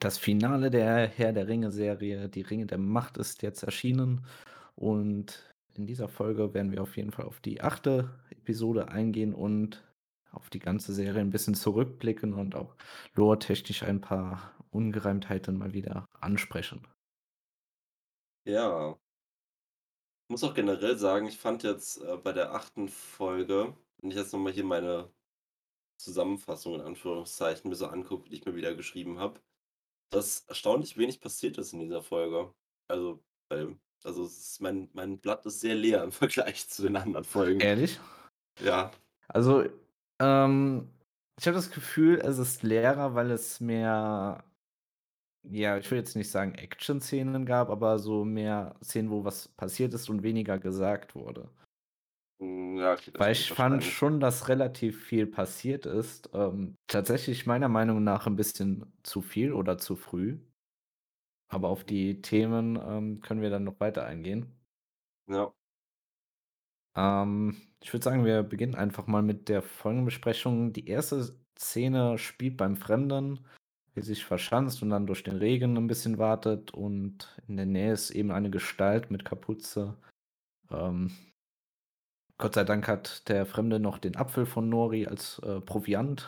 Das Finale der Herr der Ringe-Serie, Die Ringe der Macht, ist jetzt erschienen und in dieser Folge werden wir auf jeden Fall auf die achte Episode eingehen und auf die ganze Serie ein bisschen zurückblicken und auch lore-technisch ein paar Ungereimtheiten mal wieder ansprechen. Ja, muss auch generell sagen, ich fand jetzt, bei der achten Folge, wenn ich jetzt noch mal hier meine Zusammenfassung in Anführungszeichen mir so angucke, die ich mir wieder geschrieben habe, dass erstaunlich wenig passiert ist in dieser Folge. Also, es ist mein Blatt ist sehr leer im Vergleich zu den anderen Folgen. Ehrlich? Ja, Also, ähm, ich habe das Gefühl, es ist leerer, weil es mehr, ja, ich will jetzt nicht sagen Action-Szenen gab, aber so mehr Szenen, wo was passiert ist und weniger gesagt wurde. ja, okay, das Weil stimmt ich fand wahrscheinlich. schon, dass relativ viel passiert ist. Tatsächlich meiner Meinung nach ein bisschen zu viel oder zu früh, aber auf Mhm. die Themen, können wir dann noch weiter eingehen. Ja, Ich würde sagen, wir beginnen einfach mal mit der Folgenbesprechung. Die erste Szene spielt beim Fremden, wie sich verschanzt und dann durch den Regen ein bisschen wartet und in der Nähe ist eben eine Gestalt mit Kapuze. Ähm, Gott sei Dank hat der Fremde noch den Apfel von Nori als, Proviant.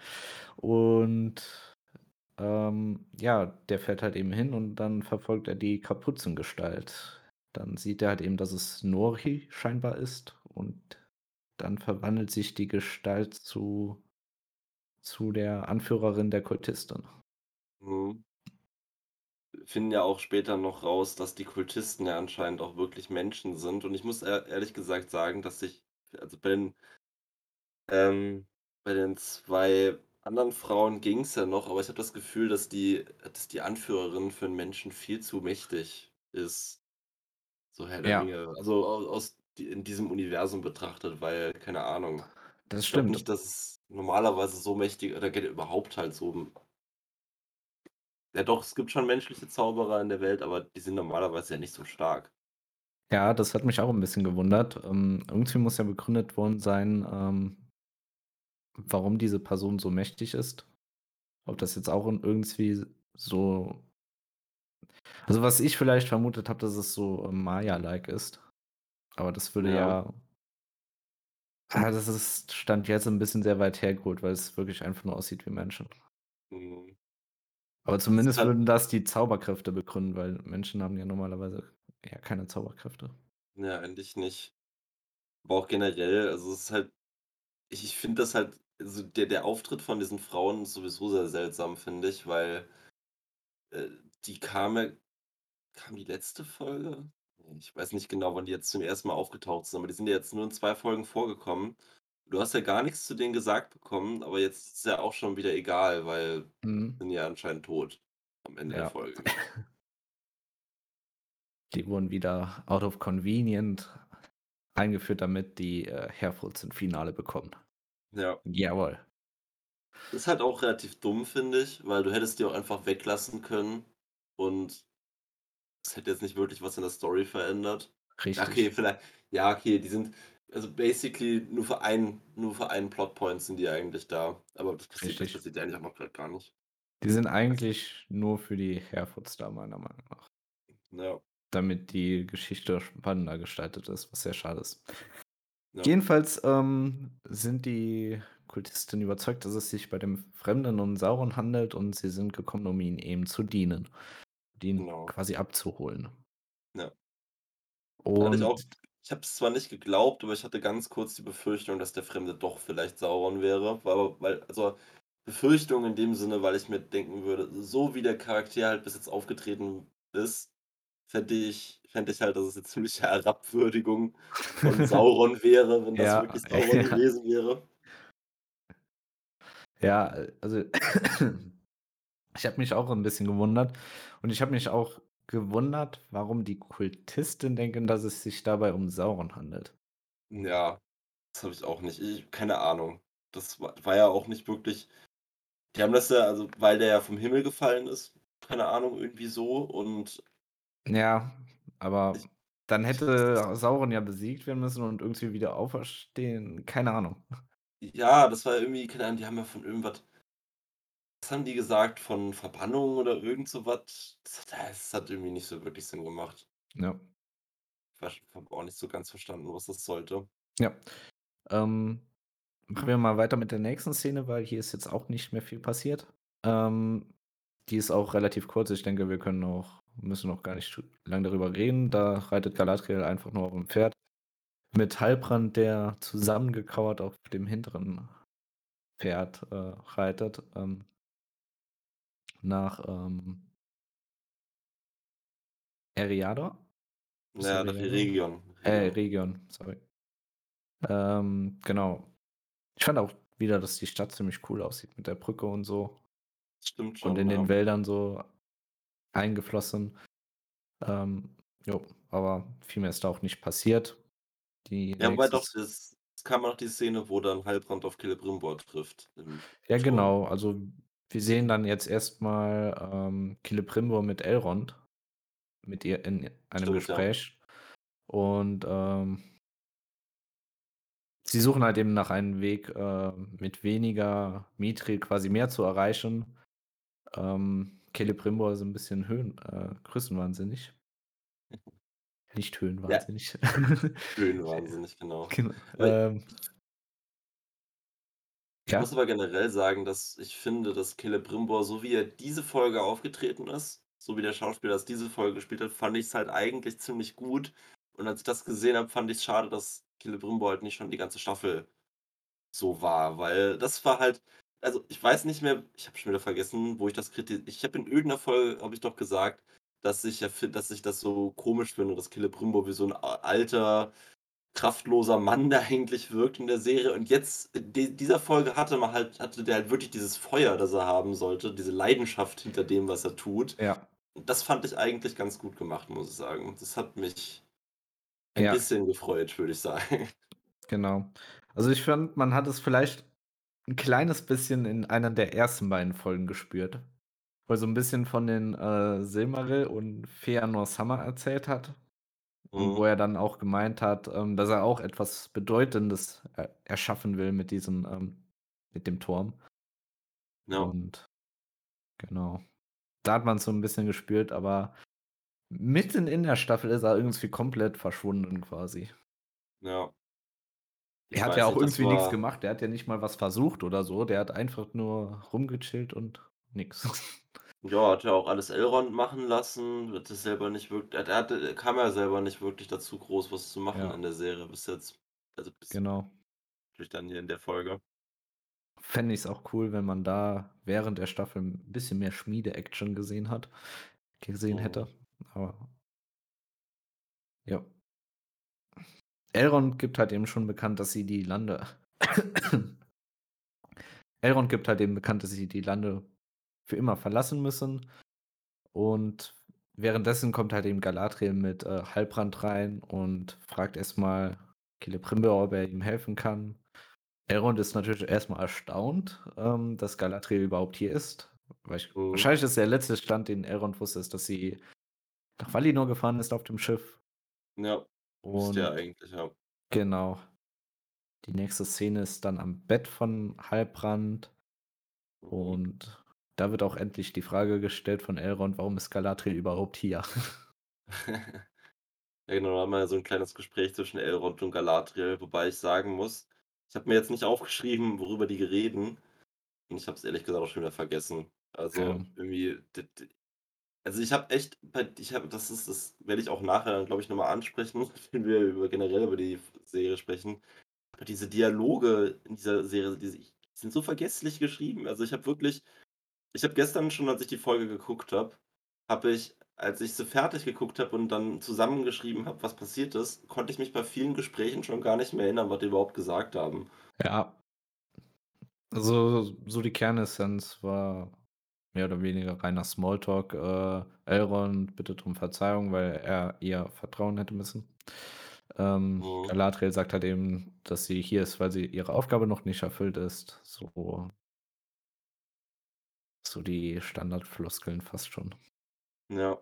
Und, ja, der fährt halt eben hin und dann verfolgt er die Kapuzengestalt. Dann sieht er halt eben, dass es Nori scheinbar ist und dann verwandelt sich die Gestalt zu der Anführerin der Kultisten. mhm. Finden ja auch später noch raus, dass die Kultisten ja anscheinend auch wirklich Menschen sind und ich muss ehrlich gesagt sagen, dass ich also Ähm, bei den 2 anderen Frauen ging's ja noch, aber ich habe das Gefühl, dass die Anführerin für 'n Menschen viel zu mächtig ist, so Herr der Ja, Ringe. Also, aus in diesem Universum betrachtet, weil, keine Ahnung, das ich glaube stimmt. nicht, dass es normalerweise so mächtig oder gen überhaupt halt so ja doch, es gibt schon menschliche Zauberer in der Welt, aber die sind normalerweise ja nicht so stark. Ja, das hat mich auch 'n bisschen gewundert. Irgendwie muss ja begründet worden sein, warum diese Person so mächtig ist. Ob das jetzt auch in irgendwie so, also, was ich vielleicht vermutet habe, dass es so, Maya-like ist, aber das würde Ja, ja, das ist Stand jetzt 'n bisschen sehr weit hergeholt, weil es wirklich einfach nur aussieht wie Menschen. mhm. Aber Es ist zumindest halt würden das die Zauberkräfte begründen, weil Menschen haben ja normalerweise ja keine Zauberkräfte. ja, eigentlich nicht. Aber auch generell, also, es ist halt ich finde das halt also, der Auftritt von diesen Frauen ist sowieso sehr seltsam, finde ich, weil, äh, die kam die letzte Folge? Ich weiß nicht genau, wann die jetzt zum ersten Mal aufgetaucht sind, aber die sind ja jetzt nur in 2 Folgen vorgekommen. Du hast ja gar nichts zu denen gesagt bekommen, aber jetzt ist es ja auch schon wieder egal, weil Mhm. sind ja anscheinend tot am Ende der Ja. Folge. Die wurden wieder out of convenient eingeführt, damit die, Herfolds 'n Finale bekommen. Ja. Jawohl. Ist halt auch relativ dumm, finde ich, weil du hättest die auch einfach weglassen können und es hätte jetzt nicht wirklich was in der Story verändert. Ja, Richtig. okay, vielleicht ja, okay, die sind also basically nur für einen Plotpoint sind die eigentlich da. Aber das Richtig. passiert ja eigentlich auch noch grad gar nicht. Die sind Also, eigentlich nur für die Herfords da, meiner Meinung nach, ja, damit die Geschichte spannender gestaltet ist, was sehr schade ist. ja, Jedenfalls, sind die Kultisten überzeugt, dass es sich bei dem Fremden um Sauron handelt und sie sind gekommen, um ihm eben zu dienen, ihn genau. quasi abzuholen. Ja. Hatte ich Und auch ich habe es zwar nicht geglaubt, aber ich hatte ganz kurz die Befürchtung, dass der Fremde doch vielleicht Sauron wäre, weil also, Befürchtung in dem Sinne, weil ich mir denken würde, so wie der Charakter halt bis jetzt aufgetreten ist, fände ich halt, dass es 'ne ziemliche Herabwürdigung von Sauron wäre, wenn das ja, wirklich Sauron ja, gewesen wäre. ja, also ich habe mich auch ein bisschen gewundert und ich habe mich auch gewundert, warum die Kultisten denken, dass es sich dabei um Sauron handelt. Ja, das habe ich auch nicht. Keine Ahnung. Das war ja auch nicht wirklich die haben das ja also, weil der ja vom Himmel gefallen ist, keine Ahnung, irgendwie so und Ja, aber ich dann ich weiß nicht. hätte Sauron ja besiegt werden müssen und irgendwie wieder auferstehen. Keine Ahnung. Ja, das war irgendwie keine Ahnung, die haben ja von irgendwas was haben die gesagt von Verbannung oder irgend so was? Das hat irgendwie nicht so wirklich Sinn gemacht. Ja, Habe auch nicht so ganz verstanden, was das sollte. ja. Ähm, Machen wir mal weiter mit der nächsten Szene, weil hier ist jetzt auch nicht mehr viel passiert. Ähm, Die ist auch relativ kurz. Ich denke, wir können auch müssen auch gar nicht lang darüber reden. Da reitet Galadriel einfach nur auf auf'm Pferd mit Halbrand, der zusammengekauert auf dem hinteren Pferd, reitet, nach, Eriador? Ist Ja, nach Eriador? Region. Rhegion, sorry. Genau. Ich fand auch wieder, dass die Stadt ziemlich cool aussieht mit der Brücke und so Stimmt und schon, in den ja. Wäldern so eingeflossen. Jo, aber viel mehr ist da auch nicht passiert. Die Ja, wobei doch, nächstes es kam noch die Szene, wo dann Halbrand auf Celebrimbor trifft im Ja, Turm. genau. Also, wir sehen dann jetzt erstmal Celebrimbor mit Elrond mit ihr in einem Stimmt, ja. Gespräch und, sie suchen halt eben nach einem Weg, mit weniger Mithril quasi mehr zu erreichen. Celebrimbor ist 'n bisschen größenwahnsinnig, nicht Ja, höhenwahnsinnig. höhenwahnsinnig, genau. Genau. Aber ich muss Ja, aber generell sagen, dass ich finde, dass Celebrimbor, so wie er diese Folge aufgetreten ist, so wie der Schauspieler das diese Folge gespielt hat, fand ich's halt eigentlich ziemlich gut. Und als ich das gesehen habe, fand ich's schade, dass Celebrimbor halt nicht schon die ganze Staffel so war, weil das war halt, also, ich weiß nicht mehr, ich habe schon wieder vergessen, wo ich das ich habe in irgendeiner Folge habe ich doch gesagt, dass ich das so komisch finde, dass Celebrimbor wie so 'n alter, kraftloser Mann da eigentlich wirkt in der Serie. Und jetzt in dieser Folge hatte der halt wirklich dieses Feuer, das er haben sollte, diese Leidenschaft hinter dem, was er tut. ja, Und das fand ich eigentlich ganz gut gemacht, muss ich sagen. Das hat mich ein ja, bisschen gefreut, würde ich sagen. genau. Also, ich fand, man hat es vielleicht 'n kleines bisschen in einer der ersten beiden Folgen gespürt, wo er so 'n bisschen von den, Silmaril und Feanor Summer erzählt hat und wo Mhm. er dann auch gemeint hat, dass er auch etwas Bedeutendes erschaffen will mit dem Turm. Ja, Und genau, da hat man's so 'n bisschen gespürt, aber mitten in der Staffel ist er irgendwie komplett verschwunden quasi. ja. Er Ich hat ja weiß auch nicht, das irgendwie nix war, gemacht. Der hat ja nicht mal was versucht oder so. Der hat einfach nur rumgechillt und nix. ja, hat ja auch alles Elrond machen lassen, wird es selber nicht wirk er kam ja selber nicht wirklich dazu, groß was zu machen Ja, in der Serie bis jetzt. Also, bis genau. natürlich dann hier in der Folge. Fände ich's auch cool, wenn man da während der Staffel 'n bisschen mehr Schmiede-Action gesehen Mhm. hätte. Aber ja. Elrond gibt halt eben schon bekannt, dass sie die Lande Elrond gibt halt eben bekannt, dass sie die Lande für immer verlassen müssen. Und währenddessen kommt halt eben Galadriel mit, Halbrand rein und fragt erst mal Celebrimbor, ob er ihm helfen kann. Elrond ist natürlich erst mal erstaunt, dass Galadriel überhaupt hier ist. Mhm. Wahrscheinlich ist der letzte Stand, den Elrond wusste, ist, dass sie nach Valinor gefahren ist auf dem Schiff. Ja, müsste ja Und eigentlich, ja. genau, die nächste Szene ist dann am Bett von Halbrand Mhm. und da wird auch endlich die Frage gestellt von Elrond: „Warum ist Galadriel überhaupt hier?“ Ja, genau, da haben wir ja so 'n kleines Gespräch zwischen Elrond und Galadriel, wobei ich sagen muss, ich habe mir jetzt nicht aufgeschrieben, worüber die reden, und ich habe es ehrlich gesagt auch schon wieder vergessen. Ja, Also, irgendwie d also, ich habe echt ich habe das werde ich auch nachher dann, glaube ich, noch mal ansprechen, wenn wir generell über die Serie sprechen. Aber diese Dialoge in dieser Serie, die sind so vergesslich geschrieben. Also, ich habe gestern schon, als ich die Folge geguckt habe, als ich sie fertig geguckt habe und dann zusammengeschrieben habe, was passiert ist, konnte ich mich bei vielen Gesprächen schon gar nicht mehr erinnern, was die überhaupt gesagt haben. ja. Also, so die Kernessenz war mehr oder weniger reiner Smalltalk. Elrond bittet um Verzeihung, weil er ihr vertrauen hätte müssen. Mhm. Galadriel sagt halt eben, dass sie hier ist, weil sie ihre Aufgabe noch nicht erfüllt ist. So die Standardfloskeln fast schon. Ja,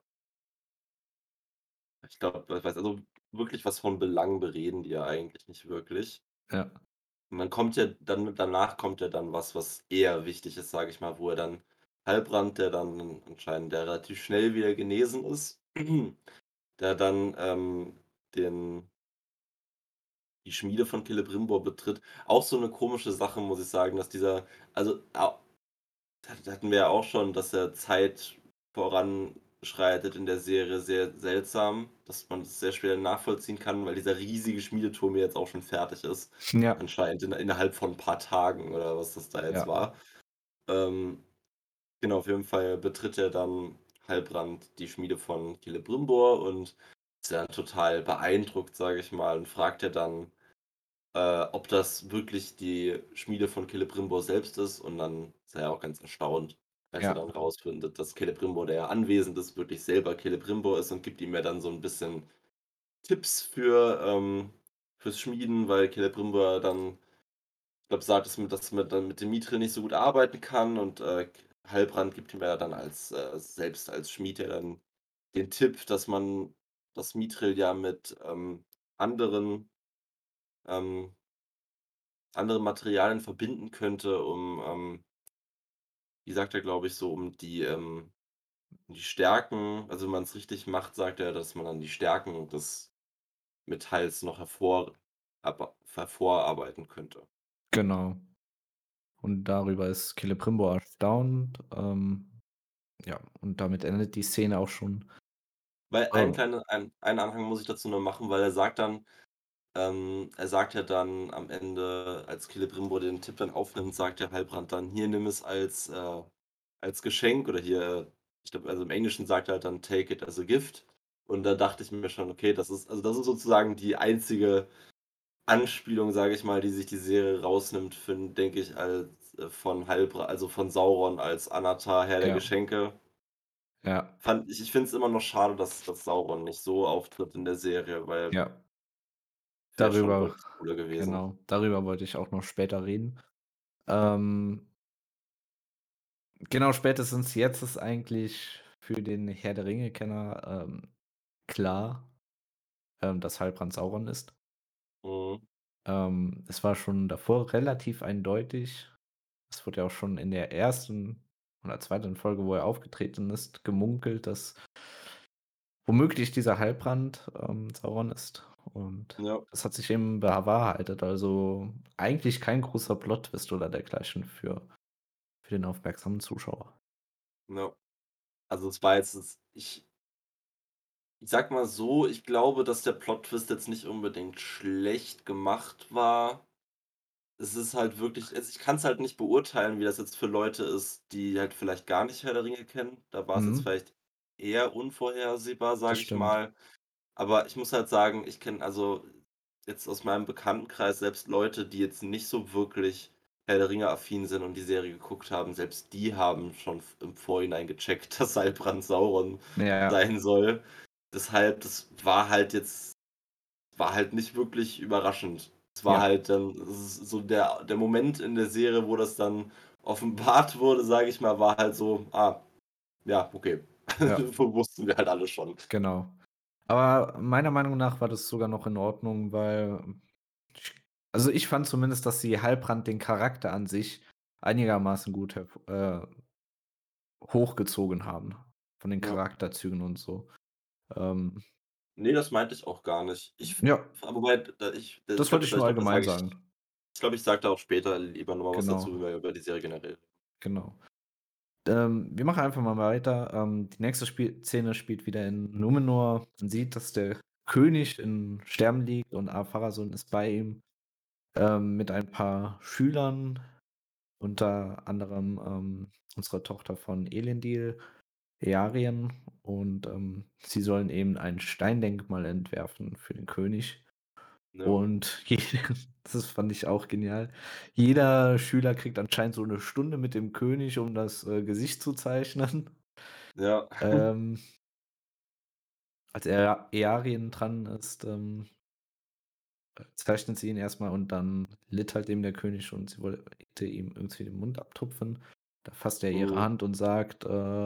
ich glaube, also, wirklich was von Belang bereden die ja eigentlich nicht wirklich. Ja, Und dann kommt ja dann danach kommt ja dann was, was eher wichtig ist, sage ich mal, wo er dann Heilbrand, der dann anscheinend der relativ schnell wieder genesen ist, der dann, den die Schmiede von Celebrimbor betritt. Auch so 'ne komische Sache, muss ich sagen, dass dieser also, da hatten wir ja auch schon, dass der Zeit voranschreitet in der Serie sehr seltsam, dass man das sehr schwer nachvollziehen kann, weil dieser riesige Schmiedeturm ja jetzt auch schon fertig ist, Ja, anscheinend innerhalb von 'n paar Tagen oder was das da jetzt ja, war. Ähm, genau, auf jeden Fall betritt er dann Halbrand die Schmiede von Celebrimbor und ist dann total beeindruckt, sage ich mal, und fragt er dann, ob das wirklich die Schmiede von Celebrimbor selbst ist, und dann ist er ja auch ganz erstaunt, als er ja, dann rausfindet, dass Celebrimbor, der ja anwesend ist, wirklich selber Celebrimbor ist, und gibt ihm ja dann so 'n bisschen Tipps fürs Schmieden, weil Celebrimbor dann, ich glaube, sagt, dass man dann mit dem Mithril nicht so gut arbeiten kann, und, Heilbrand gibt ihm ja dann selbst als Schmied ja dann den Tipp, dass man das Mithril ja mit, anderen ähm, anderen Materialien verbinden könnte, wie sagt er, glaube ich, so, um die Stärken, also, wenn man's richtig macht, sagt er, dass man dann die Stärken des Metalls noch hervorarbeiten könnte. genau. Und darüber ist Celebrimbor erstaunt, ja, und damit endet die Szene auch schon. Weil Oh, einen Anhang muss ich dazu noch machen, weil er sagt ja dann am Ende, als Celebrimbor den Tipp dann aufnimmt, sagt der Heilbrand dann: „Hier, nimm es als Geschenk“, oder hier, ich glaube, also, im Englischen sagt er halt dann: „Take it as a gift.“ Und da dachte ich mir schon: „Okay, das ist sozusagen die einzige Anspielung, sage ich mal, die sich die Serie rausnimmt für 'n, denke ich, also, von Sauron als Anatar, Herr der ja, Geschenke.“ ja, Ich finde es immer noch schade, dass Sauron nicht so auftritt in der Serie, weil ja. wäre schon Darüber deutlich cooler gewesen. genau, darüber wollte ich auch noch später reden. Ähm, genau, spätestens jetzt ist eigentlich für den Herr der Ringe-Kenner, klar, dass Halbrand Sauron ist. Mhm. Es war schon davor relativ eindeutig. Es wurde ja auch schon in der ersten oder zweiten Folge, wo er aufgetreten ist, gemunkelt, dass womöglich dieser Halbrand, Sauron ist. Und Ja, das hat sich eben bewahrheitet. Also, eigentlich kein großer Plot-Twist oder dergleichen für den aufmerksamen Zuschauer. ja. Also, es war jetzt ich sage mal so, ich glaube, dass der Plot-Twist jetzt nicht unbedingt schlecht gemacht war. Es ist halt wirklich, ich kann es halt nicht beurteilen, wie das jetzt für Leute ist, die halt vielleicht gar nicht Herr der Ringe kennen. Da war es jetzt Mhm, vielleicht eher unvorhersehbar, das sage ich stimmt. mal. Aber ich muss halt sagen, ich kenne, also, jetzt aus meinem Bekanntenkreis, selbst Leute, die jetzt nicht so wirklich Herr der Ringe-affin sind und die Serie geguckt haben, selbst die haben schon im Vorhinein gecheckt, dass Halbrand Sauron Ja, sein soll. Deshalb, das war halt nicht wirklich überraschend. Es war ja, halt dann, es ist so der Moment in der Serie, wo das dann offenbart wurde, sage ich mal, war halt so: „Ah, ja, okay.“ ja, Wussten wir halt alle schon. genau. Aber meiner Meinung nach war das sogar noch in Ordnung, weil ich also, ich fand zumindest, dass sie Halbrand den Charakter an sich einigermaßen gut hochgezogen haben von den Ja. Charakterzügen und so. Ähm, Ne, das meinte ich auch gar nicht. ja, Wobei, ich das wollte glaube, ich nur da allgemein sage sagen. ich glaube, ich sage da auch später lieber noch mal was dazu, wenn Genau, wir über die Serie generell. genau. Wir machen einfach mal weiter. Die nächste Szene spielt wieder in Numenor. Man sieht, dass der König in Sterben liegt und Ar-Pharazôn ist bei ihm, mit ein paar Schülern, unter anderem, unserer Tochter von Elendil, Earien, und, sie sollen eben ein Steindenkmal entwerfen für den König. Ja, Und das fand ich auch genial. Jeder Schüler kriegt anscheinend so 'ne Stunde mit dem König, um das, Gesicht zu zeichnen. ja, Ähm, als Earien dran ist, zeichnet sie ihn erst mal und dann litt halt eben der König und sie wollte ihm irgendwie den Mund abtupfen. Da fasst er ihre mhm, Hand und sagt,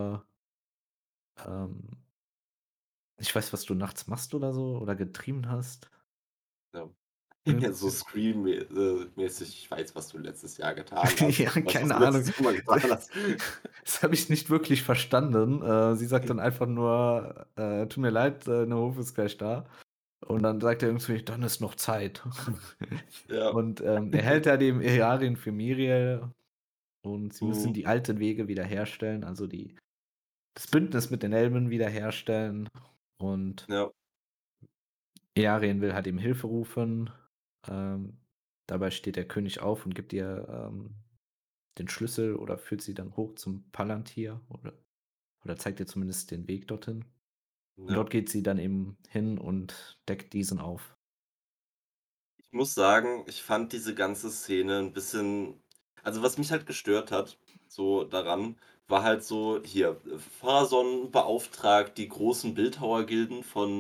ähm: „Ich weiß, was du nachts machst“ oder so oder getrieben hast. ja. Ja, so Irgendwie Scream mäßig: „Ich weiß, was du letztes Jahr getan hast ja, und was keine du Ahnung. letztes Jahr mal getan hast.“ das habe ich nicht wirklich verstanden. Sie sagt dann einfach nur: „Tut mir leid, der Hof ist gleich da.“ Und dann sagt er irgendwie: „Dann ist noch Zeit.“ Ja. Und, er hält ja dem Earien für Miriel und sie müssen Mhm. die alten Wege wiederherstellen, also das Bündnis mit den Elben wiederherstellen. Und Ja. Earien will halt ihm Hilfe rufen. Ähm, Dabei steht der König auf und gibt ihr, den Schlüssel oder führt sie dann hoch zum Palantir oder zeigt ihr zumindest den Weg dorthin. Und Ja. dort geht sie dann eben hin und deckt diesen auf. Ich muss sagen, ich fand diese ganze Szene 'n bisschen, also, was mich halt gestört hat, so daran, war halt so hier, Pharason beauftragt die großen Bildhauergilden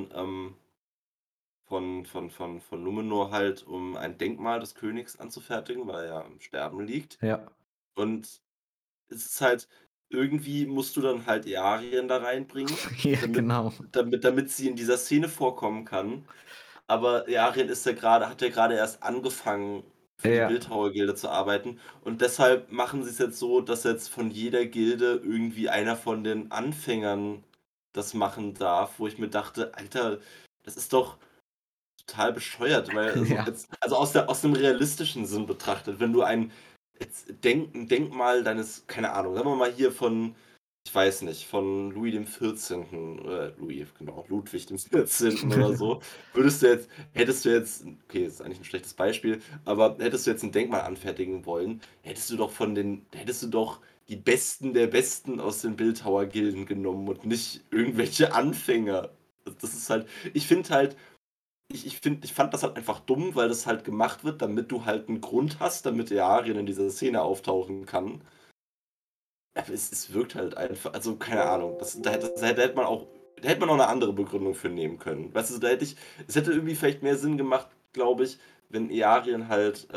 von Numenor halt, um ein Denkmal des Königs anzufertigen, weil er ja im Sterben liegt. Ja. Und es ist halt, irgendwie musst du dann halt Earien da reinbringen, Ja, damit genau. damit sie in dieser Szene vorkommen kann. Aber Arien ist ja grade hat ja grade erst angefangen, für die Ja. Bildhauergilde zu arbeiten, und deshalb machen sie's jetzt so, dass jetzt von jeder Gilde irgendwie einer von den Anfängern das machen darf, wo ich mir dachte: „Alter, das ist doch total bescheuert“, weil Ja. also aus dem realistischen Sinn betrachtet, wenn du jetzt 'n Denkmal deines, keine Ahnung, sagen wir mal hier von, ich weiß nicht, von Louis dem 14., Louis, genau, Ludwig dem 14. oder so, hättest du jetzt, okay, ist eigentlich 'n schlechtes Beispiel, aber hättest du jetzt 'n Denkmal anfertigen wollen, hättest du doch die Besten der Besten aus den Bildhauergilden genommen und nicht irgendwelche Anfänger. Das ist halt, ich finde halt, ich fand das halt einfach dumm, weil das halt gemacht wird, damit du halt 'n Grund hast, damit der Arien in dieser Szene auftauchen kann. Aber es wirkt halt einfach, also, keine Ahnung, da hätte man auch, da hätte man auch 'ne andere Begründung für nehmen können. Weißt du, es hätte irgendwie vielleicht mehr Sinn gemacht, glaube ich, wenn Earien halt,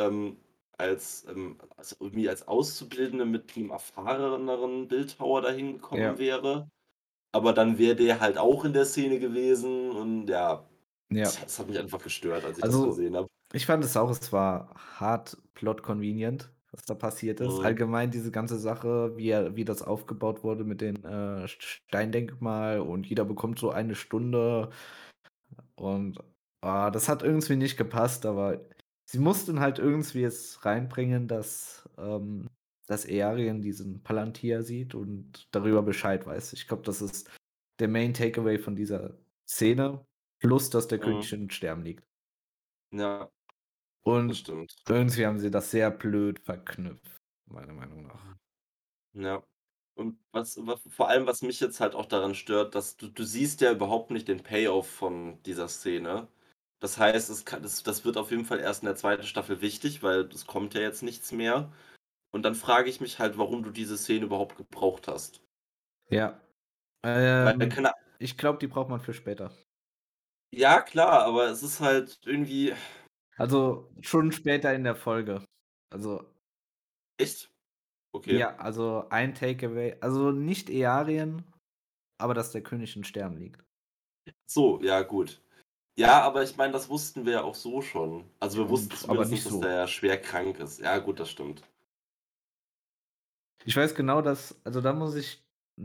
als irgendwie als Auszubildende mit 'nem erfahreneren Bildhauer dahin gekommen Ja. wäre. Aber dann wäre der halt auch in der Szene gewesen und ja, Ja. das hat mich einfach gestört, als ich das Also, gesehen habe. ich fand es auch, es war hart plot convenient, was da passiert ist. Mhm. Allgemein diese ganze Sache, wie das aufgebaut wurde mit den, Steindenkmal und jeder bekommt so eine Stunde und, das hat irgendwie nicht gepasst, aber sie mussten halt irgendwie es reinbringen, dass Earien diesen Palantir sieht und darüber Bescheid weiß. Ich glaube, das ist der Main Takeaway von dieser Szene, plus dass der Mhm. König im Sterben liegt. Ja, das Und stimmt. irgendwie haben sie das sehr blöd verknüpft, meiner Meinung nach. Ja. Und was vor allem, was mich jetzt halt auch daran stört, dass du siehst ja überhaupt nicht den Payoff von dieser Szene. Das heißt, das wird auf jeden Fall erst in der zweiten Staffel wichtig, weil es kommt ja jetzt nichts mehr. Und dann frage ich mich halt, warum du diese Szene überhaupt gebraucht hast. Ja, Weil ähm, keine, ich glaube, die braucht man für später. ja klar, aber es ist halt irgendwie, Also, schon später in der Folge. Also, echt? Okay. ja, also ein Takeaway, also nicht Earien, aber dass der König in Sterben liegt. So, ja gut. Ja, aber ich meine, das wussten wir ja auch so schon. Also, wir wussten Aber zumindest, nicht dass so. der schwer krank ist. Ja gut, das stimmt. Ich weiß genau, dass, also, da muss ich,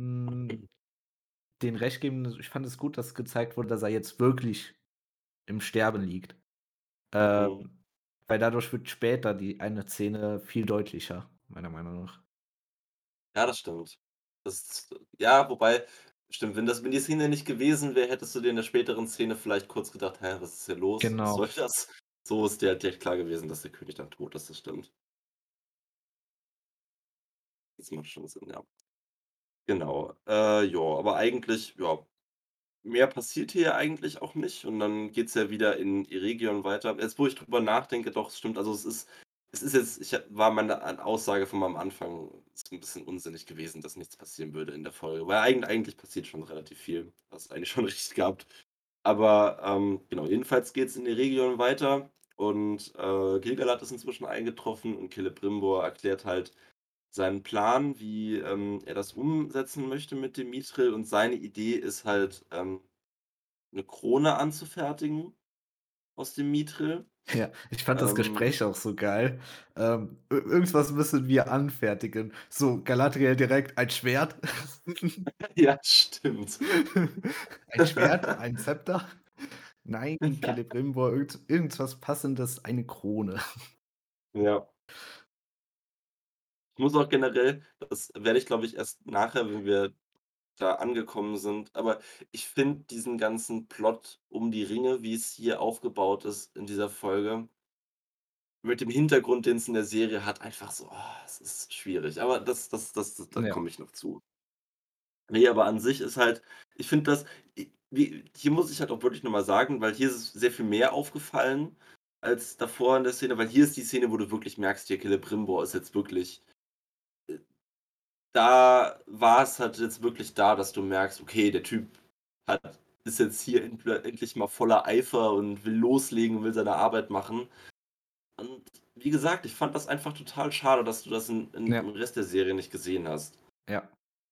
denen recht geben. Ich fand es gut, dass gezeigt wurde, dass er jetzt wirklich im Sterben liegt. Mhm. Weil dadurch wird später die eine Szene viel deutlicher, meiner Meinung nach. Ja, das stimmt. Ja, wobei, stimmt, wenn die Szene nicht gewesen wäre, hättest du dir in der späteren Szene vielleicht kurz gedacht: „Hä, was ist hier los? Was soll Genau. das?“ So ist dir halt direkt klar gewesen, dass der König dann tot ist, das stimmt. Das macht schon Sinn, ja. Genau. Ja, aber eigentlich, ja, mehr passiert hier ja eigentlich auch nicht, und dann geht's ja wieder in Eregion weiter. Jetzt, wo ich drüber nachdenke, doch, es stimmt. Also, es ist jetzt, war meine Aussage von meinem Anfang, ist ein bisschen unsinnig gewesen, dass nichts passieren würde in der Folge, weil eigentlich passiert schon relativ viel. Hast eigentlich schon richtig gehabt. Aber, genau, jedenfalls geht's in Eregion weiter und, Gil-galad ist inzwischen eingetroffen und Celebrimbor erklärt halt seinen Plan, wie, er das umsetzen möchte mit dem Mithril, und seine Idee ist halt, 'ne Krone anzufertigen aus dem Mithril. Ja, ich fand das Ähm, Gespräch auch so geil. Irgendwas müssen wir anfertigen. So, Galadriel direkt: „Ein Schwert?“ ja, stimmt. „Ein Schwert? Ein Zepter?“ „Nein, Celebrimbor, irgendwas Passendes, eine Krone.“ Ja. Ich muss auch generell das werde ich, glaube ich, erst nachher, wenn wir da angekommen sind, aber ich finde diesen ganzen Plot um die Ringe, wie es hier aufgebaut ist in dieser Folge, mit dem Hintergrund, den es in der Serie hat, einfach so, es ist schwierig. Aber da Ja, komme ich noch zu. Ne, aber an sich ist halt ich finde das wie hier muss ich halt auch wirklich noch mal sagen, weil hier ist es sehr viel mehr aufgefallen als davor in der Szene, weil hier ist die Szene, wo du wirklich merkst, hier Celebrimbor ist jetzt wirklich da war es halt jetzt wirklich da, dass du merkst, okay, der Typ hat ist jetzt hier endlich mal voller Eifer und will loslegen und will seine Arbeit machen. Und wie gesagt, ich fand das einfach total schade, dass du das im ja, Rest der Serie nicht gesehen hast. ja,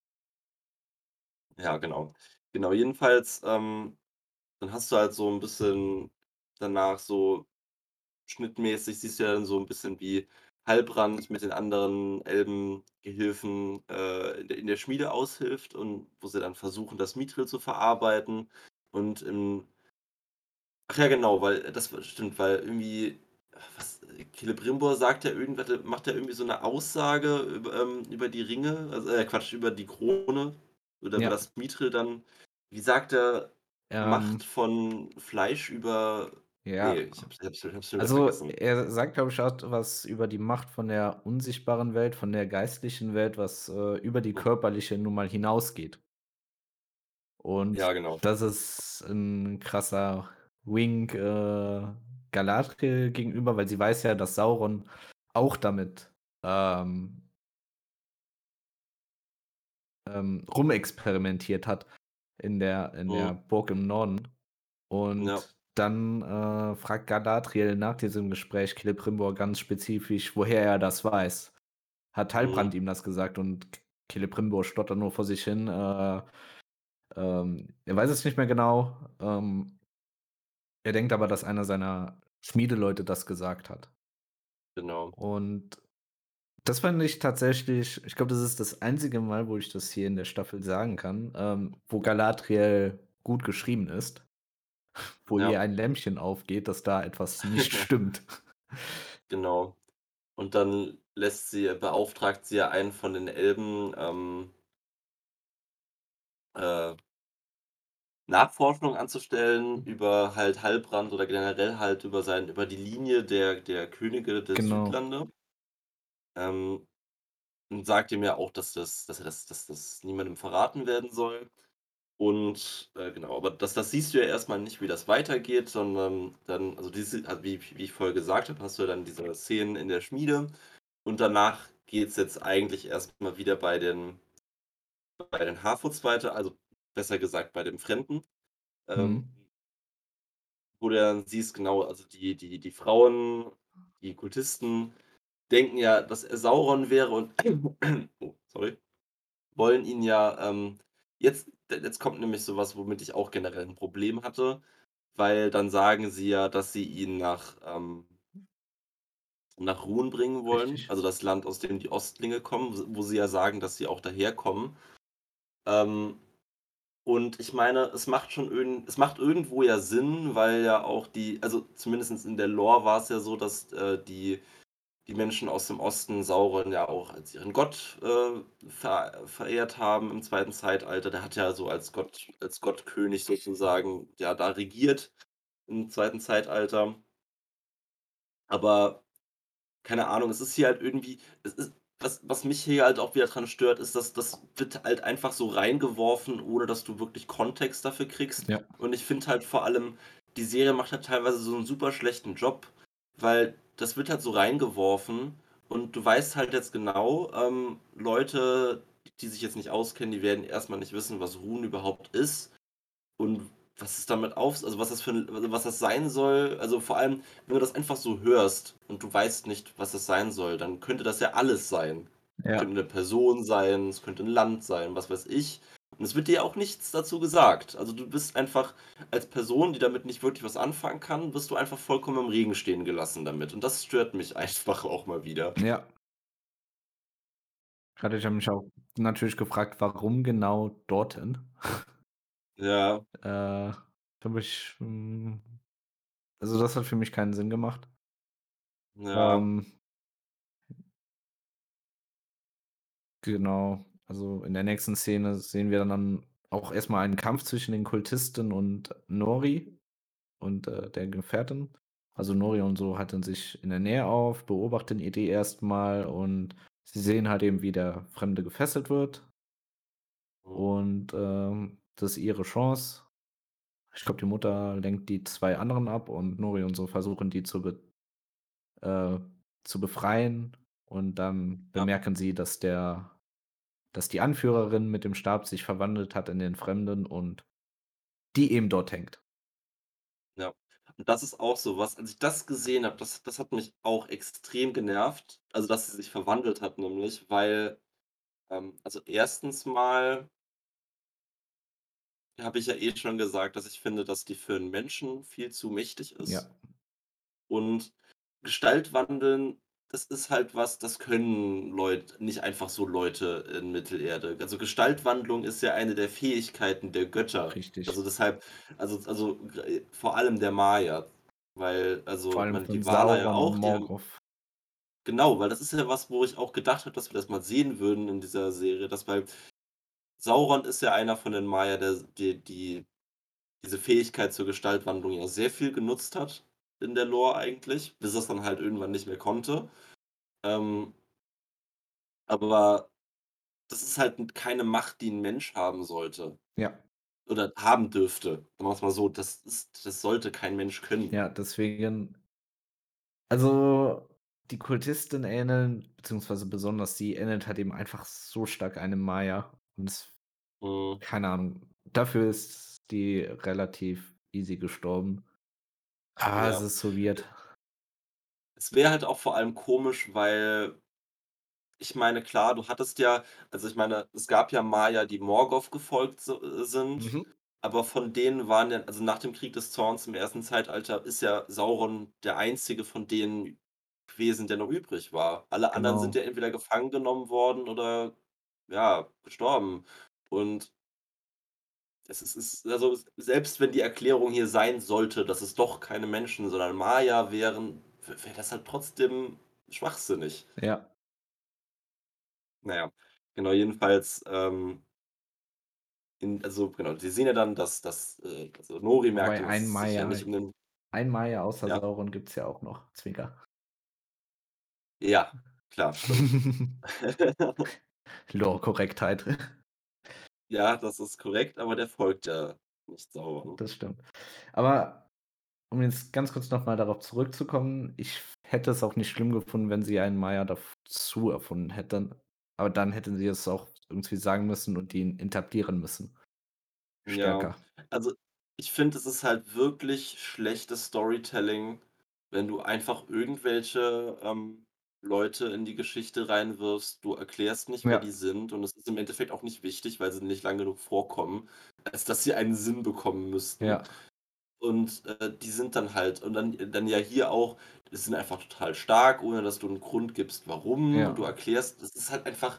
Ja, genau. Genau, jedenfalls, dann hast du halt so 'n bisschen danach so schnittmäßig siehst du ja dann so 'n bisschen, wie Halbrand mit den anderen Elbengehilfen, in der Schmiede aushilft und wo sie dann versuchen, das Mithril zu verarbeiten. Und im ach ja, genau, weil das stimmt, weil irgendwie was Celebrimbor sagt ja irgendwas macht ja irgendwie so 'ne Aussage über die Ringe, also, Quatsch, über die Krone oder über ja. das Mithril dann. Wie sagt er? Macht Ähm, von Fleisch über ja, ne, ich habe es schon wieder also, vergessen. er sagt, glaube ich, auch was über die Macht von der unsichtbaren Welt, von der geistlichen Welt, was, über die Hm, körperliche nun mal hinausgeht. Und ja, genau. das ist 'n krasser Wink, Galadriel gegenüber, weil sie weiß ja, dass Sauron auch damit, ähm, rumexperimentiert hat in der Mhm. Burg im Norden. Ja. Und dann, fragt Galadriel nach diesem Gespräch Celebrimbor ganz spezifisch, woher er das weiß. Hat Mhm. Halbrand ihm das gesagt und Celebrimbor stottert nur vor sich hin, er weiß es nicht mehr genau, er denkt aber, dass einer seiner Schmiedeleute das gesagt hat. Genau. Und das fand ich tatsächlich, ich glaube, das ist das einzige Mal, wo ich das hier in der Staffel sagen kann, wo Galadriel gut geschrieben ist, wo ihr Ja, ein Lämpchen aufgeht, dass da etwas nicht stimmt. genau. Und dann beauftragt sie ja einen von den Elben, äh, Nachforschungen anzustellen über halt Halbrand oder generell halt über die Linie der Könige der Genau. Südlande, ähm, und sagt ihm ja auch, dass das niemandem verraten werden soll. Und, genau, aber das siehst du ja erst mal nicht, wie das weitergeht, sondern dann also wie ich vorher gesagt habe, hast du ja dann diese Szenen in der Schmiede und danach geht's jetzt eigentlich erst mal wieder bei den Harfoots weiter, also besser gesagt bei dem Fremden, ähm, Mhm. wo du dann siehst, genau, also die Frauen, die Kultisten denken ja, dass er Sauron wäre und oh, sorry, wollen ihn ja, jetzt kommt nämlich so was, womit ich auch generell 'n Problem hatte, weil dann sagen sie ja, dass sie ihn nach Ruhen bringen wollen, Richtig. also das Land, aus dem die Ostlinge kommen, wo sie ja sagen, dass sie auch daherkommen. Ähm, und ich meine, es macht irgendwo ja Sinn, weil ja auch also zumindest in der Lore war es ja so, dass, die Menschen aus dem Osten Sauron ja auch als ihren Gott, verehrt haben im zweiten Zeitalter. Der hat ja so als Gottkönig sozusagen, ja, da regiert im zweiten Zeitalter. Aber keine Ahnung, es ist hier halt irgendwie es ist was mich hier halt auch wieder dran stört, ist, dass das wird halt einfach so reingeworfen, ohne dass du wirklich Kontext dafür kriegst. Ja, Und ich finde halt vor allem, die Serie macht halt teilweise so 'n super schlechten Job, weil das wird halt so reingeworfen und du weißt halt jetzt genau, Leute, die sich jetzt nicht auskennen, die werden erst mal nicht wissen, was Ruhen überhaupt ist. Und was es damit also, was das sein soll, also, vor allem, wenn du das einfach so hörst und du weißt nicht, was das sein soll, dann könnte das ja alles sein. ja, Könnte 'ne Person sein, es könnte 'n Land sein, was weiß ich. Und es wird dir auch nichts dazu gesagt. Also, du bist einfach als Person, die damit nicht wirklich was anfangen kann, wirst du einfach vollkommen im Regen stehen gelassen damit. Und das stört mich einfach auch mal wieder. Ja, hatte ich habe mich auch natürlich gefragt, warum genau dorthin? Ja, Habe ich also, das hat für mich keinen Sinn gemacht. ja, Ähm, genau, also, in der nächsten Szene sehen wir dann auch erst mal einen Kampf zwischen den Kultisten und Nori und, der Gefährtin. Also, Nori und so halten sich in der Nähe auf, beobachten die erst mal und sie sehen halt eben, wie der Fremde gefesselt wird mhm, und, das ist ihre Chance. Ich glaube, die Mutter lenkt die 2 anderen ab und Nori und so versuchen, die äh, zu befreien und dann ja, bemerken sie, dass die Anführerin mit dem Stab sich verwandelt hat in den Fremden und die eben dort hängt. ja. Und das ist auch so was, als ich das gesehen habe, das hat mich auch extrem genervt. Also, dass sie sich verwandelt hat nämlich, weil, also, erstens mal habe ich ja eh schon gesagt, dass ich finde, dass die für 'n Menschen viel zu mächtig Ja, ist. Und Gestalt wandeln, das ist halt was, das können nicht einfach so Leute in Mittelerde. Also, Gestaltwandlung ist ja eine der Fähigkeiten der Götter. richtig. Also, deshalb vor allem der Maya, weil Vor also, allem man von die Wala ja Sauron und auch, die haben Morgoth. genau, weil das ist ja was, wo ich auch gedacht habe, dass wir das mal sehen würden in dieser Serie, dass weil Sauron ist ja einer von den Maya, der diese Fähigkeit zur Gestaltwandlung ja sehr viel genutzt hat in der Lore eigentlich, bis er's dann halt irgendwann nicht mehr konnte. Ähm, aber das ist halt keine Macht, die 'n Mensch haben sollte Ja, oder haben dürfte. Sagen wir's mal so, das sollte kein Mensch können. ja, deswegen also, die Kultisten ähneln beziehungsweise besonders sie ähnelt halt eben einfach so stark einem Maya und es Mhm, keine Ahnung, dafür ist die relativ easy gestorben. Ah, es ja. ist so weird. Es wäre halt auch vor allem komisch, weil ich meine, klar, du hattest ja also, ich meine, es gab ja Maya, die Morgoth gefolgt sind, Mhm, aber von denen waren ja also, nach dem Krieg des Zorns im ersten Zeitalter ist ja Sauron der einzige von denen gewesen, der noch übrig war. Alle anderen sind genau. ja entweder gefangen genommen worden oder, ja, gestorben. Und es ist also, selbst wenn die Erklärung hier sein sollte, dass es doch keine Menschen, sondern Maya wären, wäre das halt trotzdem schwachsinnig. Ja, Na ja, genau, jedenfalls, also genau, sie sehen ja dann, dass also Nori merkt wobei dann, dass es sich ja nicht um den ein Maya außer ja, Sauron gibt's ja auch noch, Zwinker. ja, klar, stimmt. Lore-Korrektheit. Ja, das ist korrekt, aber der folgt ja nicht Sauron. Das stimmt. Aber um jetzt ganz kurz noch mal darauf zurückzukommen, ich hätte es auch nicht schlimm gefunden, wenn sie einen Maya dazu erfunden hätten, aber dann hätten sie es auch irgendwie sagen müssen und ihn etablieren müssen, Ja, stärker. also, ich finde, es ist halt wirklich schlechtes Storytelling, wenn du einfach irgendwelche, Leute in die Geschichte reinwirfst. Du erklärst nicht, wer Ja, die sind und es ist im Endeffekt auch nicht wichtig, weil sie nicht lang genug vorkommen, als dass sie einen Sinn bekommen müssten. ja, Und, die sind dann halt und dann ja hier auch, die sind einfach total stark, ohne dass du 'n Grund gibst, warum. Und du ja, erklärst, das ist halt einfach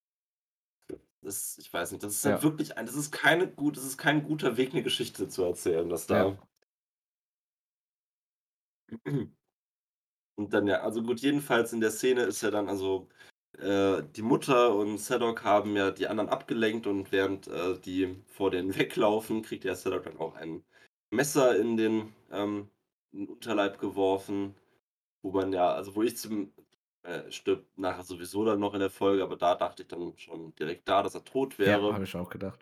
ich weiß nicht, das ist halt ja, wirklich das ist kein guter Weg, 'ne Geschichte zu erzählen, das ja. da und dann ja also gut, jedenfalls in der Szene ist ja dann also, die Mutter und Sadok haben ja die anderen abgelenkt und während, die vor denen weglaufen, kriegt ja Sadok dann auch ein Messer in den Unterleib geworfen. Wo man ja also, wo ich zum stirbt nachher sowieso dann noch in der Folge, aber da dachte ich dann schon direkt da, dass er tot Ja, wäre. habe ich auch gedacht.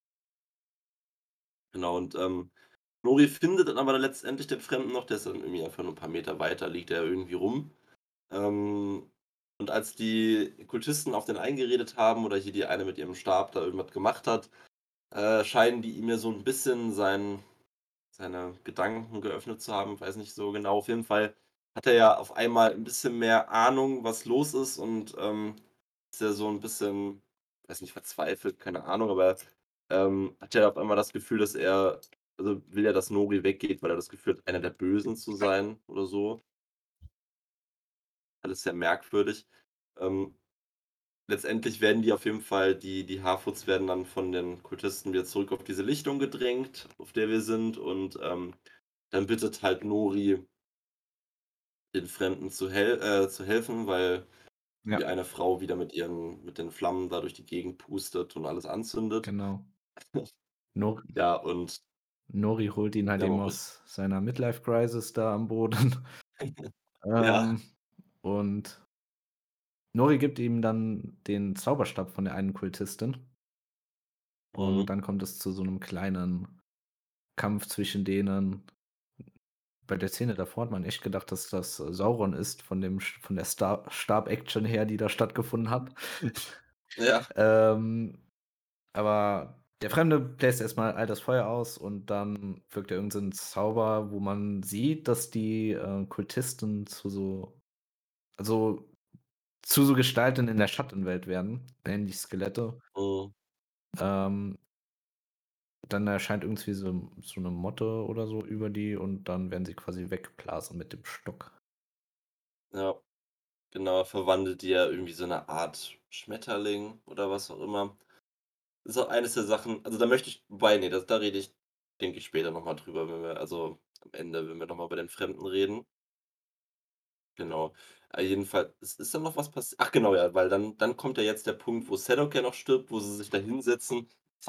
Genau und, Nori findet dann aber letztendlich den Fremden noch, der ist dann irgendwie einfach nur 'n paar Meter weiter, liegt er irgendwie rum. Ähm, und als die Kultisten auf den eingeredet haben oder hier die eine mit ihrem Stab da irgendwas gemacht hat, scheinen die ihm ja so 'n bisschen seine Gedanken geöffnet zu haben, weiß nicht so genau. Auf jeden Fall hat er ja auf einmal 'n bisschen mehr Ahnung, was los ist und, ist ja so 'n bisschen, weiß nicht, verzweifelt, keine Ahnung, aber hat er auf einmal das Gefühl, dass er also, will er, dass Nori weggeht, weil er das Gefühl hat, einer der Bösen zu sein oder so. Alles sehr merkwürdig. Ähm, letztendlich werden die auf jeden Fall die Harfoots werden dann von den Kultisten wieder zurück auf diese Lichtung gedrängt, auf der wir sind und, dann bittet halt Nori, den Fremden zu helfen, weil Ja, die eine Frau wieder mit den Flammen da durch die Gegend pustet und alles anzündet. genau. Nor Ja, und Nori holt ihn halt ja, eben mach ruhig. aus seiner Midlife-Crisis da am Boden. Ja, Ähm, und Nori gibt ihm dann den Zauberstab von der einen Kultistin und mhm, dann kommt es zu so 'nem kleinen Kampf zwischen denen. Bei der Szene davor hat man echt gedacht, dass das, Sauron ist von der Stab-Action her, die da stattgefunden hat. ja, Ähm, aber der Fremde bläst erst mal all das Feuer aus und dann wirkt er irgend so 'n Zauber, wo man sieht, dass die, Kultisten also, zu so Gestalten in der Schattenwelt werden, ähnlich Skelette. mhm, Ähm, dann erscheint irgendwie so 'ne Motte oder so über die und dann werden sie quasi weggeblasen mit dem Stock. ja, genau, verwandelt die ja irgendwie so 'ne Art Schmetterling oder was auch immer. Ist auch eines der Sachen also, da möchte ich wobei, ne, da rede ich, denke ich, später noch mal drüber, wenn wir also, am Ende, wenn wir noch mal über den Fremden reden. Genau. Jedenfalls ist da noch was passiert? Ach genau, ja, weil dann kommt ja jetzt der Punkt, wo Sadok ja noch stirbt, wo sie sich da hinsetzen.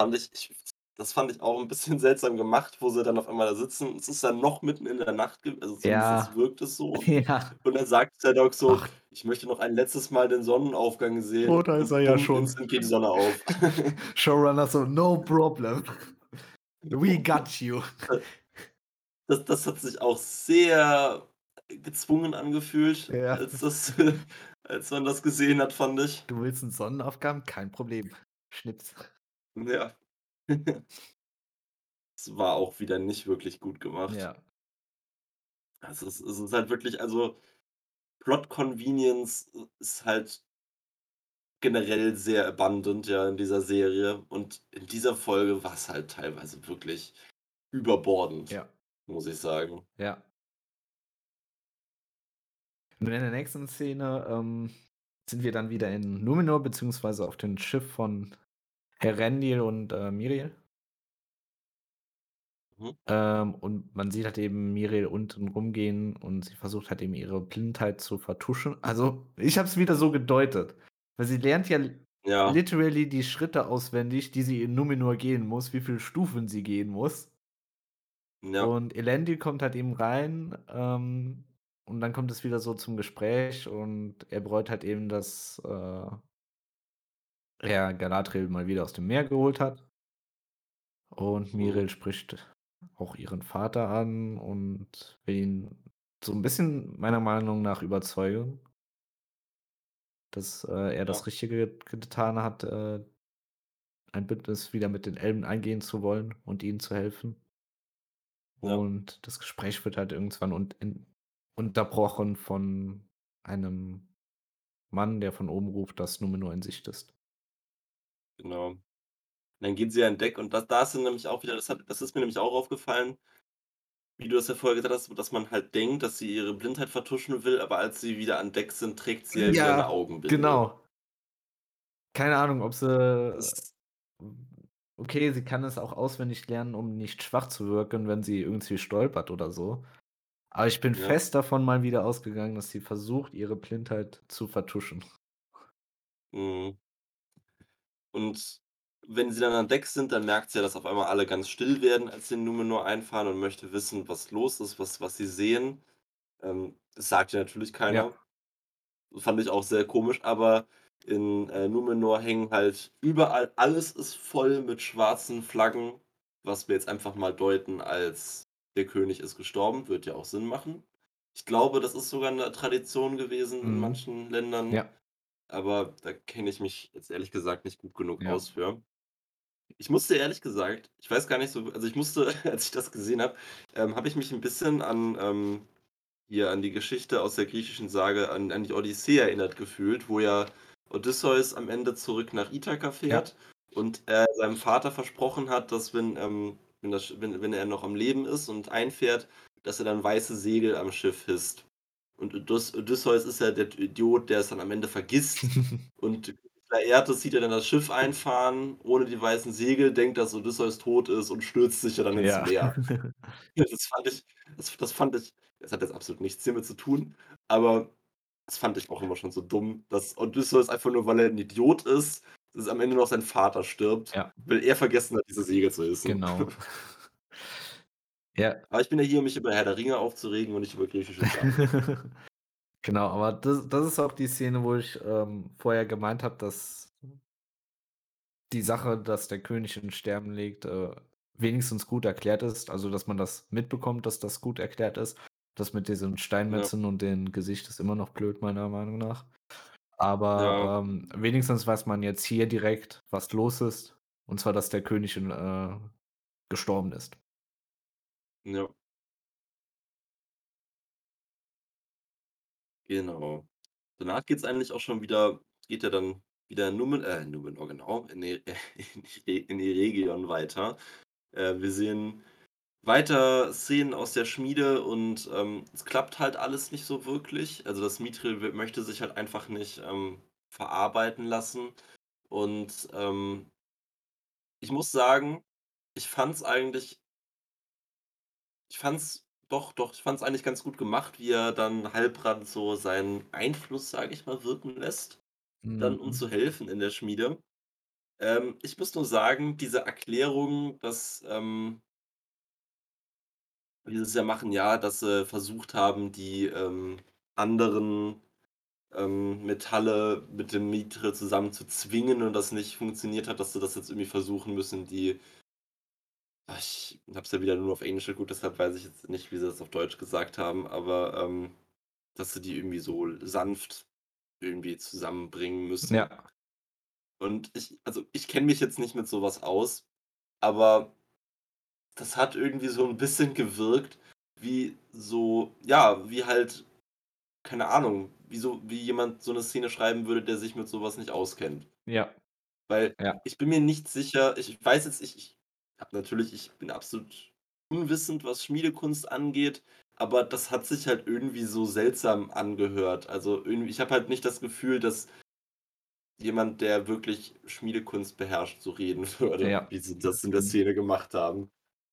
Das fand ich auch ein bisschen seltsam gemacht, wo sie dann auf einmal da sitzen. Es ist dann noch mitten in der Nacht ge also, zumindest Ja, wirkt es so. ja. Und dann sagt Sadok so: Ach, „Ich möchte noch ein letztes Mal den Sonnenaufgang sehen." da ist er Und ja bumm, schon. instant geht die Sonne auf. Showrunner so: „No problem. We got you." Das hat sich auch sehr gezwungen angefühlt, Ja. als das als man das gesehen hat, fand ich. „Du willst 'n Sonnenaufgang? Kein Problem." Schnips. Ja. Es war auch wieder nicht wirklich gut gemacht. Ja, Es ist halt wirklich also, Plot Convenience ist halt generell sehr abundant, ja, in dieser Serie und in dieser Folge war's halt teilweise wirklich überbordend, ja, muss ich sagen. ja. Und in der nächsten Szene, sind wir dann wieder in Numenor beziehungsweise auf dem Schiff von Herendil und, Miriel. Mhm. Und man sieht halt eben Miriel unten rumgehen und sie versucht halt eben ihre Blindheit zu vertuschen. Also, ich habe es wieder so gedeutet, weil sie lernt ja Ja, literally die Schritte auswendig, die sie in Numenor gehen muss, wie viele Stufen sie gehen muss. ja, Und Elendil kommt halt eben rein, und dann kommt es wieder so zum Gespräch und er bereut halt eben, dass, er Galadriel mal wieder aus dem Meer geholt hat. Und mhm, Miriel spricht auch ihren Vater an und will ihn so 'n bisschen meiner Meinung nach überzeugen, dass, er ja, das Richtige getan hat, ein Bündnis wieder mit den Elben eingehen zu wollen und ihnen zu helfen. ja, Und das Gespräch wird halt irgendwann unterbrochen von einem Mann, der von oben ruft, dass Numenor in Sicht ist. genau. Und dann gehen sie an Deck und da ist dann nämlich auch wieder das ist mir nämlich auch aufgefallen, wie du das ja vorher gesagt hast, dass man halt denkt, dass sie ihre Blindheit vertuschen will, aber als sie wieder an Deck sind, trägt sie ja wieder 'ne Ja, Augenbinde. genau. Keine Ahnung, ob sie Das okay, sie kann es auch auswendig lernen, um nicht schwach zu wirken, wenn sie irgendwie stolpert oder so. Aber ich bin ja, fest davon mal wieder ausgegangen, dass sie versucht, ihre Blindheit zu vertuschen. mhm. Und wenn sie dann an Deck sind, dann merkt sie ja, dass auf einmal alle ganz still werden, als sie in Numenor einfahren und möchte wissen, was los ist, was sie sehen. Das sagt ihr natürlich Ja, keiner. Fand ich auch sehr komisch, aber in, Numenor hängen halt überall alles ist voll mit schwarzen Flaggen, was wir jetzt einfach mal deuten als der König ist gestorben, wird ja auch Sinn machen. Ich glaube, das ist sogar 'ne Tradition gewesen in mhm. manchen Ländern, Ja, aber da kenne ich mich jetzt ehrlich gesagt nicht gut genug ja, aus für. Ich musste ehrlich gesagt ich weiß gar nicht so also, ich musste, als ich das gesehen habe, habe ich mich 'n bisschen an, hier an die Geschichte aus der griechischen Sage, an die Odyssee erinnert gefühlt, wo ja Odysseus am Ende zurück nach Ithaka ja, fährt und er seinem Vater versprochen hat, dass wenn er noch am Leben ist und einfährt, dass er dann weiße Segel am Schiff hisst. Und Odysseus ist ja der Idiot, der es dann am Ende vergisst und Laertes sieht ja dann das Schiff einfahren ohne die weißen Segel, denkt, dass Odysseus tot ist und stürzt sich ja dann ins Ja. Meer. Ja, das fand ich, das hat jetzt absolut nichts hiermit zu tun, aber das fand ich auch immer schon so dumm, dass Odysseus einfach nur, weil er 'n Idiot ist, dass am Ende noch sein Vater stirbt, Ja, weil er vergessen hat, diese Segel zu hissen. genau. Ja. Aber ich bin ja hier, um mich über Herr der Ringe aufzuregen und nicht über griechische Sagen. Genau, aber das ist auch die Szene, wo ich, vorher gemeint habe, dass die Sache, dass der König in Sterben liegt, wenigstens gut erklärt ist. Also, dass man das mitbekommt, dass das gut erklärt ist. Das mit diesen Ja, Steinmetzen und dem Gesicht ist immer noch blöd, meiner Meinung nach. ja, Aber, wenigstens weiß man jetzt hier direkt, was los ist, und zwar, dass der König gestorben ist. ja, genau. Danach geht's eigentlich auch schon wieder, geht ja dann wieder in Numenor, genau, in Eregion weiter. Wir sehen weiter Szenen aus der Schmiede und, es klappt halt alles nicht so wirklich. Also, das Mithril möchte sich halt einfach nicht, verarbeiten lassen und, ich muss sagen, ich fand's eigentlich ich fand's eigentlich ganz gut gemacht, wie er dann Halbrand so seinen Einfluss, sage ich mal, wirken lässt, dann um Mhm. zu helfen in der Schmiede. Ich muss nur sagen, diese Erklärung, dass, wie sie es ja machen, ja, dass sie versucht haben, die, anderen, Metalle mit dem Mithril zusammen zu zwingen und das nicht funktioniert hat, dass sie das jetzt irgendwie versuchen müssen, ich habe es ja wieder nur auf Englisch geguckt, deshalb weiß ich jetzt nicht, wie sie das auf Deutsch gesagt haben, aber, dass sie die irgendwie so sanft irgendwie zusammenbringen müssen. Ja, Und ich kenne mich jetzt nicht mit so was aus, aber das hat irgendwie so 'n bisschen gewirkt wie so, ja, wie halt, keine Ahnung, wie jemand so 'ne Szene schreiben würde, der sich mit so was nicht auskennt. ja, Weil ja, ich bin mir nicht sicher, ich weiß jetzt, ich bin absolut unwissend, was Schmiedekunst angeht, aber das hat sich halt irgendwie so seltsam angehört. Also, irgendwie, ich habe halt nicht das Gefühl, dass jemand, der wirklich Schmiedekunst beherrscht, so reden würde, ja, wie sie das das in der stimmt. Szene gemacht haben.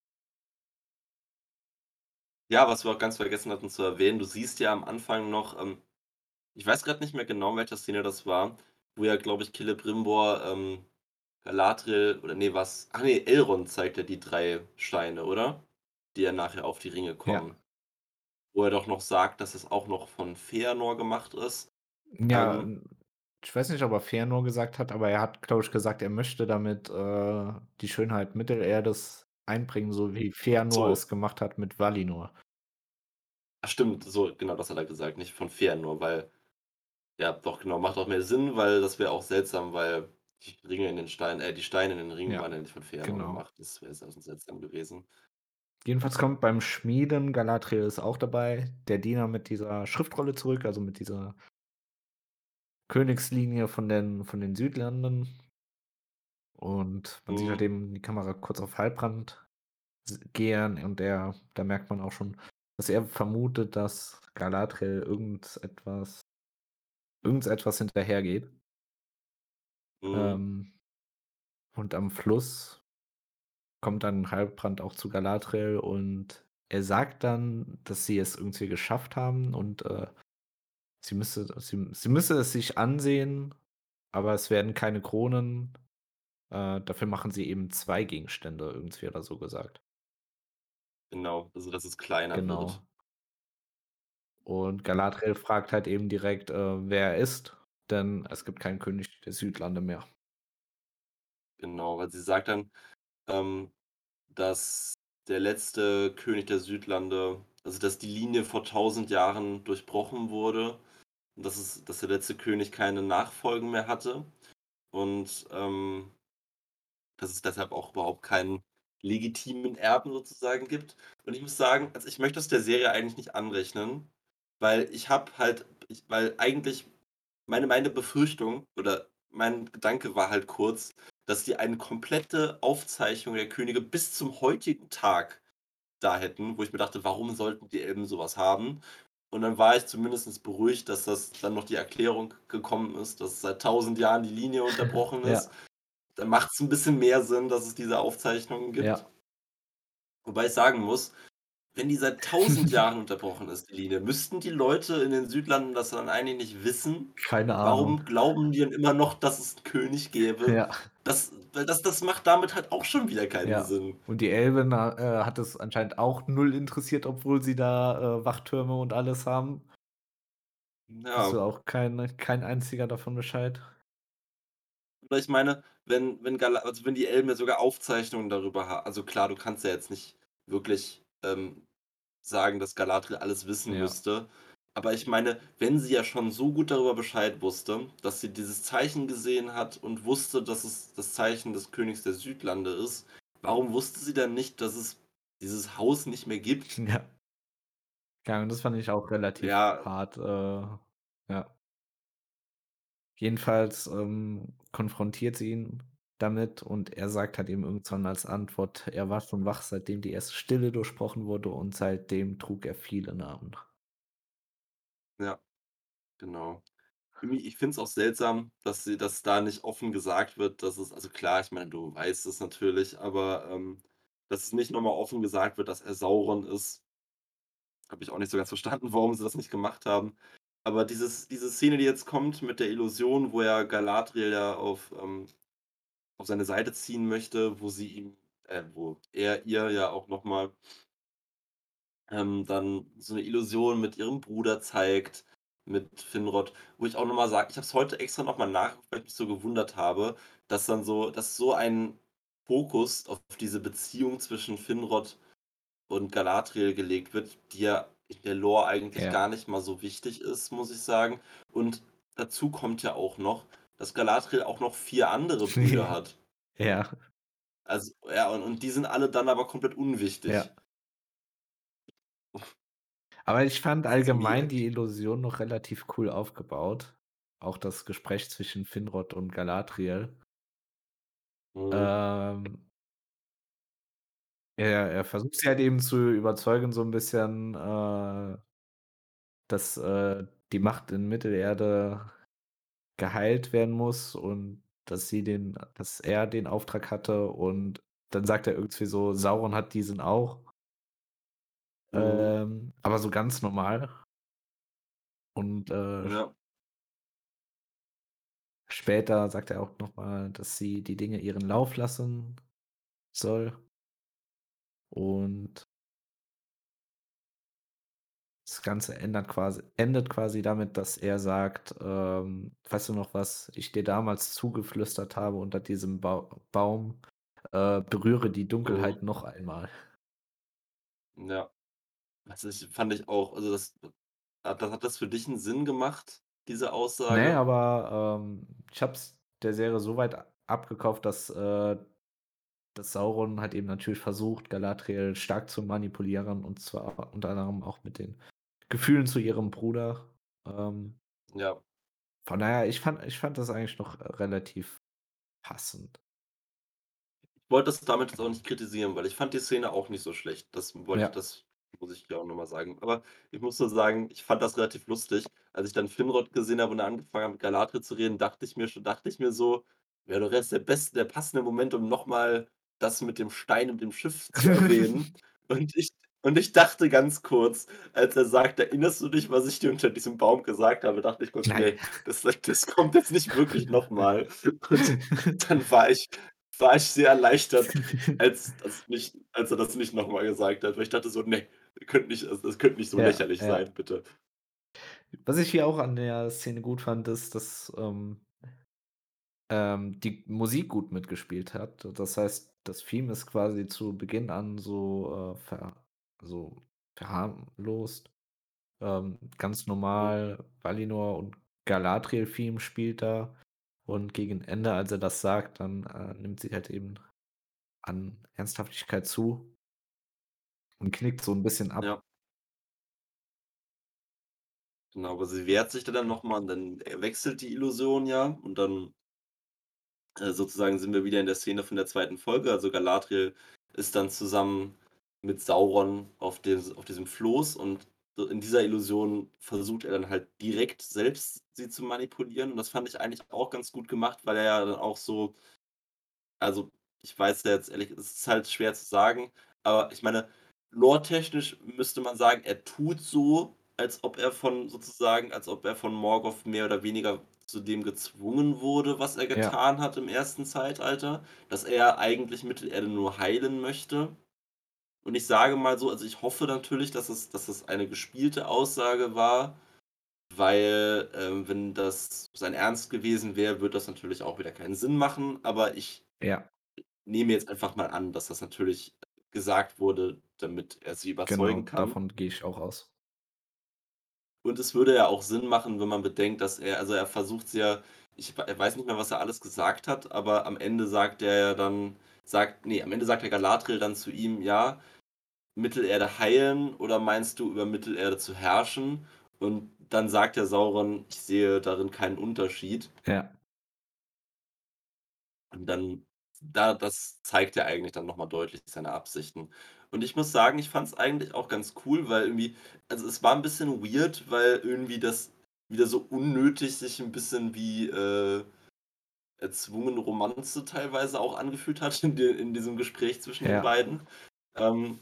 Ja, was wir auch ganz vergessen hatten zu erwähnen, du siehst ja am Anfang noch, ich weiß grad nicht mehr genau, in welcher Szene das war, wo ja, glaube ich, Celebrimbor, Galadriel, oder ne, Elrond zeigt ja die 3 Steine, oder? Die ja nachher auf die Ringe Ja. kommen. Wo er doch noch sagt, dass es auch noch von Feanor gemacht ist. Ja, Ähm, ich weiß nicht, ob er Fëanor gesagt hat, aber er hat, glaube ich, gesagt, er möchte damit, die Schönheit Mittelerdes einbringen, so wie Fëanor so, es gemacht hat mit Valinor. ach stimmt, so, genau, das hat er gesagt, nicht von Feanor, weil, ja, doch, genau, macht auch mehr Sinn, weil das wäre auch seltsam, weil die Steine in den Ringen Ja, waren ja nicht von Feanor genau. gemacht. Das wäre seltsam gewesen. Jedenfalls kommt beim Schmieden Galadriel ist auch dabei, der Diener mit dieser Schriftrolle zurück, also mit dieser Königslinie von den Südlanden, und man sieht halt Mhm, eben die Kamera kurz auf Halbrand gehen, und da merkt man auch schon, dass er vermutet, dass Galadriel irgendetwas hinterhergeht. mhm, Ähm, und am Fluss kommt dann Halbrand auch zu Galadriel, und er sagt dann, dass sie es irgendwie geschafft haben, und, sie müsse es sich ansehen, aber es werden keine Kronen. Dafür machen sie eben 2 Gegenstände, irgendwie oder so gesagt. genau, also, dass es kleiner wird. Genau. Und Galadriel fragt halt eben direkt, wer er ist, denn es gibt keinen König der Südlande mehr. Genau, weil sie sagt dann, ähm, dass der letzte König der Südlande, also, dass die Linie vor 1000 Jahren durchbrochen wurde und dass der letzte König keine Nachfolgen mehr hatte und, dass es deshalb auch überhaupt keinen legitimen Erben sozusagen gibt. Und ich muss sagen, also, ich möchte das der Serie eigentlich nicht anrechnen, weil weil eigentlich meine Befürchtung oder mein Gedanke war halt kurz, dass die eine komplette Aufzeichnung der Könige bis zum heutigen Tag da hätten, wo ich mir dachte: „Warum sollten die Elben so was haben?“ Und dann war ich zumindest beruhigt, dass das dann noch die Erklärung gekommen ist, dass seit 1.000 Jahren die Linie unterbrochen ist. Ja, Dann macht's 'n bisschen mehr Sinn, dass es diese Aufzeichnungen gibt. ja. Wobei ich sagen muss, wenn die seit 1.000 Jahren unterbrochen ist, die Linie, müssten die Leute in den Südlanden das dann eigentlich nicht wissen? Keine Ahnung. Warum glauben die denn immer noch, dass es 'n König gäbe? Ja, Das macht damit halt auch schon wieder keinen ja. Sinn. Und die Elben, hat es anscheinend auch null interessiert, obwohl sie da, Wachtürme und alles haben. Ja. Wusste auch kein einziger davon Bescheid. Oder ich meine, wenn die Elben ja sogar Aufzeichnungen darüber also klar, du kannst ja jetzt nicht wirklich, sagen, dass Galadriel alles wissen Ja. müsste. Aber ich meine, wenn sie ja schon so gut darüber Bescheid wusste, dass sie dieses Zeichen gesehen hat und wusste, dass es das Zeichen des Königs der Südlande ist, warum wusste sie dann nicht, dass es dieses Haus nicht mehr gibt? Ja. Ja, und das fand ich auch relativ Ja, hart, ja. Jedenfalls, konfrontiert sie ihn damit und er sagt halt eben irgendwann als Antwort, er war schon wach, seitdem die erste Stille durchbrochen wurde und seitdem trug er viele Namen. ja, genau. Irgendwie ich finde es auch seltsam, dass da nicht offen gesagt wird, dass es also klar, ich meine, du weißt es natürlich, aber, dass es nicht noch mal offen gesagt wird, dass er Sauron ist. Habe ich auch nicht so ganz verstanden, warum sie das nicht gemacht haben. Aber diese Szene, die jetzt kommt mit der Illusion, wo er Galadriel ja auf seine Seite ziehen möchte, wo er ihr ja auch noch mal, dann so 'ne Illusion mit ihrem Bruder zeigt, mit Finrod, wo ich auch noch mal sage ich habe es heute extra noch mal nachgeguckt, weil ich mich so gewundert habe, dass so ein Fokus auf diese Beziehung zwischen Finrod und Galadriel gelegt wird, die ja in der Lore eigentlich Ja. gar nicht mal so wichtig ist, muss ich sagen. Und dazu kommt ja auch noch, dass Galadriel auch noch 4 andere Brüder hat. Ja, Also ja, und die sind alle dann aber komplett ja. unwichtig. Aber ich fand Das ist irgendwie allgemein die Illusion noch relativ cool aufgebaut. Auch das Gespräch zwischen Finrod und Galadriel. mhm, Ähm, er versucht sie halt eben zu überzeugen so 'n bisschen, dass, die Macht in Mittelerde geheilt werden muss und dass er den Auftrag hatte und dann sagt er irgendwie so: „Sauron hat diesen auch“, mhm, aber so ganz normal und, ja, später sagt er auch noch mal, dass sie die Dinge ihren Lauf lassen soll und das Ganze endet quasi damit, dass er sagt, „Weißt du noch, was ich dir damals zugeflüstert habe unter diesem Baum? Berühre die mhm, Dunkelheit noch einmal.“ ja. Fand ich auch, also hat das für dich 'n Sinn gemacht, diese Ne, Aussage? aber, ich habe es der Serie so weit abgekauft, dass Sauron halt eben natürlich versucht, Galadriel stark zu manipulieren und zwar unter anderem auch mit den Gefühlen zu ihrem Bruder. Ähm, Ja. von daher, ich fand das eigentlich noch relativ passend. Ich wollte das damit jetzt auch nicht kritisieren, weil ich fand die Szene auch nicht so schlecht. Ja. Das muss ich hier auch noch mal sagen. Aber ich muss nur sagen, ich fand das relativ lustig. Als ich dann Finrod gesehen habe und er angefangen hat, mit Galadriel zu reden, dachte ich mir so: „Wäre doch jetzt der passende Moment, um noch mal das mit dem Stein und dem Schiff zu erwähnen.“ Und ich dachte ganz kurz, als er sagt: „Erinnerst du dich, was ich dir unter diesem Baum gesagt habe?“ Dachte ich kurz: Nein. „Ne, das kommt jetzt nicht wirklich noch mal.“ Und dann war ich sehr erleichtert, als er das nicht noch mal gesagt hat, weil ich dachte so: „Ne, das könnte nicht so Ja, lächerlich ja. sein, bitte.“ Was ich hier auch an der Szene gut fand, ist, dass, die Musik gut mitgespielt hat. Das heißt, das Theme ist quasi zu Beginn an so verharmlost. Ganz Mhm, normal Valinor und Galadriel-Theme spielt da und gegen Ende, als er das sagt, dann, nimmt sie halt eben an Ernsthaftigkeit zu und knickt so 'n bisschen ab. ja, genau, aber sie wehrt sich da dann noch mal und dann, wechselt die Illusion ja und dann Sozusagen sind wir wieder in der Szene von der zweiten Folge. Also Galadriel ist dann zusammen mit Sauron auf diesem Floß und so in dieser Illusion versucht er dann halt direkt selbst sie zu manipulieren. Und das fand ich eigentlich auch ganz gut gemacht, weil er ja dann auch so, also, ich weiß ja jetzt ehrlich, es ist halt schwer zu sagen, aber ich meine, lore-technisch müsste man sagen, er tut so, als ob er von Morgoth mehr oder weniger zu dem gezwungen wurde, was er Ja, getan hat im ersten Zeitalter, dass er eigentlich Mittelerde nur heilen möchte. Und ich sage mal so, also, ich hoffe natürlich, dass es eine gespielte Aussage war, weil, wenn das sein Ernst gewesen wäre, würde das natürlich auch wieder keinen Sinn machen, aber ich ja, nehme jetzt einfach mal an, dass das natürlich gesagt wurde, damit er sie überzeugen genau, kann. davon gehe ich auch aus. Und es würde ja auch Sinn machen, wenn man bedenkt, dass er versucht's ja, ich weiß nicht mehr, was er alles gesagt hat, aber am Ende sagt er ja dann am Ende sagt der Galadriel dann zu ihm: „Ja, Mittelerde heilen oder meinst du, über Mittelerde zu herrschen?“ Und dann sagt der Sauron: „Ich sehe darin keinen Unterschied.“ Ja, Und dann das zeigt ja eigentlich dann noch mal deutlich seine Absichten. Und ich muss sagen, ich fand es eigentlich auch ganz cool, weil irgendwie, also, es war 'n bisschen weird, weil irgendwie das wieder so unnötig sich 'n bisschen wie, erzwungene Romanze teilweise auch angefühlt hat in diesem Gespräch zwischen den ja, beiden. Ähm,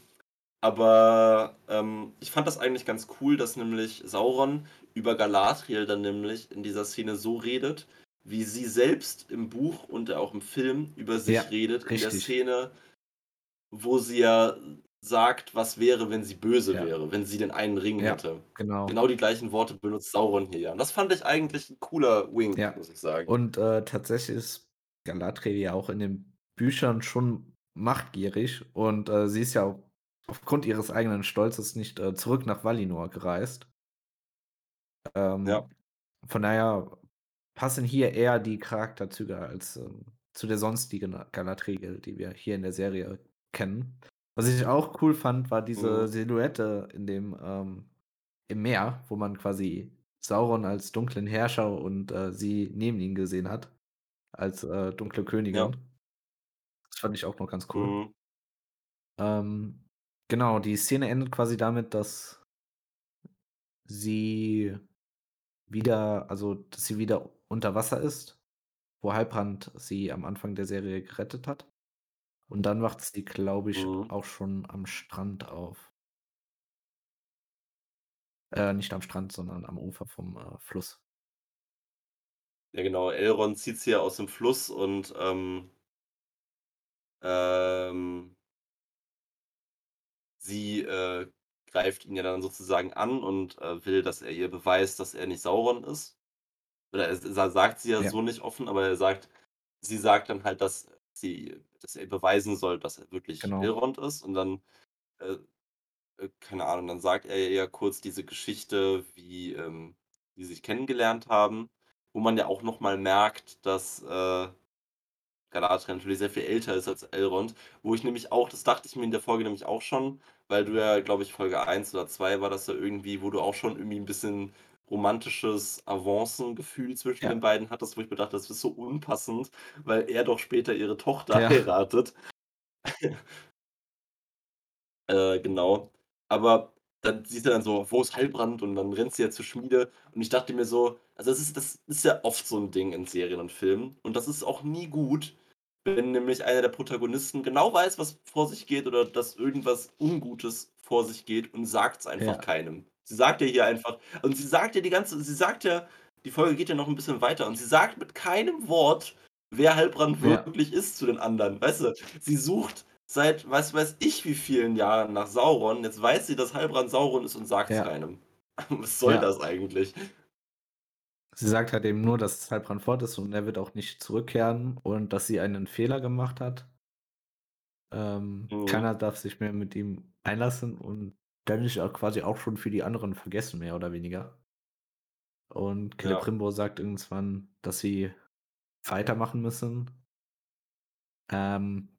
aber ich fand das eigentlich ganz cool, dass nämlich Sauron über Galadriel dann nämlich in dieser Szene so redet, wie sie selbst im Buch und auch im Film über sich ja, redet, in der richtig. Szene, wo sie ja sagt, was wäre, wenn sie böse Ja, wäre, wenn sie den einen Ring ja, hätte. genau. Genau die gleichen Worte benutzt Sauron hier ja. Und das fand ich eigentlich 'n cooler Wink, Ja. muss ich sagen. Und, tatsächlich ist Galadriel ja auch in den Büchern schon machtgierig und, sie ist ja auch aufgrund ihres eigenen Stolzes nicht, zurück nach Valinor gereist. Ja, Ähm, von daher passen hier eher die Charakterzüge als, zu der sonstigen Galadriel, die wir hier in der Serie kennen. Was ich auch cool fand, war diese mhm, Silhouette im Meer, wo man quasi Sauron als dunklen Herrscher und, sie neben ihm gesehen hat als, dunkle ja, Königin. Das fand ich auch noch ganz cool. mhm, Ähm, genau, die Szene endet quasi damit, sie dass sie wieder unter Wasser ist, wo Halbrand sie am Anfang der Serie gerettet hat. Und dann wacht sie, glaube ich, mhm. auch schon am Strand auf. Nicht am Strand, sondern am Ufer vom, Fluss. Ja, genau, Elrond zieht sie ja aus dem Fluss und, ähm sie, greift ihn ja dann sozusagen an und, will, dass er ihr beweist, dass er nicht Sauron ist. Oder es sagt sie ja Ja, so nicht offen, aber sie sagt dann halt, dass er ihr beweisen soll, dass er wirklich genau. Elrond ist und dann, äh, keine Ahnung, dann sagt er ihr ja kurz diese Geschichte, wie die sich kennengelernt haben, wo man ja auch noch mal merkt, dass, Galadriel natürlich sehr viel älter ist als Elrond, wo ich nämlich auch, das dachte ich mir in der Folge nämlich auch schon, weil du ja, glaube ich, Folge 1 oder 2 war das ja irgendwie, wo du auch schon irgendwie 'n bisschen romantisches Avancengefühl zwischen den Ja, beiden hattest, wo ich mir dachte, das ist so unpassend, weil er doch später ihre Tochter ja, heiratet. Genau. Aber dann sie ist ja dann so: „Wo ist Heilbrand?“ Und dann rennt sie ja zur Schmiede und ich dachte mir so, also, das ist ja oft so 'n Ding in Serien und Filmen und das ist auch nie gut, wenn nämlich einer der Protagonisten genau weiß, was vor sich geht oder dass irgendwas Ungutes vor sich geht und sagt's einfach ja, keinem. Sie sagt ja hier einfach, und sie sagt ja, die Folge geht ja noch 'n bisschen weiter und sie sagt mit keinem Wort, wer Heilbrand ja, wirklich ist zu den anderen, weißt du? Sie sucht seit weiß ich wie vielen Jahren nach Sauron. Jetzt weiß sie, dass Heilbrand Sauron ist und sagt's ja, keinem. Was soll ja. das eigentlich? Sie sagt halt eben nur, dass Heilbronn fort ist und er wird auch nicht zurückkehren und dass sie einen Fehler gemacht hat. Mhm. Keiner darf sich mehr mit ihm einlassen und dann ist er quasi auch schon für die anderen vergessen, mehr oder weniger. Und Ja, Celebrimbor sagt irgendwann, dass sie weitermachen müssen. Ähm,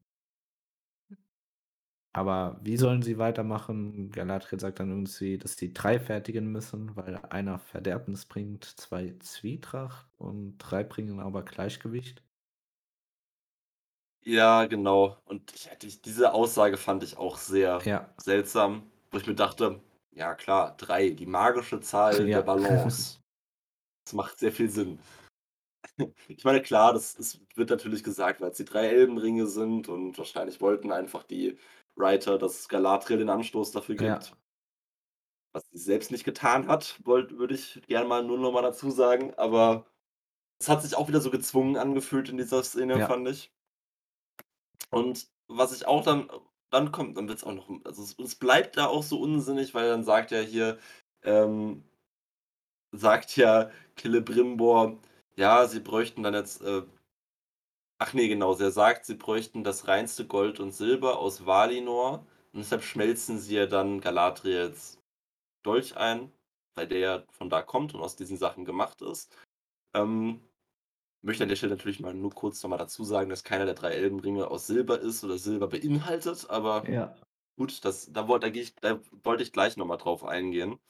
aber wie sollen sie weitermachen? Galadriel sagt dann irgendwie, dass sie 3 fertigen müssen, weil einer Verderbnis bringt, 2 Zwietracht und 3 bringen aber Gleichgewicht. Ja, genau. Und diese Aussage fand ich auch sehr Ja, seltsam, wo ich mir dachte: „Ja klar, 3, die magische Zahl der ja, Balance. Das macht sehr viel Sinn.“ Ich meine, klar, das es wird natürlich gesagt, weil's die 3 Elbenringe sind und wahrscheinlich wollten einfach die Writer, dass Galadriel den Anstoß dafür ja, gibt, was sie selbst nicht getan hat, würde ich gerne mal nur noch mal dazu sagen, aber es hat sich auch wieder so gezwungen angefühlt in dieser Szene, ja, fand ich. Und was ich auch dann kommt dann wird's auch noch also, es bleibt da auch so unsinnig, weil dann ähm sagt ja Celebrimbor, ja, sie bräuchten dann jetzt, ach ne, genau, er sagt, sie bräuchten das reinste Gold und Silber aus Valinor und deshalb schmelzen sie ja dann Galadriels Dolch ein, weil der ja von da kommt und aus diesen Sachen gemacht ist. Ähm, möchte an der Stelle natürlich mal nur kurz noch mal dazu sagen, dass keiner der 3 Elbenringe aus Silber ist oder Silber beinhaltet, aber ja, gut, da wollte ich gleich noch mal drauf eingehen.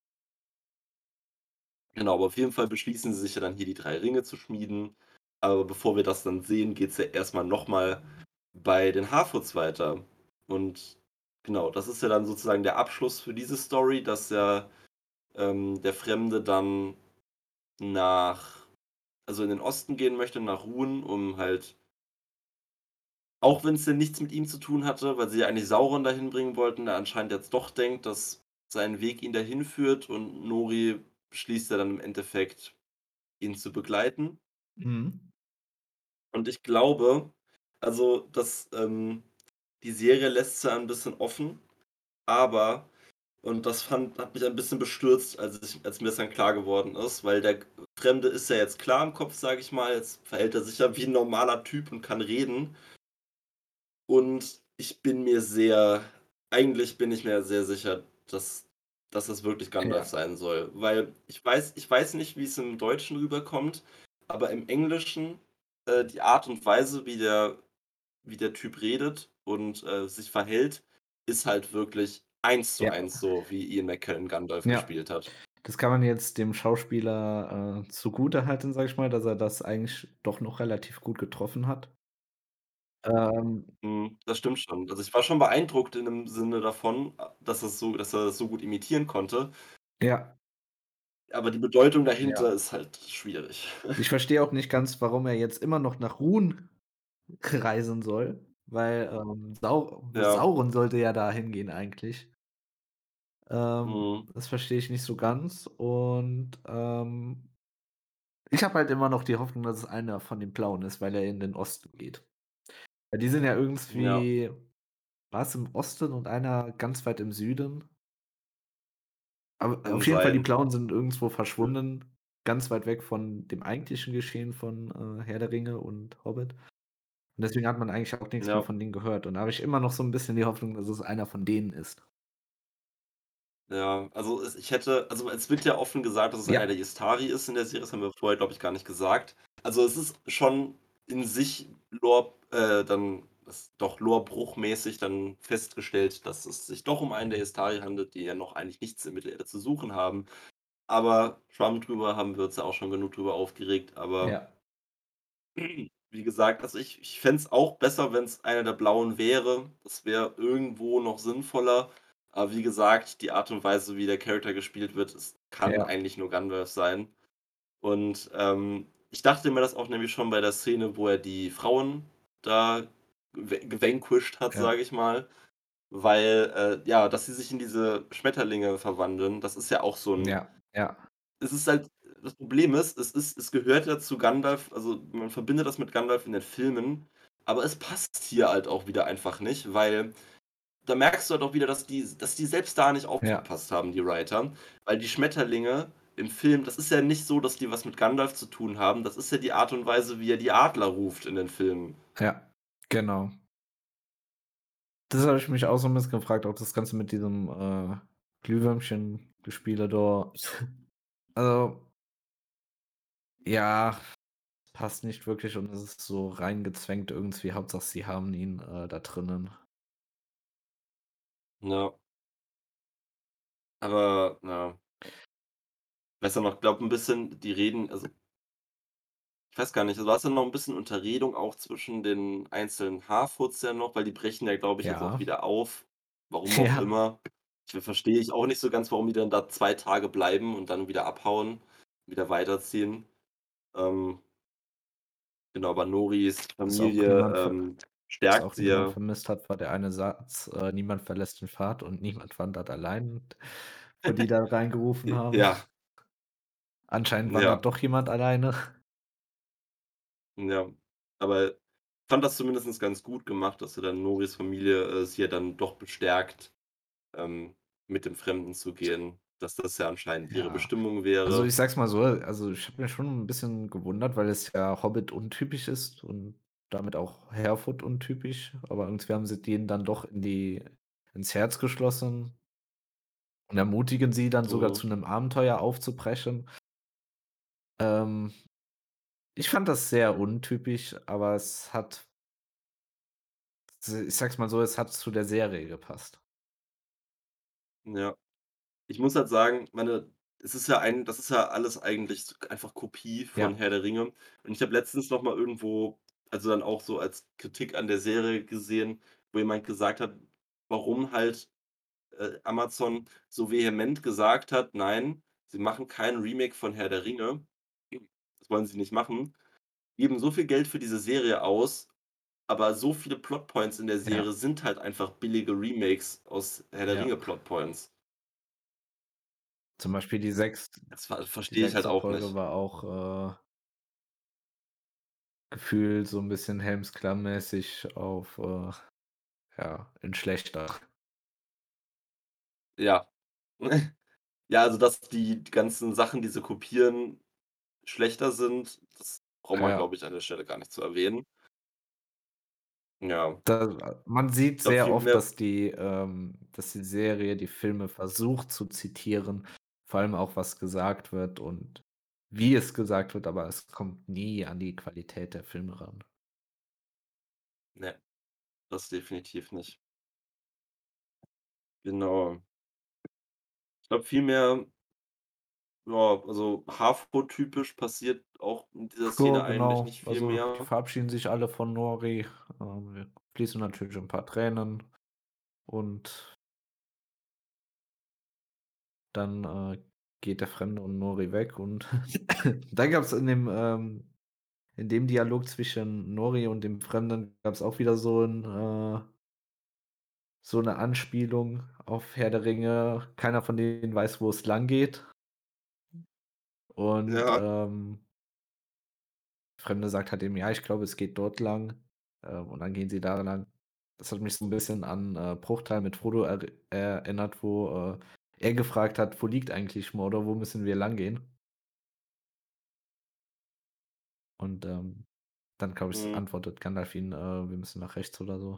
Genau, aber auf jeden Fall beschließen sie sich ja dann hier die 3 Ringe zu schmieden. Aber bevor wir das dann sehen, geht's ja erst mal noch mal bei den Harfoots weiter. Und genau, das ist ja dann sozusagen der Abschluss für diese Story, dass ja, der Fremde dann nach in den Osten gehen möchte, nach Ruhen, um halt auch wenn's ja nichts mit ihm zu tun hatte, weil sie ja eigentlich Sauron dahin bringen wollten, der anscheinend jetzt doch denkt, dass sein Weg ihn dahin führt und Nori beschließt ja dann im Endeffekt, ihn zu begleiten. mhm, Und ich glaube, dass, die Serie lässt ja ein bisschen offen, aber und das hat mich ein bisschen bestürzt, als mir das dann klar geworden ist, weil der Fremde ist ja jetzt klar im Kopf, sage ich mal. Jetzt verhält er sich ja wie 'n normaler Typ und kann reden. Und eigentlich bin ich mir sehr sicher, dass das wirklich Gandalf ja, sein soll. Weil ich weiß nicht, wie es im Deutschen rüberkommt, aber im Englischen, die Art und Weise, wie der Typ redet und, sich verhält, ist halt wirklich eins zu ja, eins so, wie Ian McKellen Gandalf ja. gespielt hat. Das kann man jetzt dem Schauspieler, zugutehalten, sage ich mal, dass er das eigentlich doch noch relativ gut getroffen hat. Ähm, Mhm, das stimmt schon. Also, ich war schon beeindruckt in 'nem Sinne davon, dass er das so gut imitieren konnte, ja, aber die Bedeutung ja. dahinter ist halt schwierig. Ich verstehe auch nicht ganz, warum er jetzt immer noch nach Ruhen reisen soll, weil, Ja, Sauron sollte ja da hingehen eigentlich. mhm, Das verstehe ich nicht so ganz und, ich habe halt immer noch die Hoffnung, dass es einer von den Blauen ist, weil er in den Osten geht. Weil die sind ja ja, irgendwie war's im Osten und einer ganz weit im Süden? Aber kann auf jeden Fall, die sein. Blauen sind irgendwo verschwunden, ganz weit weg von dem eigentlichen Geschehen von, Herr der Ringe und Hobbit. Und deswegen hat man eigentlich auch nix mehr Ja, von denen gehört. Und da habe ich immer noch so 'n bisschen die Hoffnung, dass es einer von denen ist. ja. Es wird ja offen gesagt, dass es einer Ja, der Istari ist in der Serie. Das haben wir vorher, glaube ich, gar nicht gesagt. Also, es ist schon in sich lorebruchmäßig dann festgestellt, dass es sich doch um einen der Istari handelt, die ja noch eigentlich nichts in Mittelerde zu suchen haben. Aber Schwamm drüber, haben wir uns ja auch schon genug drüber aufgeregt. Aber ja, wie gesagt, ich fände es auch besser, wenn es einer der Blauen wäre. Das wäre irgendwo noch sinnvoller. Aber wie gesagt, die Art und Weise, wie der Charakter gespielt wird, es kann ja, eigentlich nur Gandalf sein. Und, ich dachte mir das auch nämlich schon bei der Szene, wo er die Frauen da gevanquished hat, ja, sage ich mal, weil, ja, dass sie sich in diese Schmetterlinge verwandeln, das ist ja auch so 'n ja, ja, es ist halt das Problem ist, es gehört ja zu Gandalf, also, man verbindet das mit Gandalf in den Filmen, aber es passt hier halt auch wieder einfach nicht, weil da merkst du halt auch wieder, dass die selbst da nicht ja, aufgepasst haben, die Writer, weil die Schmetterlinge im Film, das ist ja nicht so, dass die was mit Gandalf zu tun haben, das ist ja die Art und Weise, wie er die Adler ruft in den Filmen. ja, genau. Das habe ich mich auch so 'n bisschen gefragt, auch das Ganze mit diesem, Glühwürmchen-Gespiele dort. Also, ja, passt nicht wirklich und es ist so reingezwängt irgendwie. Hauptsache, sie haben ihn, da drinnen. Ja, aber ja, weiß auch noch, glaube 'n bisschen, die reden ich weiß gar nicht, also, da ist dann noch 'n bisschen Unterredung auch zwischen den einzelnen Harfoots ja noch, weil die brechen ja, glaube ich, jetzt auch Ja, wieder auf, warum auch ja, immer. Verstehe ich auch nicht so ganz, warum die dann da 2 Tage bleiben und dann wieder abhauen, wieder weiterziehen. Ähm, genau, aber Noris was auch Familie, niemand ver was stärkt auch sie niemand ja. vermisst hat, war der eine Satz, „Niemand verlässt den Pfad und niemand wandert allein“, wo die da reingerufen haben. Ja, Anscheinend ja, wandert doch jemand alleine. ja. Aber ich fand das zumindest ganz gut gemacht, dass sie dann Noris Familie, sie ja dann doch bestärkt, ähm, mit dem Fremden zu gehen, dass das ja anscheinend ihre Ja. Bestimmung Also, wäre. ich sage es mal so, also, ich habe mich schon 'n bisschen gewundert, weil es ja Hobbit untypisch ist und damit auch Hereford untypisch, aber irgendwie haben sie denen dann doch ins Herz geschlossen und ermutigen sie dann sogar Mhm, zu 'nem Abenteuer aufzubrechen. Ähm, Ich fand das sehr untypisch, aber ich sage es mal so, es hat zu der Serie gepasst. ja. Ich muss halt sagen, es ist ja das ist ja alles eigentlich einfach Kopie von Ja, Herr der Ringe. Und ich habe letztens noch mal irgendwo, also dann auch so als Kritik an der Serie gesehen, wo jemand gesagt hat, warum halt, Amazon so vehement gesagt hat: „Nein, sie machen kein Remake von Herr der Ringe.“ Das wollen sie nicht machen. Geben so viel Geld für diese Serie aus, aber so viele Plotpoints in der ja, Serie sind halt einfach billige Remakes aus Herr der ja. Ringe Plotpoints. Zum Beispiel Das die verstehe ich halt 6. auch Folge nicht. war auch, gefühlt so 'n bisschen Helms-Klamm-mäßig ja, in schlechter. Ja. Ja, also, dass die ganzen Sachen, die sie kopieren, schlechter sind, das braucht man, Ja, glaube ich, an der Stelle gar nicht zu erwähnen. Ja, man sieht ich glaube sehr oft, vielmehr, dass die Serie die Filme versucht zu zitieren, vor allem auch, was gesagt wird und wie es gesagt wird, aber es kommt nie an die Qualität der Filme ran. ne, das definitiv nicht. Genau. Ich glaube vielmehr, ja, also, Harfouts-typisch passiert auch in dieser Ja, Szene eigentlich genau. nicht viel Also, die mehr. verabschieden sich alle von Nori. Fließen natürlich ein paar Tränen und dann, geht der Fremde und Nori weg und dann gab's in dem Dialog zwischen Nori und dem Fremden gab's auch wieder so 'ne Anspielung auf Herr der Ringe. Keiner von denen weiß, wo es langgeht und, Ja, Fremde sagt halt eben: „Ja, ich glaube, es geht dort lang“, und dann gehen sie da lang. Das hat mich so 'n bisschen an, Bruchteil mit Frodo erinnert, wo, er gefragt hat: „Wo liegt eigentlich Mordor? Wo müssen wir langgehen?“ Und, dann, glaube ich, mhm, antwortet Gandalf ihn: „Wir müssen nach rechts“ oder so.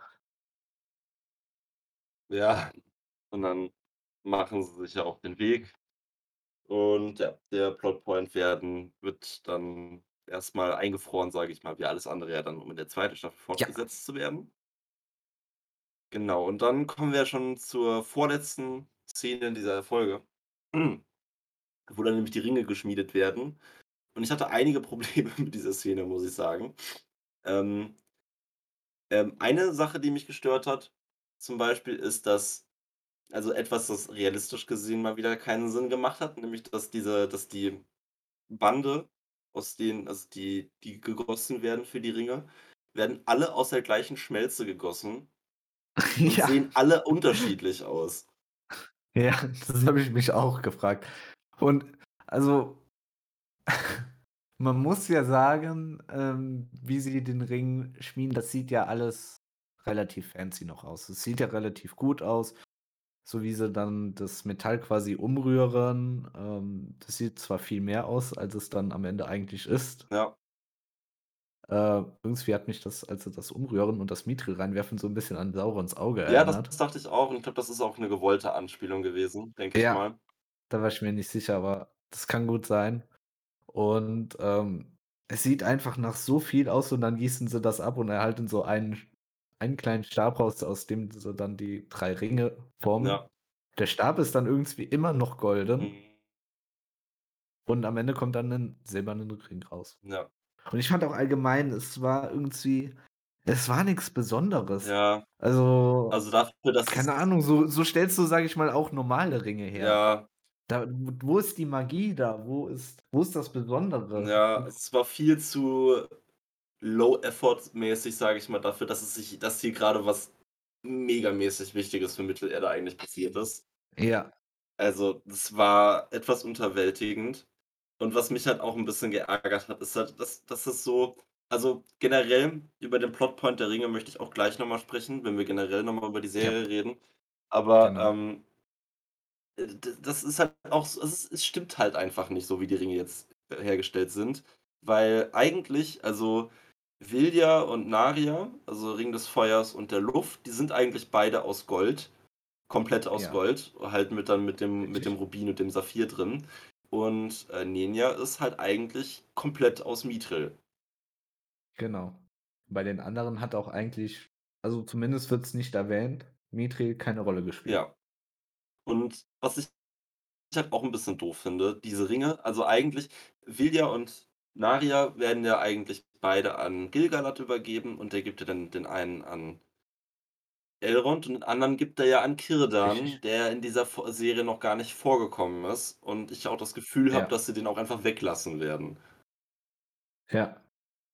ja. Und dann machen sie sich ja auf den Weg. Und ja, der Plotpoint wird dann erstmal eingefroren, sage ich mal, wie alles andere ja dann, um in der zweiten Staffel Ja, fortgesetzt zu werden. Genau, und dann kommen wir schon zur vorletzten Szene in dieser Folge, wo dann nämlich die Ringe geschmiedet werden. Und ich hatte einige Probleme mit dieser Szene, muss ich sagen. Ähm, eine Sache, die mich gestört hat, zum Beispiel, ist, dass, also etwas, das realistisch gesehen mal wieder keinen Sinn gemacht hat, nämlich dass die Bande, aus denen, also die gegossen werden für die Ringe, werden alle aus der gleichen Schmelze gegossen und ja, sehen alle unterschiedlich aus. ja, das habe ich mich auch gefragt. Und also, man muss ja sagen, wie sie den Ring schmieden, das sieht ja alles relativ fancy noch aus. Es sieht ja relativ gut aus, so wie sie dann das Metall quasi umrühren. Das sieht zwar viel mehr aus, als es dann am Ende eigentlich ist. Ja. Irgendwie hat mich das, als sie das umrühren und das Mithril reinwerfen, so 'n bisschen an Saurons Auge Ja, das erinnert. dachte ich auch und ich glaube, das ist auch 'ne gewollte Anspielung gewesen, denke ich Ja, mal. da war ich mir nicht sicher, aber das kann gut sein. Und, es sieht einfach nach so viel aus und dann gießen sie das ab und erhalten so einen kleinen Stab raus, aus dem sie dann die 3 Ringe formen. Ja, Der Stab ist dann irgendwie immer noch golden mhm, und am Ende kommt dann 'nen silbernen Ring raus. ja. Und ich fand auch allgemein, es war nix Besonderes. Ja, Also, also dafür, dass es keine Ahnung, so stellst du, sage ich mal, auch normale Ringe her. ja, Da wo ist die Magie da? Wo ist das Besondere? ja, also es war viel zu low effort mäßig, sage ich mal, dafür, dass hier grade was megamäßig Wichtiges für Mittelerde eigentlich passiert ist. Ja, Also, das war etwas unterwältigend. Und was mich halt auch 'n bisschen geärgert hat, ist halt, dass es so, also, generell über den Plotpoint der Ringe möchte ich auch gleich noch mal sprechen, wenn wir generell noch mal über die ja, Serie reden. Aber, genau. d das ist halt auch so, es stimmt halt einfach nicht so, wie die Ringe jetzt hergestellt sind, weil eigentlich, also, Vilja und Narja, also Ring des Feuers und der Luft, die sind eigentlich beide aus Gold. Komplett aus Ja, Gold, halt mit dem richtig. Rubin und dem Saphir drin. Und, Nenya ist halt eigentlich komplett aus Mithril. Genau. Bei den anderen hat auch eigentlich, also zumindest wird's nicht erwähnt, Mithril keine Rolle gespielt. Ja. Und was ich halt auch 'n bisschen doof finde, diese Ringe, also eigentlich Vilja und Narja werden ja eigentlich beide an Gil-galad übergeben und der gibt ja dann den einen an Elrond und den anderen gibt er ja an Richtig. Círdan, der in dieser Serie noch gar nicht vorgekommen ist und ich auch das Gefühl habe, Ja, dass sie den auch einfach weglassen werden. ja,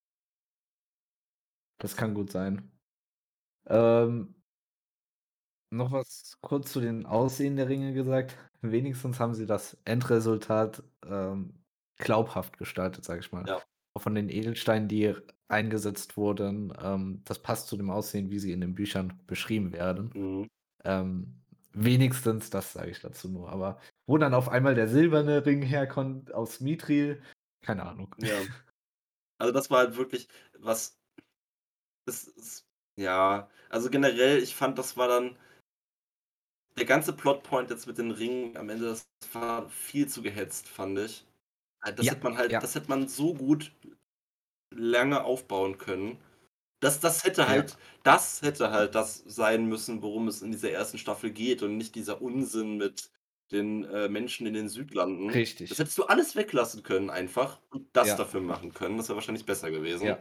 das kann gut sein. Ähm, Noch was kurz zu den Aussehen der Ringe gesagt. Wenigstens haben sie das Endresultat, glaubhaft gestaltet, sage ich mal. Ja. Auch von den Edelsteinen, die eingesetzt wurden, das passt zu dem Aussehen, wie sie in den Büchern beschrieben werden. Mhm. Wenigstens das sage ich dazu nur. Aber wo dann auf einmal der silberne Ring herkommt aus Mithril, keine Ahnung. Ja. Also, das war halt wirklich was, es ja, also generell, ich fand, das war dann der ganze Plotpoint jetzt mit den Ringen am Ende, das war viel zu gehetzt, fand ich. Ja, ja, Das hätte man so gut lange aufbauen können. ja, Das hätte halt das sein müssen, worum es in dieser ersten Staffel geht und nicht dieser Unsinn mit den, Menschen in den Südlanden. Das richtig. hättest du alles weglassen können einfach und das Ja, dafür machen können. Das wäre wahrscheinlich besser gewesen. ja,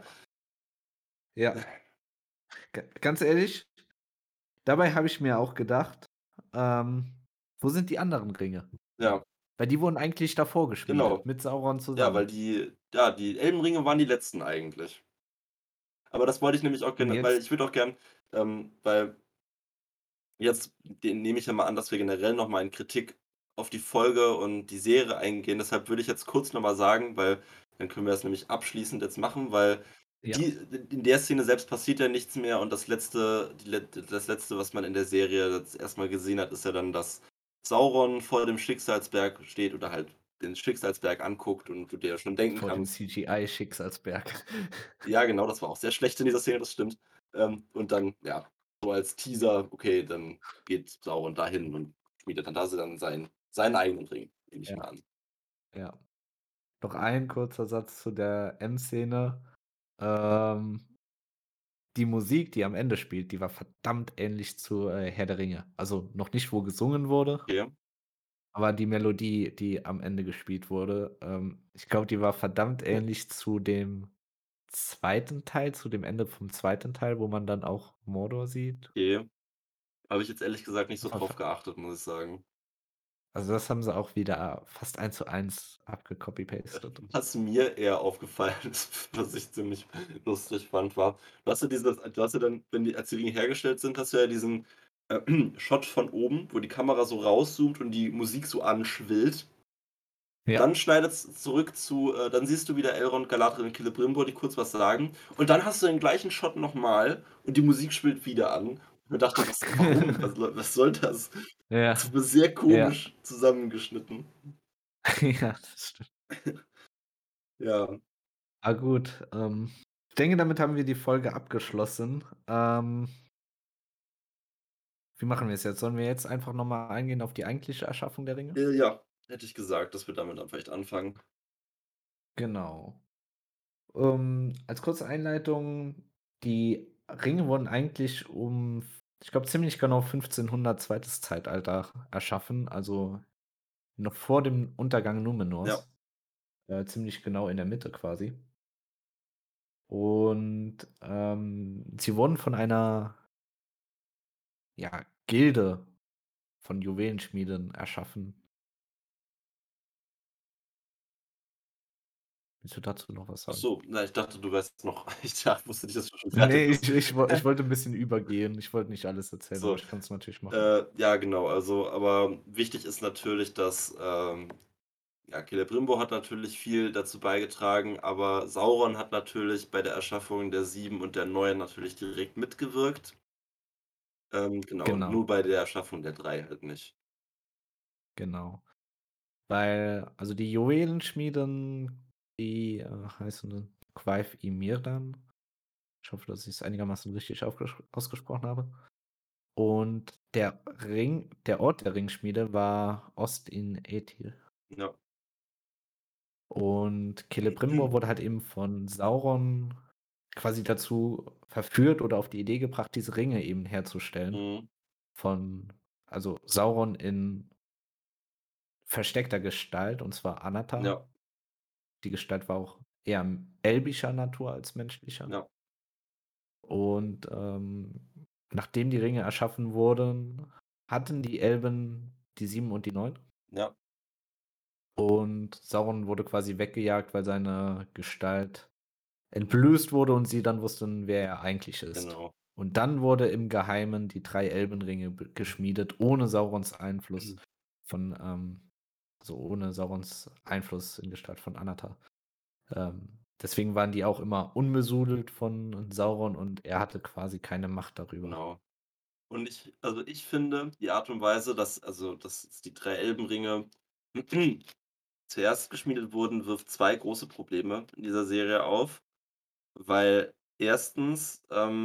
ja. Ganz ehrlich, dabei habe ich mir auch gedacht, ähm, wo sind die anderen Ringe? Ja, Weil die wurden eigentlich davor genau. geschmiedet, mit Sauron Ja, weil zusammen. die Elbenringe waren die letzten eigentlich. Aber das wollte ich nämlich auch Und gerne, weil jetzt ich würde auch gern, weil jetzt den nehme ich ja mal an, dass wir generell noch mal in Kritik auf die Folge und die Serie eingehen. Deshalb würde ich jetzt kurz noch mal sagen, weil dann können wir das nämlich abschließend jetzt machen, weil ja, die in der Szene selbst passiert ja nichts mehr und das Letzte, was man in der Serie jetzt erst mal gesehen hat, ist ja dann, dass Sauron vor dem Schicksalsberg steht oder halt den Schicksalsberg anguckt und du dir ja schon denken vor dem kannst, CGI-Schicksalsberg. ja, genau, das war auch sehr schlecht in dieser Szene, das stimmt. Und dann, ja, so als Teaser, okay, dann geht Sauron dahin und schmiedet dann seinen eigenen Ring, nehme ich Ja, mal an. ja. Noch ein kurzer Satz zu der Endszene. Ähm, Die Musik, die am Ende spielt, die war verdammt ähnlich zu, Herr der Ringe. Also, noch nicht, wo gesungen wurde, Okay, aber die Melodie, die am Ende gespielt wurde, ich glaube, die war verdammt ähnlich zu dem zweiten Teil, zu dem Ende vom zweiten Teil, wo man dann auch Mordor sieht. okay. Habe ich jetzt ehrlich gesagt nicht so Das war drauf ver geachtet, muss ich sagen. Also, das haben sie auch wieder fast eins zu eins abgekopied pastet. Was mir eher aufgefallen ist, was ich ziemlich lustig fand, war, du hast ja dann, als die Ringe hergestellt sind, hast du ja diesen, Shot von oben, wo die Kamera so rauszoomt und die Musik so anschwillt. Ja, Dann schneidet's zurück zu dann siehst du wieder Elrond, Galadriel und Celebrimbor, die kurz was sagen. Und dann hast du den gleichen Shot noch mal und die Musik spielt wieder an. Und ich dachte: „Was warum? Was soll das?“ ja, Das war sehr ja, komisch zusammengeschnitten. ja, das stimmt. Ja. Ah, gut, ich denke, damit haben wir die Folge abgeschlossen. Wie machen wir es jetzt? Sollen wir jetzt einfach noch mal eingehen auf die eigentliche Erschaffung der Ringe? Ja, hätte ich gesagt, dass wir damit dann vielleicht anfangen. Genau. Als kurze Einleitung, die Ringe wurden eigentlich ich glaube, ziemlich genau 1500 zweites Zeitalter erschaffen, also noch vor dem Untergang Ja, Numenors, ziemlich genau in der Mitte quasi. Und, sie wurden von einer, ja, Gilde von Juwelenschmieden erschaffen. Willst du dazu noch was Ach sagen? so, na, ich dachte, du wärst noch wusste nicht, dass du schon fertig Ne, bist. ich wollte 'n bisschen übergehen. Ich wollte nicht alles erzählen, aber So, ich kann's natürlich machen. ja, genau, also aber wichtig ist natürlich, dass, ja, Celebrimbor hat natürlich viel dazu beigetragen, aber Sauron hat natürlich bei der Erschaffung der 7 und der 9 natürlich direkt mitgewirkt. Genau, und Genau, nur bei der Erschaffung der 3 halt nicht. genau. Weil also, die Juwelenschmieden, die, heißen Quaif-i-Mirdan. Ich hoffe, dass ich's einigermaßen richtig ausgesprochen habe. Und der Ort der Ringschmiede war Ost in Ethir. Ja. Und Celebrimbor wurde halt eben von Sauron quasi dazu verführt oder auf die Idee gebracht, diese Ringe eben herzustellen. Mhm. Von Also, Sauron in versteckter Gestalt, und zwar Anatar. Ja, Die Gestalt war auch eher elbischer Natur als menschlicher. ja, Und, nachdem die Ringe erschaffen wurden, hatten die Elben die 7 und die 9. ja, Und Sauron wurde quasi weggejagt, weil seine Gestalt entblößt wurde und sie dann wussten, wer er eigentlich ist. genau. Und dann wurde im Geheimen die 3 Elbenringe geschmiedet, ohne Saurons Einfluss von, ohne Saurons Einfluss in Gestalt von Anatar. Deswegen waren die auch immer unbesudelt von Sauron und er hatte quasi keine Macht darüber. Genau. Und ich finde, die Art und Weise, dass jetzt die 3 Elbenringe zuerst geschmiedet wurden, wirft 2 große Probleme in dieser Serie auf, weil erstens,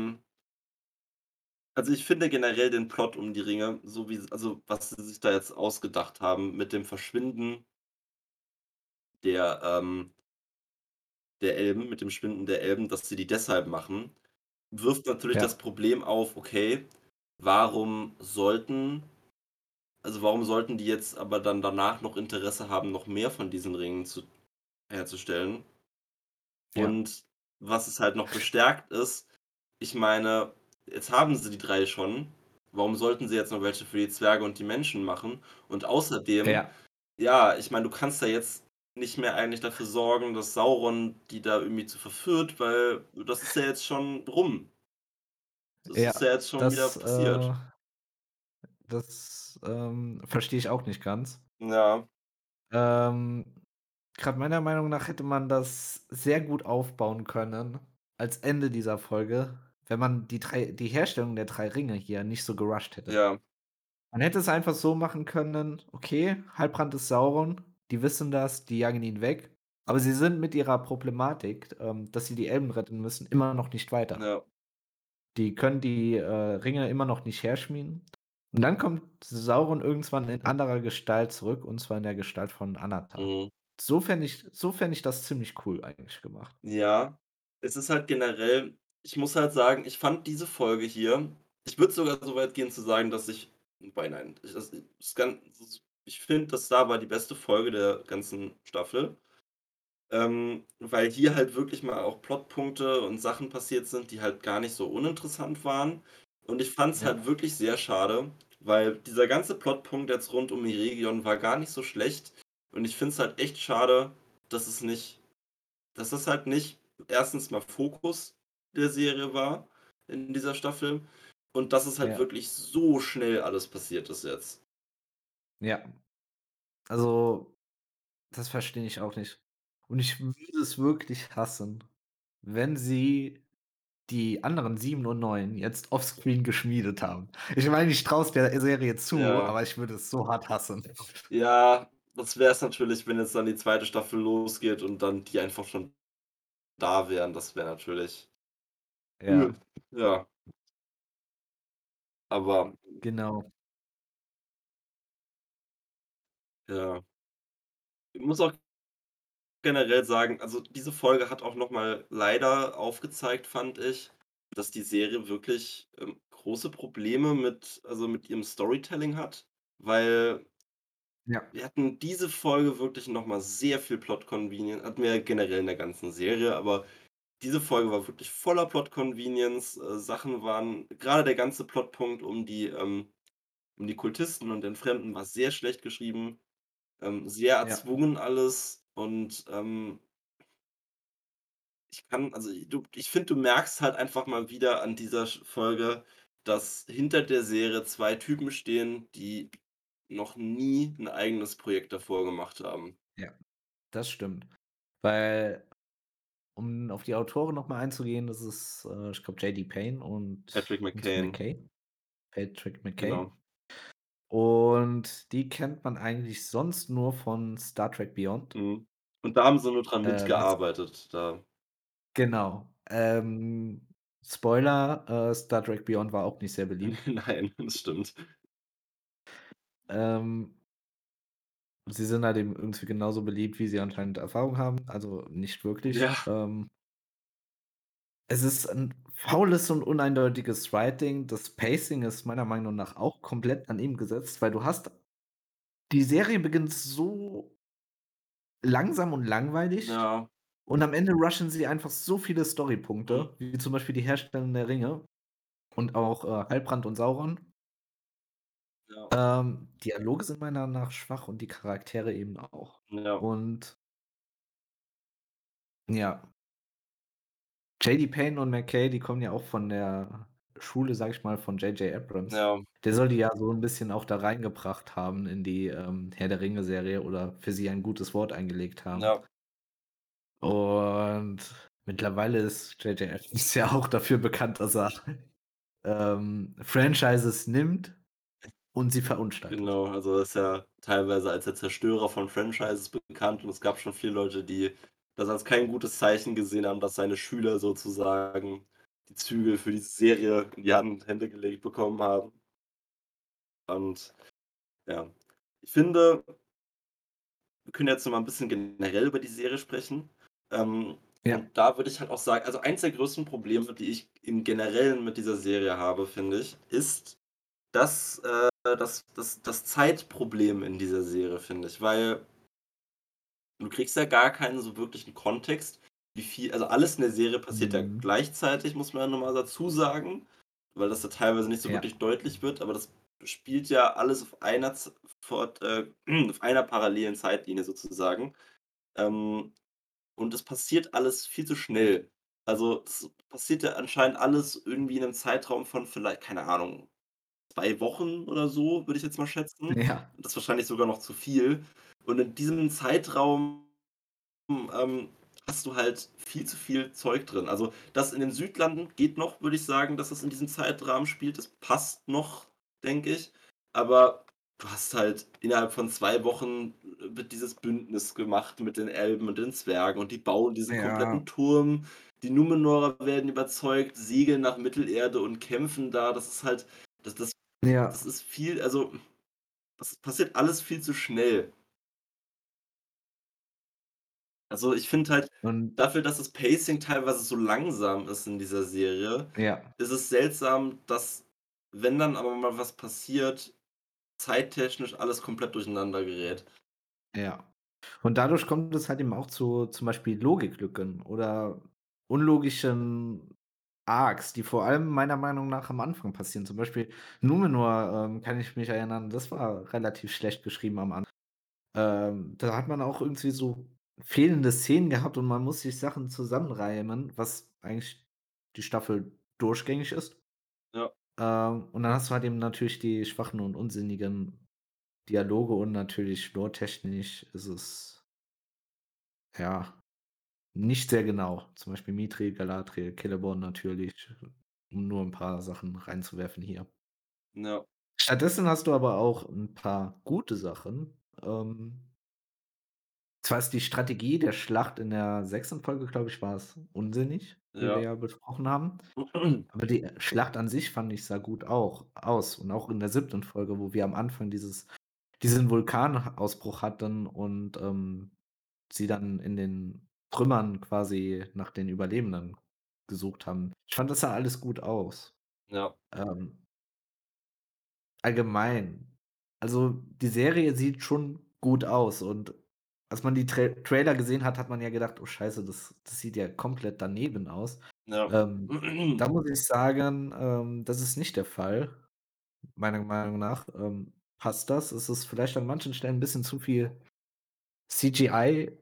also, ich finde generell den Plot um die Ringe, so wie was sie sich da jetzt ausgedacht haben mit dem Verschwinden der, der Elben mit dem Schwinden der Elben, dass sie die deshalb machen, wirft natürlich das Ja, Problem auf, okay, warum sollten warum sollten die jetzt aber dann danach noch Interesse haben, noch mehr von diesen Ringen herzustellen? ja, Und was es halt noch bestärkt ist, ich meine, jetzt haben sie die 3 schon. Warum sollten sie jetzt noch welche für die Zwerge und die Menschen machen? Und außerdem, ja, ja, ich meine, du kannst ja jetzt nicht mehr eigentlich dafür sorgen, dass Sauron die da irgendwie zu verführt, weil das ist ja jetzt schon rum. Das ist ja, ja jetzt schon wieder passiert. verstehe ich auch nicht ganz. Ja, Ähm, Grad meiner Meinung nach hätte man das sehr gut aufbauen können als Ende dieser Folge, wenn man die Herstellung der 3 Ringe hier nicht so gerusht hätte. ja, Man hätte es einfach so machen können: Okay, Halbrand ist Sauron, die wissen das, die jagen ihn weg, aber sie sind mit ihrer Problematik, dass sie die Elben retten müssen, immer noch nicht weiter. ja, Die können die, Ringe immer noch nicht herschmieden. Und dann kommt Sauron irgendwann in anderer Gestalt zurück, und zwar in der Gestalt von Anatar. mhm. So fände ich das ziemlich cool eigentlich gemacht. Ja, es ist halt generell ich muss halt sagen, ich fand diese Folge hier ich würde sogar so weit gehen zu sagen, dass ich wobei nein, ich finde, das da war die beste Folge der ganzen Staffel, weil hier halt wirklich mal auch Plotpunkte und Sachen passiert sind, die halt gar nicht so uninteressant waren. Und ich fand es Ja, halt wirklich sehr schade, weil dieser ganze Plotpunkt jetzt rund um Eregion war gar nicht so schlecht. Und ich finde es halt echt schade, dass es nicht dass das halt nicht erstens mal Fokus der Serie war in dieser Staffel und dass es halt ja, wirklich so schnell alles passiert ist jetzt. ja. Also, das verstehe ich auch nicht. Und ich würde es wirklich hassen, wenn sie die anderen 7 und 9 jetzt offscreen geschmiedet haben. Ich meine, ich traue es der Serie zu, Ja. aber ich würde es so hart hassen. Ja, das wäre es natürlich, wenn jetzt dann die zweite Staffel losgeht und dann die einfach schon da wären. Das wäre natürlich Ja, ja, aber genau. ja. Ich muss auch generell sagen, also, diese Folge hat auch noch mal leider aufgezeigt, fand ich, dass die Serie wirklich, große Probleme mit ihrem Storytelling hat, weil Ja, wir hatten diese Folge wirklich noch mal sehr viel Plot convenient hatten wir ja generell in der ganzen Serie, aber diese Folge war wirklich voller Plot Convenience. Sachen waren grade der ganze Plotpunkt um die Kultisten und den Fremden war sehr schlecht geschrieben, sehr Ja, erzwungen alles und, ich finde, du merkst halt einfach mal wieder an dieser Folge, dass hinter der Serie 2 Typen stehen, die noch nie 'n eigenes Projekt davor gemacht haben. ja, das stimmt. Weil, um auf die Autoren noch mal einzugehen, das ist, ich glaube, J.D. Payne Patrick und McCain, McKay, Patrick McKay. genau. Und die kennt man eigentlich sonst nur von Star Trek Beyond. Mhm. Und da haben sie nur dran Was mitgearbeitet, da genau. Spoiler, Star Trek Beyond war auch nicht sehr beliebt. nein, das stimmt. Ähm, sie sind halt eben irgendwie genauso beliebt, wie sie anscheinend Erfahrung haben, also nicht wirklich. Ja, Es ist 'n faules und uneindeutiges Writing. Das Pacing ist meiner Meinung nach auch komplett daneben gesetzt, weil du hast die Serie beginnt so langsam und langweilig ja, und am Ende rushen sie einfach so viele mhm, Storypunkte, wie zum Beispiel die Herstellung der Ringe und auch, Halbrand und Sauron. ja, Dialoge sind meiner nach schwach und die Charaktere eben auch. ja, Und ja, J.D. Payne und McKay, die kommen ja auch von der Schule, sage ich mal, von J.J. Abrams. ja, Der soll die ja so 'n bisschen auch da reingebracht haben in die, Herr der Ringe-Serie oder für sie ein gutes Wort eingelegt haben. ja, Und mittlerweile ist J.J. Abrams ja auch dafür bekannt, dass er, Franchises nimmt und sie verunstaltet. genau. Also, er ist ja teilweise als der Zerstörer von Franchises bekannt und es gab schon viele Leute, die das als kein gutes Zeichen gesehen haben, dass seine Schüler sozusagen die Zügel für diese Serie in die Hände gelegt bekommen haben. Und ja, ich finde, wir können jetzt noch mal 'n bisschen generell über die Serie sprechen. Ja, Und da würde ich halt auch sagen, also, eins der größten Probleme, die ich im Generellen mit dieser Serie habe, finde ich, ist das Zeitproblem in dieser Serie, finde ich, weil du kriegst ja gar keinen so wirklichen Kontext, wie viel, also, alles in der Serie passiert ja mhm, gleichzeitig, muss man ja noch mal dazu sagen, weil das ja teilweise nicht so ja, wirklich deutlich wird, aber das spielt ja alles auf einer auf einer parallelen Zeitlinie sozusagen. Ähm, und es passiert alles viel zu schnell. Also, es passiert ja anscheinend alles irgendwie in 'nem Zeitraum von vielleicht, keine Ahnung, 2 Wochen oder so, würde ich jetzt mal schätzen. ja, Das ist wahrscheinlich sogar noch zu viel. Und in diesem Zeitraum, ähm, hast du halt viel zu viel Zeug drin. Also, das in den Südlanden geht noch, würde ich sagen, dass es in diesem Zeitrahmen spielt. Das passt noch, denke ich. Aber du hast halt innerhalb von 2 Wochen wird dieses Bündnis gemacht mit den Elben und den Zwergen und die bauen diesen ja, kompletten Turm. Die Numenorer werden überzeugt, segeln nach Mittelerde und kämpfen da. Das ist halt, das das ja. das ist viel, also, das passiert alles viel zu schnell. Also, ich finde halt, Und dafür, dass das Pacing teilweise so langsam ist in dieser Serie, ja, ist es seltsam, dass, wenn dann aber mal was passiert, zeittechnisch alles komplett durcheinander gerät. ja. Und dadurch kommt es halt eben auch zu zum Beispiel Logiklücken oder unlogischen Arcs, die vor allem meiner Meinung nach am Anfang passieren. Zum Beispiel Numenor, kann ich mich erinnern, das war relativ schlecht geschrieben am Anfang. Da hat man auch irgendwie so fehlende Szenen gehabt und man muss sich Sachen zusammenreimen, was eigentlich die Staffel durchgängig ist. Ja, Und dann hast du halt eben natürlich die schwachen und unsinnigen Dialoge und natürlich lore-technisch ist es, ja, nicht sehr genau. Zum Beispiel Mithril, Galadriel, Celeborn natürlich, um nur 'n paar Sachen reinzuwerfen hier. ja, Stattdessen hast du aber auch 'n paar gute Sachen. Zwar ist die Strategie der Schlacht in der 6. Folge, glaube ich, war's, unsinnig, wie wir ja. ja besprochen haben. Aber die Schlacht an sich fand ich sah gut auch aus. Und auch in der 7. Folge, wo wir am Anfang diesen Vulkanausbruch hatten und, sie dann in den Trümmern quasi nach den Überlebenden gesucht haben. Ich fand, das sah alles gut aus. Ja, Ähm, allgemein. Also, die Serie sieht schon gut aus und als man die Trailer gesehen hat, hat man ja gedacht: „Oh Scheiße, das sieht ja komplett daneben aus.“ Ja. Da muss ich sagen, das ist nicht der Fall. Meiner Meinung nach, passt das. Es ist vielleicht an manchen Stellen 'n bisschen zu viel CGI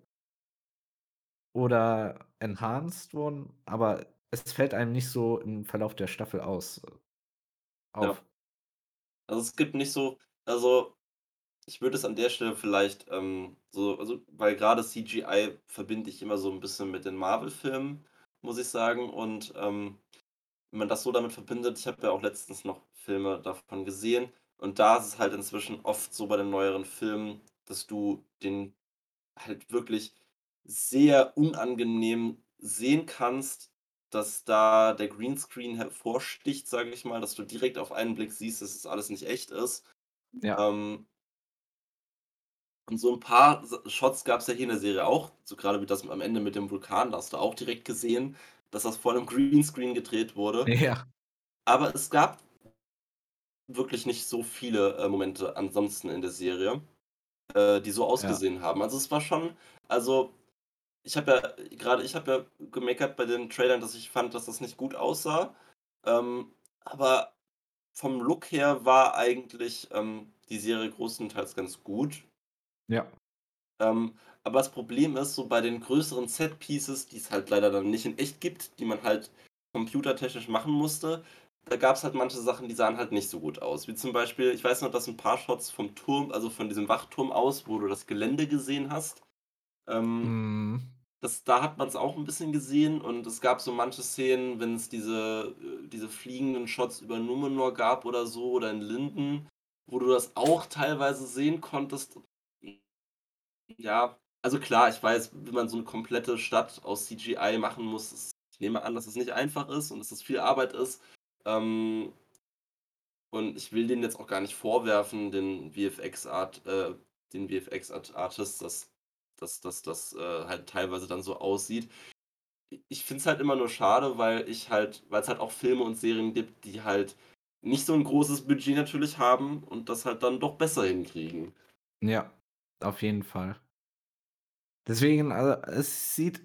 oder enhanced worden, aber es fällt einem nicht so im Verlauf der Staffel Ja. auf. Also, es gibt nicht so, also, ich würde es an der Stelle vielleicht, weil gerade CGI verbinde ich immer so ein bisschen mit den Marvel-Filmen, muss ich sagen. Und, wenn man das so damit verbindet, ich habe ja auch letztens noch Filme davon gesehen, und da ist es halt inzwischen oft so bei den neueren Filmen, dass du den halt wirklich sehr unangenehm sehen kannst, dass da der Greenscreen hervorsticht, sage ich mal, dass du direkt auf einen Blick siehst, dass es alles nicht echt ist. Ja, Ähm, und so 'n paar Shots gab's ja hier in der Serie auch, so grade wie das am Ende mit dem Vulkan, da hast du auch direkt gesehen, dass das vor 'nem Greenscreen gedreht wurde. ja, Aber es gab wirklich nicht so viele, Momente ansonsten in der Serie, die so ja, ausgesehen haben. Also, es war schon, also, ich habe ja gemeckert bei den Trailern, dass ich fand, dass das nicht gut aussah. Aber vom Look her war eigentlich, die Serie größtenteils ganz gut. ja, Aber das Problem ist, so bei den größeren Set-Pieces, die es halt leider dann nicht in echt gibt, die man halt computertechnisch machen musste, da gab es halt manche Sachen, die sahen halt nicht so gut aus. Wie zum Beispiel, ich weiß noch, dass ein paar Shots vom Turm, also von diesem Wachturm aus, wo du das Gelände gesehen hast, ähm, mhm, da hat man es auch ein bisschen gesehen, und es gab so manche Szenen, wenn es diese fliegenden Shots über Numenor gab oder so, oder in Linden, wo du das auch teilweise sehen konntest. Ja, also klar, ich weiß, wie man so 'ne komplette Stadt aus CGI machen muss. Ich nehme an, dass es nicht einfach ist und dass das viel Arbeit ist. Ähm, und ich will denen jetzt auch gar nicht vorwerfen, den VFX Artists, dass das, halt teilweise dann so aussieht. Ich finde es halt immer nur schade, weil's halt auch Filme und Serien gibt, die halt nicht so 'n großes Budget natürlich haben und das halt dann doch besser hinkriegen. ja, auf jeden Fall. Deswegen, also, es sieht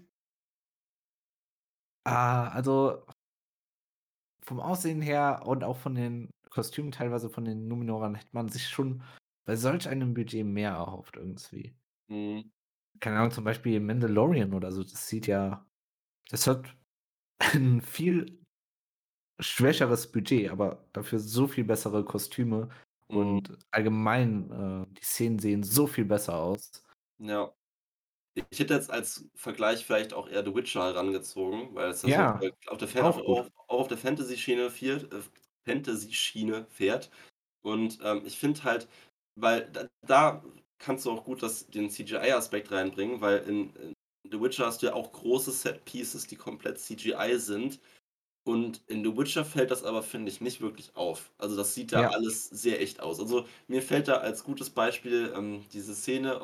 also, vom Aussehen her und auch von den Kostümen teilweise von den Numenorern hätte man sich schon bei solch einem Budget mehr erhofft irgendwie. Mhm, Keine Ahnung, zum Beispiel Mandalorian oder so, das hat 'n viel schwächeres Budget, aber dafür so viel bessere Kostüme mhm, und allgemein, die Szenen sehen so viel besser aus. ja. Ich hätte jetzt als Vergleich vielleicht auch eher The Witcher herangezogen, weil es ja so Ja, auf der auch gut. auch auf der Fantasy-Schiene fährt. Und, ich finde halt, weil da kannst du auch gut den CGI-Aspekt reinbringen, weil in The Witcher hast du ja auch große Set Pieces, die komplett CGI sind. Und in The Witcher fällt das aber, finde ich, nicht wirklich auf. Also, das sieht da Ja, alles sehr echt aus. Also, mir fällt da als gutes Beispiel, diese Szene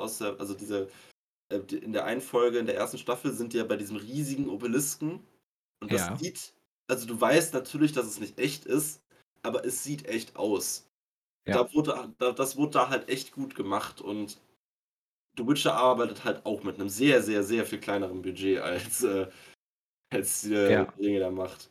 in der einen Folge in der ersten Staffel sind die ja bei diesem riesigen Obelisken, und das ja, sieht, also, du weißt natürlich, dass es nicht echt ist, aber es sieht echt aus. ja, Das wurde da halt echt gut gemacht, und The Witcher arbeitet halt auch mit 'nem sehr, sehr, sehr viel kleineren Budget als, ja. Ringe der Macht.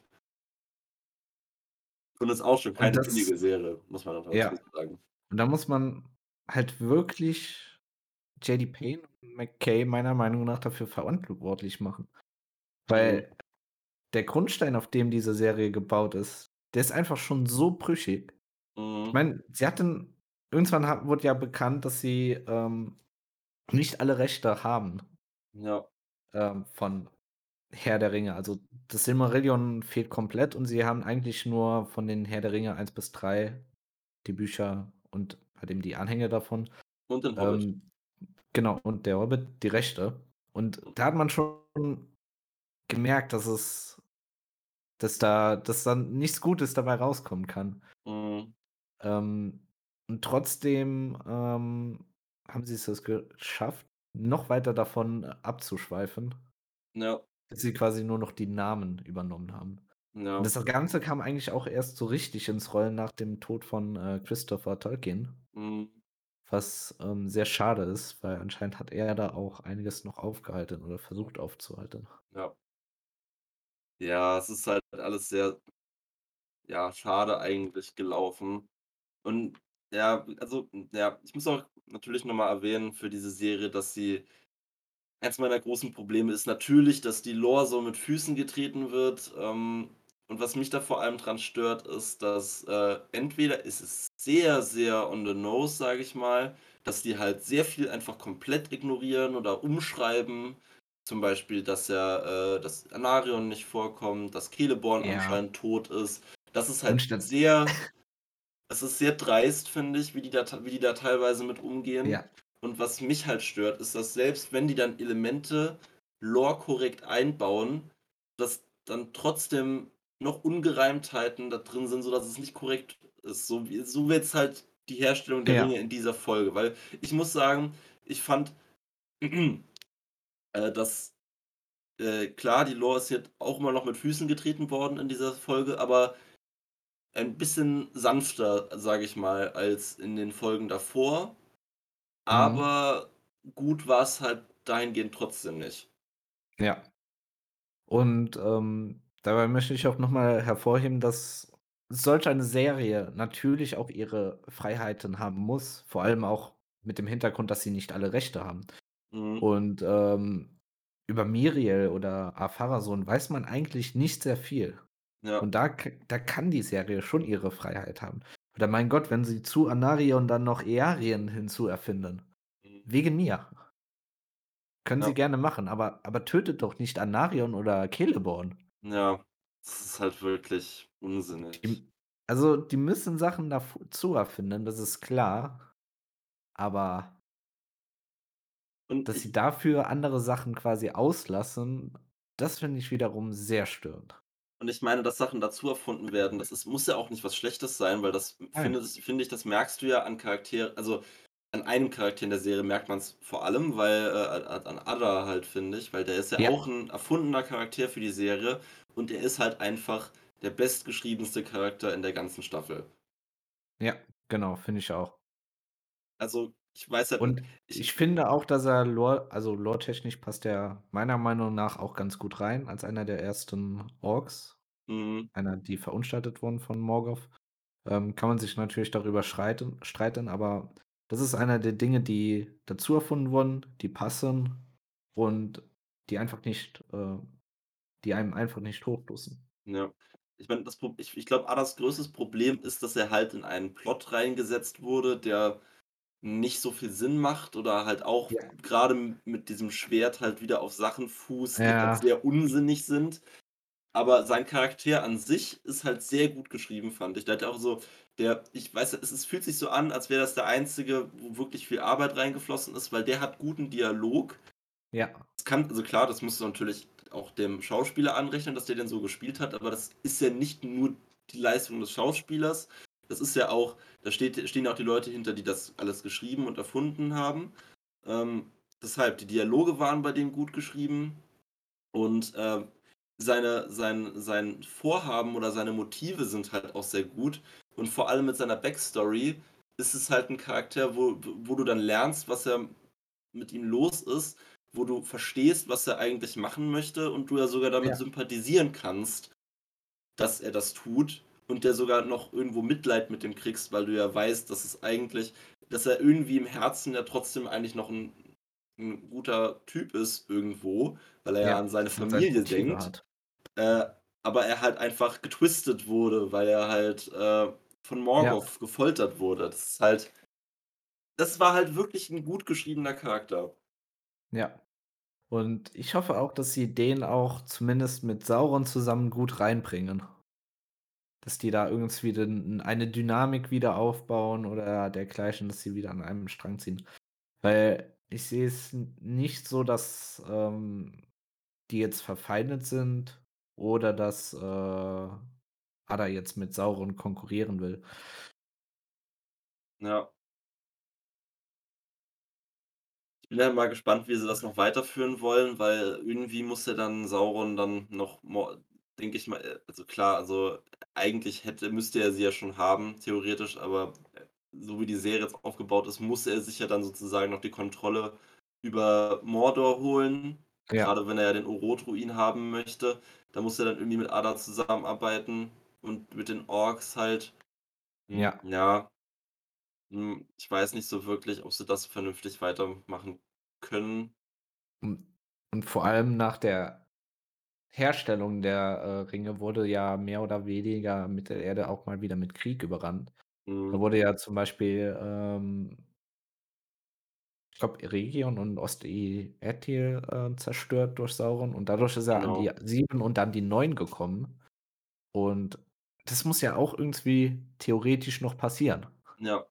Und ist auch schon Und keine das billige Serie, muss man auch dazu ja, sagen. und da muss man halt wirklich JD Payne und McKay meiner Meinung nach dafür verantwortlich machen, Mhm, weil der Grundstein, auf dem diese Serie gebaut ist, der ist einfach schon so brüchig. Ich mhm, meine, sie hatten irgendwann wurde ja bekannt, dass sie, nicht alle Rechte haben, ja, von Herr der Ringe. Also, das Silmarillion fehlt komplett und sie haben eigentlich nur von den Herr der Ringe 1 bis 3 die Bücher und halt eben die Anhänge davon. und den Hobbit. Ähm, genau, und der Hobbit die Rechte. Und da hat man schon gemerkt, dass dann nichts Gutes dabei rauskommen kann. Mhm, Ähm, und trotzdem, haben sie es geschafft, noch weiter davon abzuschweifen, ja, bis sie quasi nur noch die Namen übernommen haben. Und ja, das Ganze kam eigentlich auch erst so richtig ins Rollen nach dem Tod von, Christopher Tolkien mhm, was, sehr schade ist, weil anscheinend hat er da auch einiges noch aufgehalten oder versucht aufzuhalten. Ja. Ja, es ist halt alles sehr, ja, schade eigentlich gelaufen. Und ja, also, ja, ich muss auch natürlich noch mal erwähnen für diese Serie, dass sie eins meiner großen Probleme ist natürlich, dass die Lore so mit Füßen getreten wird. Und was mich da vor allem dran stört, ist, dass, entweder ist es sehr, sehr on the nose, sage ich mal, dass die halt sehr viel einfach komplett ignorieren oder umschreiben. Zum Beispiel, dass Anarion nicht vorkommt, dass Celeborn Ja, anscheinend tot ist. Das ist und halt statt sehr Es ist sehr dreist, finde ich, wie die da teilweise mit umgehen. ja, Und was mich halt stört, ist, dass selbst wenn die dann Elemente lore-korrekt einbauen, dass dann trotzdem noch Ungereimtheiten da drin sind, sodass es nicht korrekt ist. So wie jetzt halt die Herstellung der ja, Ringe in dieser Folge. Weil ich muss sagen, ich fand, dass klar, die Lore ist jetzt auch immer noch mit Füßen getreten worden in dieser Folge, aber ein bisschen sanfter, sage ich mal, als in den Folgen davor, mhm, aber gut war's halt dahingehend trotzdem nicht. ja. Und, dabei möchte ich auch noch mal hervorheben, dass solch eine Serie natürlich auch ihre Freiheiten haben muss, vor allem auch mit dem Hintergrund, dass sie nicht alle Rechte haben. Mhm. Und, über Miriel oder Ar-Pharazôn weiß man eigentlich nicht sehr viel. Ja. Und da kann die Serie schon ihre Freiheit haben. Oder mein Gott, wenn sie zu Anarion dann noch Earien hinzuerfinden. Mhm. Wegen mir. Können Ja. sie gerne machen, aber tötet doch nicht Anarion oder Celeborn. Ja. Das ist halt wirklich unsinnig. Die müssen Sachen dazu erfinden, das ist klar, aber Und dass sie ich dafür andere Sachen quasi auslassen, das finde ich wiederum sehr störend. und ich meine, dass Sachen dazu erfunden werden, muss ja auch nicht was Schlechtes sein, weil Nein. finde ich, das merkst du ja also, an einem Charakter in der Serie merkt man es vor allem, weil, an Ada halt, finde ich, weil der ist ja Ja, auch ein erfundener Charakter für die Serie und er ist halt einfach der bestgeschriebenste Charakter in der ganzen Staffel. ja, genau, finde ich auch. Also, ich weiß halt Und ich ich finde auch, dass er lore-technisch passt er meiner Meinung nach auch ganz gut rein als einer der ersten Orks, mhm, einer, die verunstaltet wurden von Morgoth. Kann man sich natürlich darüber streiten, aber das ist einer der Dinge, die dazu erfunden wurden, die passen und die einfach nicht die einem einfach nicht hochdrücken. ja. Ich meine, ich glaube, Adas größtes Problem ist, dass er halt in einen Plot reingesetzt wurde, der nicht so viel Sinn macht oder halt auch Ja. grade mit diesem Schwert halt wieder auf Sachen fußt, die halt Ja, sehr unsinnig sind. Aber sein Charakter an sich ist halt sehr gut geschrieben, fand ich. Der hat ja auch so ich weiß, fühlt sich so an, als wäre das der einzige, wo wirklich viel Arbeit reingeflossen ist, weil der hat guten Dialog. ja, Also klar, das musst du natürlich auch dem Schauspieler anrechnen, dass der den so gespielt hat, aber das ist ja nicht nur die Leistung des Schauspielers. Das ist ja auch, stehen ja auch die Leute hinter, die das alles geschrieben und erfunden haben. Deshalb, die Dialoge waren bei dem gut geschrieben und sein Vorhaben oder seine Motive sind halt auch sehr gut. Und vor allem mit seiner Backstory ist es halt ein Charakter, wo du dann lernst, was er mit ihm los ist, wo du verstehst, was er eigentlich machen möchte und du ja sogar damit ja, sympathisieren kannst, dass er das tut und der sogar noch irgendwo Mitleid mit dem kriegst, weil du ja weißt, dass er irgendwie im Herzen ja trotzdem eigentlich noch ein guter Typ ist irgendwo, weil er ja ja, an seine und seine Familie Motive denkt, hat. äh, aber er halt einfach getwistet wurde, weil er halt, von Ja, Morgoth gefoltert wurde. Das war halt wirklich ein gut geschriebener Charakter. ja. Und ich hoffe auch, dass sie den auch zumindest mit Sauron zusammen gut reinbringen. Dass die da irgendwie eine Dynamik wieder aufbauen oder dergleichen, dass sie wieder an einem Strang ziehen. Weil ich sehe es nicht so, dass, die jetzt verfeindet sind oder dass, Ada jetzt mit Sauron konkurrieren will. Ja. Ich bin ja mal gespannt, wie sie das noch weiterführen wollen, weil irgendwie muss ja dann Sauron dann noch denke ich mal also klar, also eigentlich müsste er sie ja schon haben, theoretisch, aber so wie die Serie jetzt aufgebaut ist, muss er sich ja dann sozusagen noch die Kontrolle über Mordor holen. Ja, Grade wenn er ja den Orot-Ruin haben möchte. Da muss er dann irgendwie mit Ada zusammenarbeiten und mit den Orks halt. ja. Ja, ich weiß nicht so wirklich, ob sie das vernünftig weitermachen können. Und und vor allem nach der Herstellung der, Ringe wurde ja mehr oder weniger Mittelerde auch mal wieder mit Krieg überrannt. Da Mhm, wurde ja zum Beispiel, ich glaube, Eregion und Ost-Eregion, zerstört durch Sauron und dadurch ist er an die genau. 7 und dann die 9 gekommen. Und das muss ja auch irgendwie theoretisch noch passieren. Ja,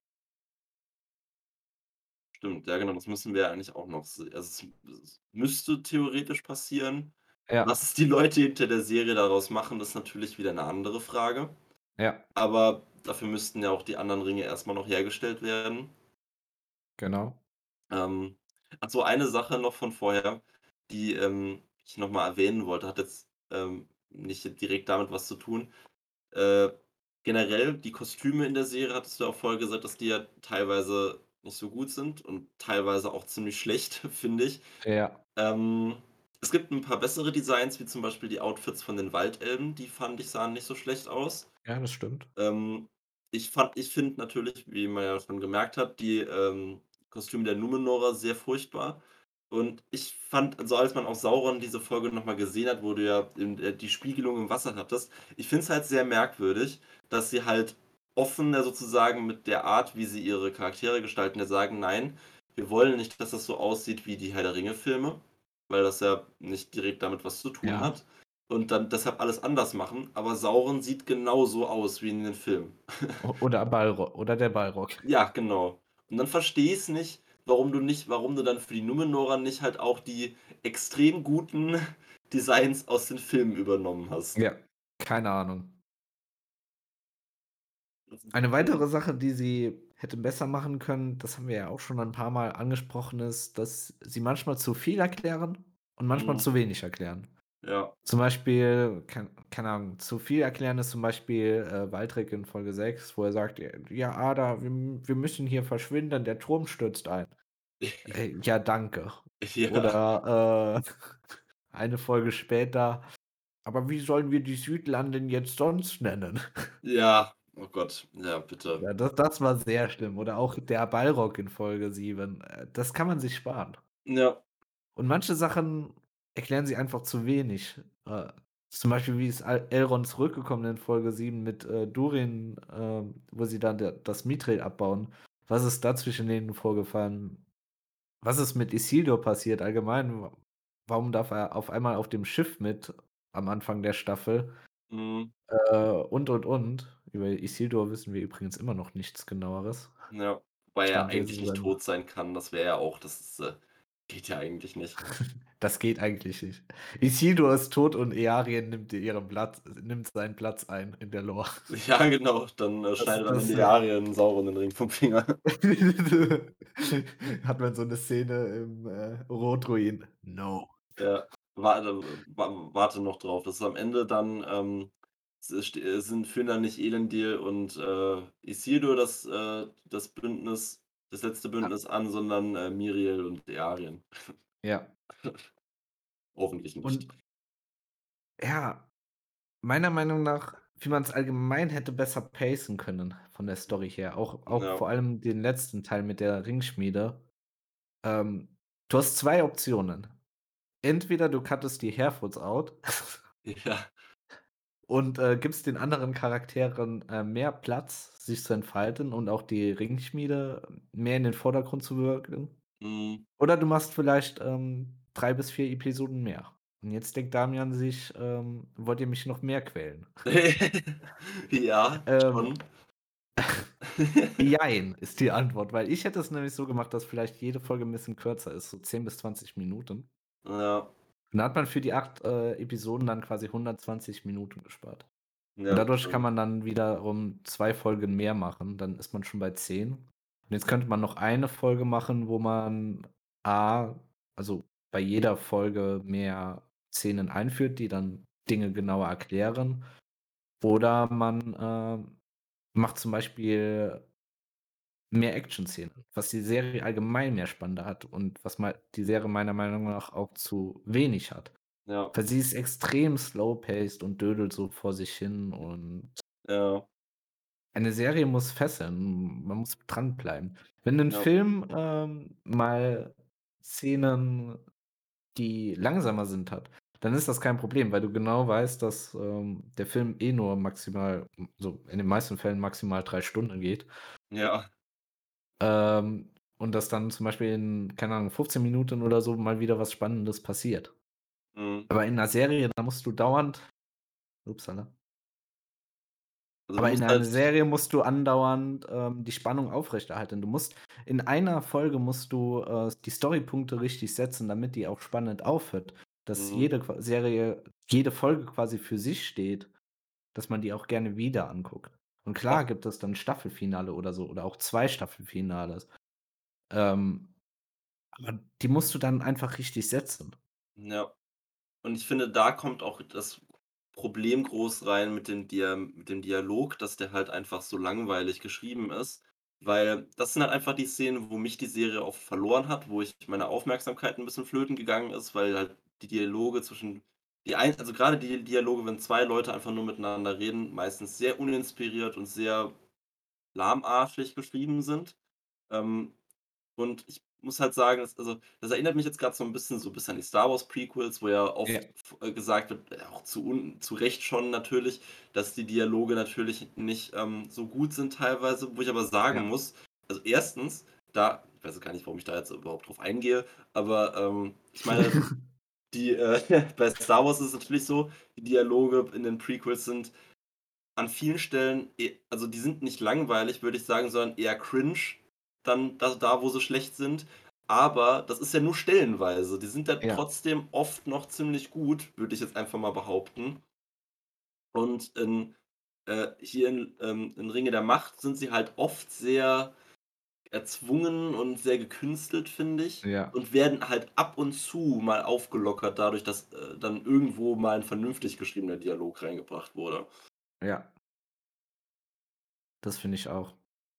stimmt. Ja, genau, das müssen wir ja eigentlich auch noch es müsste theoretisch passieren. Ja, Was die Leute hinter der Serie daraus machen, ist natürlich wieder 'ne andere Frage. ja, Aber dafür müssten ja auch die anderen Ringe erst mal noch hergestellt werden. genau. Ähm, ach so, eine Sache noch von vorher, die, ich noch mal erwähnen wollte, hat jetzt, nicht direkt damit was zu tun. Äh, generell die Kostüme in der Serie, hattest du ja auch vorher gesagt, dass die ja teilweise nicht so gut sind und teilweise auch ziemlich schlecht, finde ich. Ja, Ähm, es gibt 'n paar bessere Designs, wie zum Beispiel die Outfits von den Waldelben, die fand ich, sahen nicht so schlecht aus. ja, das stimmt. Ähm, ich finde natürlich, wie man ja schon gemerkt hat, die, Kostüme der Numenorer sehr furchtbar. Und ich fand, also, als man auch Sauron diese Folge noch mal gesehen hat, wo du ja die Spiegelung im Wasser hattest, ich finde es halt sehr merkwürdig, dass sie halt offen ja sozusagen mit der Art, wie sie ihre Charaktere gestalten, ja sagen: „Nein, wir wollen nicht, dass das so aussieht wie die Herr-der-Ringe-Filme“, weil das ja nicht direkt damit was zu tun Ja. hat und dann deshalb alles anders machen, aber Sauron sieht genauso aus wie in den Filmen. Oder der Balrog. Ja, genau. Und dann verstehe ich's nicht, warum du dann für die Numenorer nicht halt auch die extrem guten Designs aus den Filmen übernommen hast. Ja, keine Ahnung. Das ist Eine komisch. weitere Sache, die sie hätte besser machen können, das haben wir ja auch schon ein paar Mal angesprochen, ist, dass sie manchmal zu viel erklären und manchmal Mhm, zu wenig erklären. ja. Zum Beispiel, keine Ahnung, zu viel erklären ist zum Beispiel, Waldrick in Folge 6, wo er sagt: „Ja, Ada, wir müssen hier verschwinden, der Turm stürzt ein.“ „Ja, danke.“ Ja, Oder, eine Folge später: „Aber wie sollen wir die Südlande denn jetzt sonst nennen?“ ja, oh Gott, ja, bitte. Ja, das war sehr schlimm. Oder auch der Balrog in Folge 7. Das kann man sich sparen. Ja, Und manche Sachen erklären sie einfach zu wenig. Zum Beispiel, wie ist Elrond zurückgekommen in Folge 7 mit, Durin, wo sie dann das Mithril abbauen. Was ist da zwischen denen vorgefallen? Was ist mit Isildur passiert allgemein? Warum darf er auf einmal auf dem Schiff mit am Anfang der Staffel? mhm, Und. Über Isildur wissen wir übrigens immer noch nichts Genaueres. ja. Wobei er Stand eigentlich diese nicht Sendung. tot sein kann, das wäre ja auch geht ja eigentlich nicht. Das geht eigentlich nicht. Isildur ist tot und Earien nimmt seinen Platz ein in der Lore. Ja, genau, dann, Das schneidet am das, Ende Arya Sauron den Ring vom Finger. hat man so 'ne Szene im, Rotruin. No. Ja, warte noch drauf. Das ist am Ende dann, führen dann nicht Elendil und, Isildur das letzte Ah, Bündnis an, sondern, Miriel und Earien. ja. Hoffentlich nicht. Und ja, meiner Meinung nach, wie man's allgemein hätte besser pacen können von der Story her, auch Ja, vor allem den letzten Teil mit der Ringschmiede. Ähm, du hast 2 Optionen. Entweder du cuttest die Haircuts out ja, und, gibst den anderen Charakteren, mehr Platz, sich zu entfalten und auch die Ringschmiede mehr in den Vordergrund zu rücken. mhm. Oder du machst vielleicht, 3 bis 4 Episoden mehr. Und jetzt denkt Damian sich, „Wollt ihr mich noch mehr quälen?“ Ja, Ähm, schon. Jein ist die Antwort, weil ich hätte es nämlich so gemacht, dass vielleicht jede Folge 'n bisschen kürzer ist, so 10 bis 20 Minuten. Ja, Und dann hat man für die 8 Episoden dann quasi 120 Minuten gespart. Und ja, dadurch kann stimmt. man dann wiederum 2 Folgen mehr machen, dann ist man schon bei 10. Und jetzt könnte man noch eine Folge machen, wo man A also, bei jeder Folge mehr Szenen einführt, die dann Dinge genauer erklären. Oder man, macht zum Beispiel mehr Action-Szenen, was die Serie allgemein mehr spannender hat und was die Serie meiner Meinung nach auch zu wenig hat. Ja, Weil sie ist extrem slow-paced und dödelt so vor sich hin und ja, eine Serie muss fesseln, man muss dranbleiben. Wenn 'nen ja, Film, mal Szenen, die langsamer sind, hat, dann ist das kein Problem, weil du genau weißt, dass, der Film eh nur maximal so in den meisten Fällen maximal 3 Stunden geht, ja, und dass dann zum Beispiel in, keine Ahnung, 15 Minuten oder so mal wieder was Spannendes passiert. mhm. Aber in 'ner Serie, da musst du dauernd upsala. Also, du Aber in musst einer halt Serie musst du andauernd, die Spannung aufrechterhalten. Du musst in einer Folge musst du, die Storypunkte richtig setzen, damit die auch spannend aufhört, dass mhm, jede Folge quasi für sich steht, dass man die auch gerne wieder anguckt. Und ja, klar gibt es dann Staffelfinale oder so oder auch 2 Staffelfinales, ähm, aber die musst du dann einfach richtig setzen. ja. Und ich finde, da kommt auch das Problem groß rein mit dem Dialog, dass der halt einfach so langweilig geschrieben ist, weil das sind halt einfach die Szenen, wo mich die Serie oft verloren hat, wo ich meine Aufmerksamkeit ein bisschen flöten gegangen ist, weil halt die Dialoge zwischen also gerade die Dialoge, wenn 2 Leute einfach nur miteinander reden, meistens sehr uninspiriert und sehr lahmarschig geschrieben sind. Ähm, und ich muss halt sagen, das erinnert mich jetzt grad so 'n bisschen an die Star Wars Prequels, wo ja Ja, oft gesagt wird, auch zu Recht schon natürlich, dass die Dialoge natürlich nicht, so gut sind teilweise, wo ich aber sagen ja. muss, also erstens, ich weiß jetzt gar nicht, warum ich da jetzt überhaupt drauf eingehe, aber, ich meine, bei Star Wars ist es natürlich so, die Dialoge in den Prequels sind an vielen Stellen also, die sind nicht langweilig, würde ich sagen, sondern eher cringe, dann da, wo sie schlecht sind. Aber das ist ja nur stellenweise. Die sind ja Ja, trotzdem oft noch ziemlich gut, würde ich jetzt einfach mal behaupten. Und hier in Ringe der Macht sind sie halt oft sehr erzwungen und sehr gekünstelt, finde ich, ja, und werden halt ab und zu mal aufgelockert dadurch, dass, dann irgendwo mal 'n vernünftig geschriebener Dialog reingebracht wurde. ja, das finde ich auch.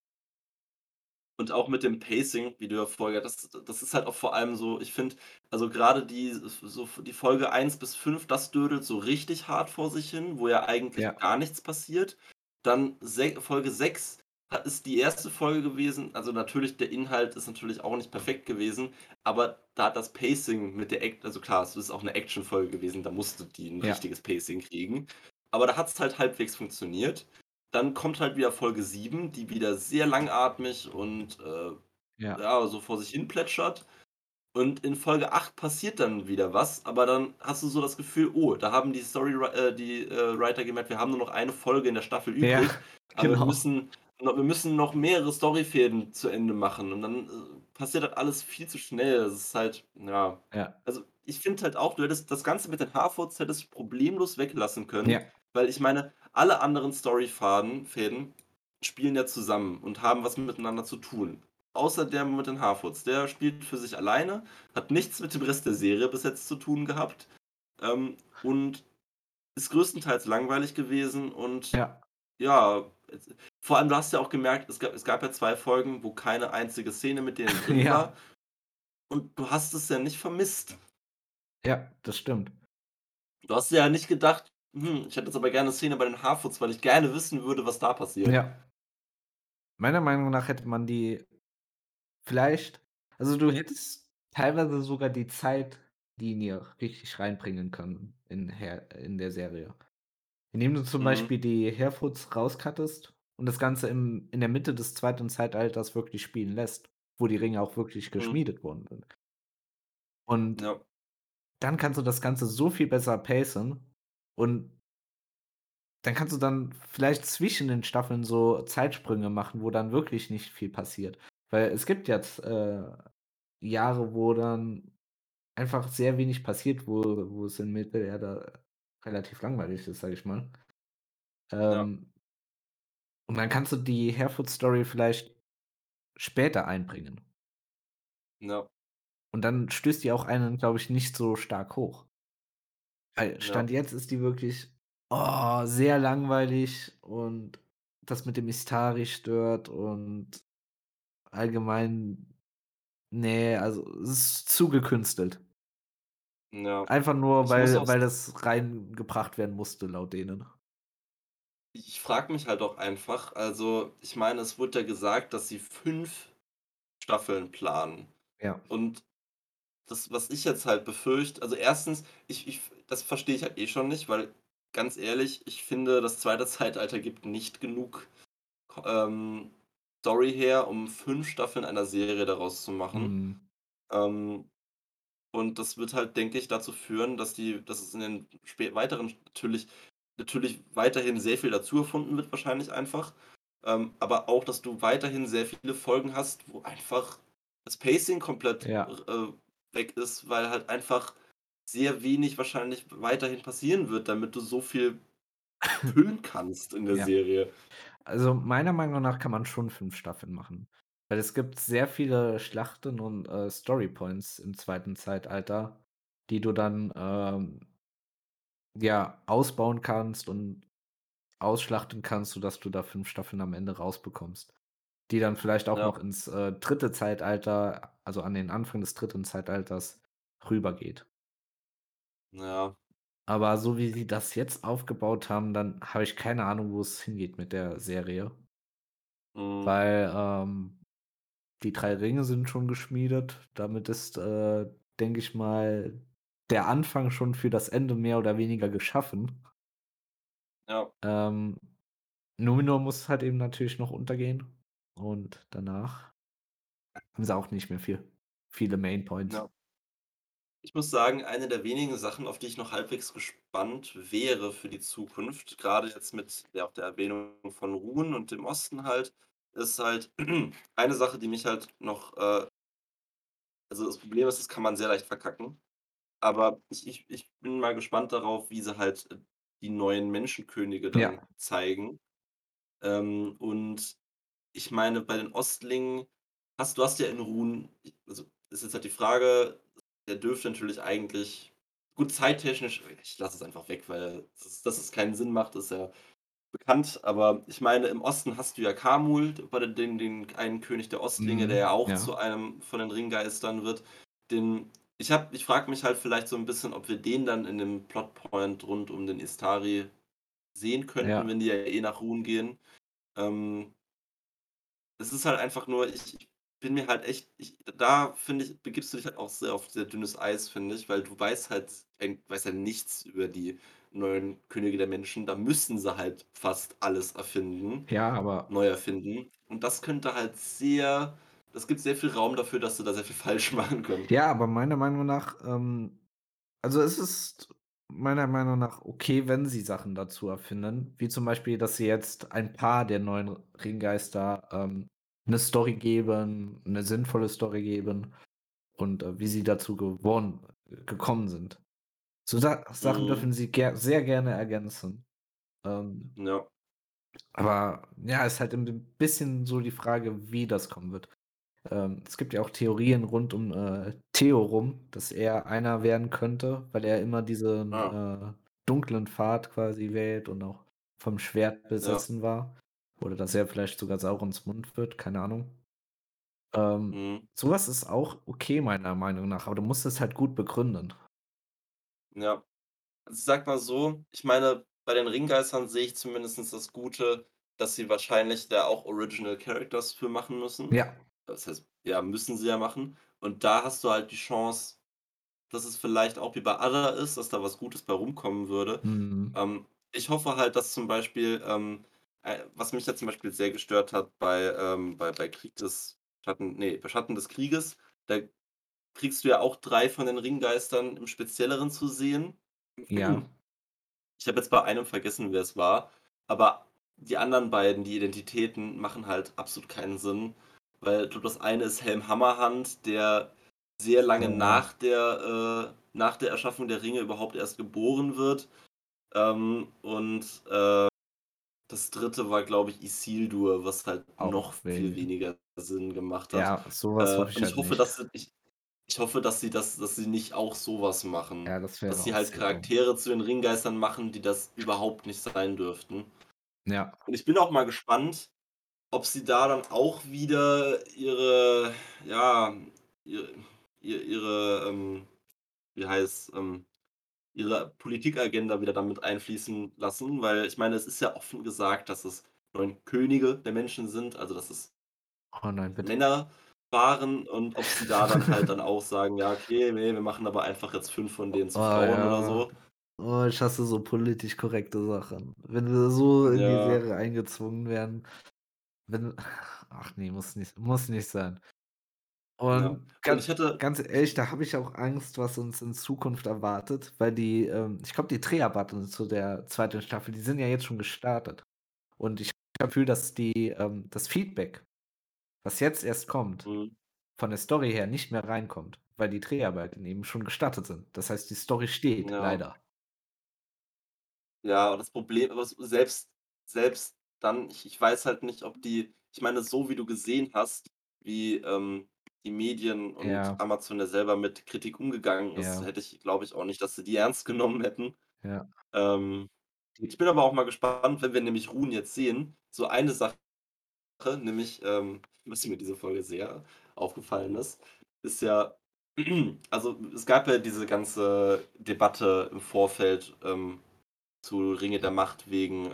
Und auch mit dem Pacing, wie du ja vorher das ist halt auch vor allem so, ich finde, also grade die Folge 1 bis 5, das dödelt so richtig hart vor sich hin, wo ja eigentlich Ja, gar nichts passiert. Dann Folge 6 ist die erste Folge gewesen, also natürlich der Inhalt ist natürlich auch nicht perfekt gewesen, aber da hat das Pacing mit der also klar, es ist auch 'ne Actionfolge gewesen, da musste die 'n ja, richtiges Pacing kriegen, aber da hat's halt halbwegs funktioniert. Dann kommt halt wieder Folge 7, die wieder sehr langatmig und, ja, ja, so vor sich hin plätschert. Und in Folge 8 passiert dann wieder was, aber dann hast du so das Gefühl: „Oh, da haben die Writer gemerkt, wir haben nur noch eine Folge in der Staffel ja, übrig, aber genau. wir müssen noch mehrere Storyfäden zu Ende machen." Und dann, passiert halt alles viel zu schnell. Das ist halt, ja, Ja, also, ich finde halt auch, du hättest das Ganze mit den Harfoots hättest du problemlos weglassen können, ja, weil ich meine, alle anderen Fäden spielen ja zusammen und haben was miteinander zu tun. Außer der mit den Harfoots. Der spielt für sich alleine, hat nichts mit dem Rest der Serie bis jetzt zu tun gehabt, und ist größtenteils langweilig gewesen und ja, ja, vor allem, du hast ja auch gemerkt, es gab ja 2 Folgen, wo keine einzige Szene mit denen drin ja, war und du hast es ja nicht vermisst. ja, das stimmt. Du hast dir ja nicht gedacht: ich hätte jetzt aber gerne 'ne Szene bei den Harfoots, weil ich gerne wissen würde, was da passiert." Ja. Meiner Meinung nach hätte man die vielleicht, also, du hättest teilweise sogar die Zeitlinie richtig reinbringen können in der Serie. Indem du zum Mhm, Beispiel die Herefoods rauscuttest und das Ganze in der Mitte des zweiten Zeitalters wirklich spielen lässt, wo die Ringe auch wirklich mhm, geschmiedet worden sind. Und ja, dann kannst du das Ganze so viel besser pacen und dann kannst du dann vielleicht zwischen den Staffeln so Zeitsprünge machen, wo dann wirklich nicht viel passiert. Weil es gibt jetzt, Jahre, wo dann einfach sehr wenig passiert, wo es in Mittelerde relativ langweilig ist, sage ich mal. ja, Ähm, und dann kannst du die Harefoot-Story vielleicht später einbringen. ja, Und dann stößt die auch einen, glaube ich, nicht so stark hoch. Weil ja, Stand jetzt ist die wirklich, sehr langweilig und das mit dem Istari stört und allgemein, ne, also, es ist zu gekünstelt. Ja. Einfach nur, Ich muss auch weil das reingebracht werden musste laut denen. Ich frage mich halt auch einfach, also, ich meine, es wurde ja gesagt, dass sie 5 Staffeln planen. Ja. Und das, was ich jetzt halt befürchte, also, erstens, ich das verstehe ich halt eh schon nicht, weil ganz ehrlich, ich finde, das zweite Zeitalter gibt nicht genug Ko Story her, um 5 Staffeln einer Serie daraus zu machen. Mhm. Ähm Und das wird halt, denke ich, dazu führen, dass es in den weiteren natürlich weiterhin sehr viel dazu erfunden wird wahrscheinlich einfach, aber auch, dass du weiterhin sehr viele Folgen hast, wo einfach das Pacing komplett Ja. weg ist, weil halt einfach sehr wenig wahrscheinlich weiterhin passieren wird, damit du so viel füllen kannst in der Ja. Serie. Also, meiner Meinung nach kann man schon 5 Staffeln machen, weil es gibt sehr viele Schlachten und, Storypoints im zweiten Zeitalter, die du dann, ja, ausbauen kannst und ausschlachten kannst, sodass du da 5 Staffeln am Ende rausbekommst, die dann vielleicht auch Ja, noch ins, 3. Zeitalter, also an den Anfang des dritten Zeitalters rübergeht. ja, Aber so wie sie das jetzt aufgebaut haben, dann habe ich keine Ahnung, wo es hingeht mit der Serie, mhm, weil, die 3 Ringe sind schon geschmiedet. Damit ist, denke ich mal, der Anfang schon für das Ende mehr oder weniger geschaffen. ja, Ähm, Numenor muss halt eben natürlich noch untergehen und danach haben sie auch nicht mehr viele Main Points. ja. Ich muss sagen, eine der wenigen Sachen, auf die ich noch halbwegs gespannt wäre für die Zukunft, gerade jetzt mit der auch der Erwähnung von Ruhen und dem Osten halt, ist halt eine Sache, die mich halt noch also das Problem ist, das kann man sehr leicht verkacken, aber ich bin mal gespannt darauf, wie sie halt, die neuen Menschenkönige dann Ja, zeigen. Und ich meine, bei den Ostlingen hast ja in Ruhen also, ist jetzt halt die Frage, der dürfte natürlich eigentlich gut, zeittechnisch ich lasse es einfach weg, weil dass es keinen Sinn macht, ist ja bekannt. Aber ich meine, im Osten hast du ja Kamul, bei den einen König der Ostlinge, der mhm, ja auch ja, zu einem von den Ringgeistern wird. Den ich frage mich halt vielleicht so ein bisschen, ob wir den dann in dem Plotpoint rund um den Istari sehen könnten, ja. wenn die ja eh nach Ruhen gehen. Ähm Es ist halt einfach nur ich bin mir halt echt da finde ich, begibst du dich halt auch sehr auf sehr dünnes Eis, finde ich, weil du weißt ja nichts über die neuen Könige der Menschen. Da müssen sie halt fast alles Ja, aber neu erfinden. Und das gibt sehr viel Raum dafür, dass sie da sehr viel falsch machen können. ja, aber meiner Meinung nach, also, es ist meiner Meinung nach okay, wenn sie Sachen dazu erfinden, wie zum Beispiel, dass sie jetzt ein paar der neuen Ringgeister, 'ne Story geben, 'ne sinnvolle Story geben und, wie sie dazu gekommen sind. So Sachen Mhm. dürfen sie sehr gerne ergänzen. Ähm, Ja. aber ja, ist halt 'n bisschen so die Frage, wie das kommen wird. Es gibt ja auch Theorien rund um, Theo rum, dass er einer werden könnte, weil er immer diesen, Ah, dunklen Pfad quasi wählt und auch vom Schwert ja. besessen war. Oder dass er vielleicht sogar Saurons Mund wird, keine Ahnung. Ähm, Mhm. so ist auch okay meiner Meinung nach, aber du musst es halt gut begründen. Ja. Also, ich sage mal so, ich meine, bei den Ringgeistern sehe ich zumindestens das Gute, dass sie wahrscheinlich da auch Original Characters für machen müssen. Ja. Das heißt, ja, müssen sie ja machen. Und da hast du halt die Chance, dass es vielleicht auch wie bei Other ist, dass da was Gutes bei rumkommen würde. Mhm. Ich hoffe halt, dass zum Beispiel, was mich ja zum Beispiel sehr gestört hat bei Krieg des bei Schatten des Krieges, da kriegst du ja auch 3 von den Ringgeistern im Spezielleren zu sehen. Ja. Ich habe jetzt bei einem vergessen, wer es war, aber die anderen beiden, die Identitäten, machen halt absolut keinen Sinn, weil ich glaube, das eine ist Helm Hammerhand, der sehr lange Ja. nach der Erschaffung der Ringe überhaupt erst geboren wird. Und, das dritte war, glaube ich, Isildur, was halt noch Auch viel wenig. weniger Sinn gemacht hat. Ja, so was hoffe Und ich ich halt hoffe, nicht. ich hoffe, dass sie nicht auch so was machen. Ja, das wäre Dass sie auch halt sehr dumm. Charaktere zu den Ringgeistern machen, die das überhaupt nicht sein dürften. Ja. Und ich bin auch mal gespannt, ob sie da dann auch wieder ja, ihre wie heißt ihre Politikagenda wieder damit einfließen lassen, weil ich meine, es ist ja offen gesagt, dass es 9 Könige der Menschen sind, also dass es Oh nein, bitte. Männer waren und ob sie da dann halt dann auch sagen: „Ja, okay, ne, wir machen aber einfach jetzt 5 von denen Oh zu Frauen“ oder ja. so. Oh, ich hasse so politisch korrekte Sachen. Wenn wir so in die Ja, Serie eingezwungen werden, wenn ach ne, muss nicht sein. ja. Und Und ich hätte ganz ehrlich, da habe ich auch Angst, was uns in Zukunft erwartet, weil ich glaube, die Dreharbeiten zu der zweiten Staffel, die sind ja jetzt schon gestartet. Und ich habe das Gefühl, dass das Feedback, was jetzt erst kommt, mhm, von der Story her nicht mehr reinkommt, weil die Dreharbeiten eben schon gestartet sind. Das heißt, die Story steht, ja. leider. Ja, aber das Problem aber selbst dann, ich weiß halt nicht, ob die ich meine, so wie du gesehen hast, wie, die Medien und Ja, Amazon ja selber mit Kritik umgegangen ist, ja, hätte ich glaube ich auch nicht, dass sie die ernst genommen hätten. ja. Ähm, ich bin aber auch mal gespannt, wenn wir nämlich Ruhen jetzt sehen. So eine Sache, nämlich, was mir diese Folge sehr aufgefallen ist, ist ja also, es gab ja diese ganze Debatte im Vorfeld, zu Ringe der Macht wegen,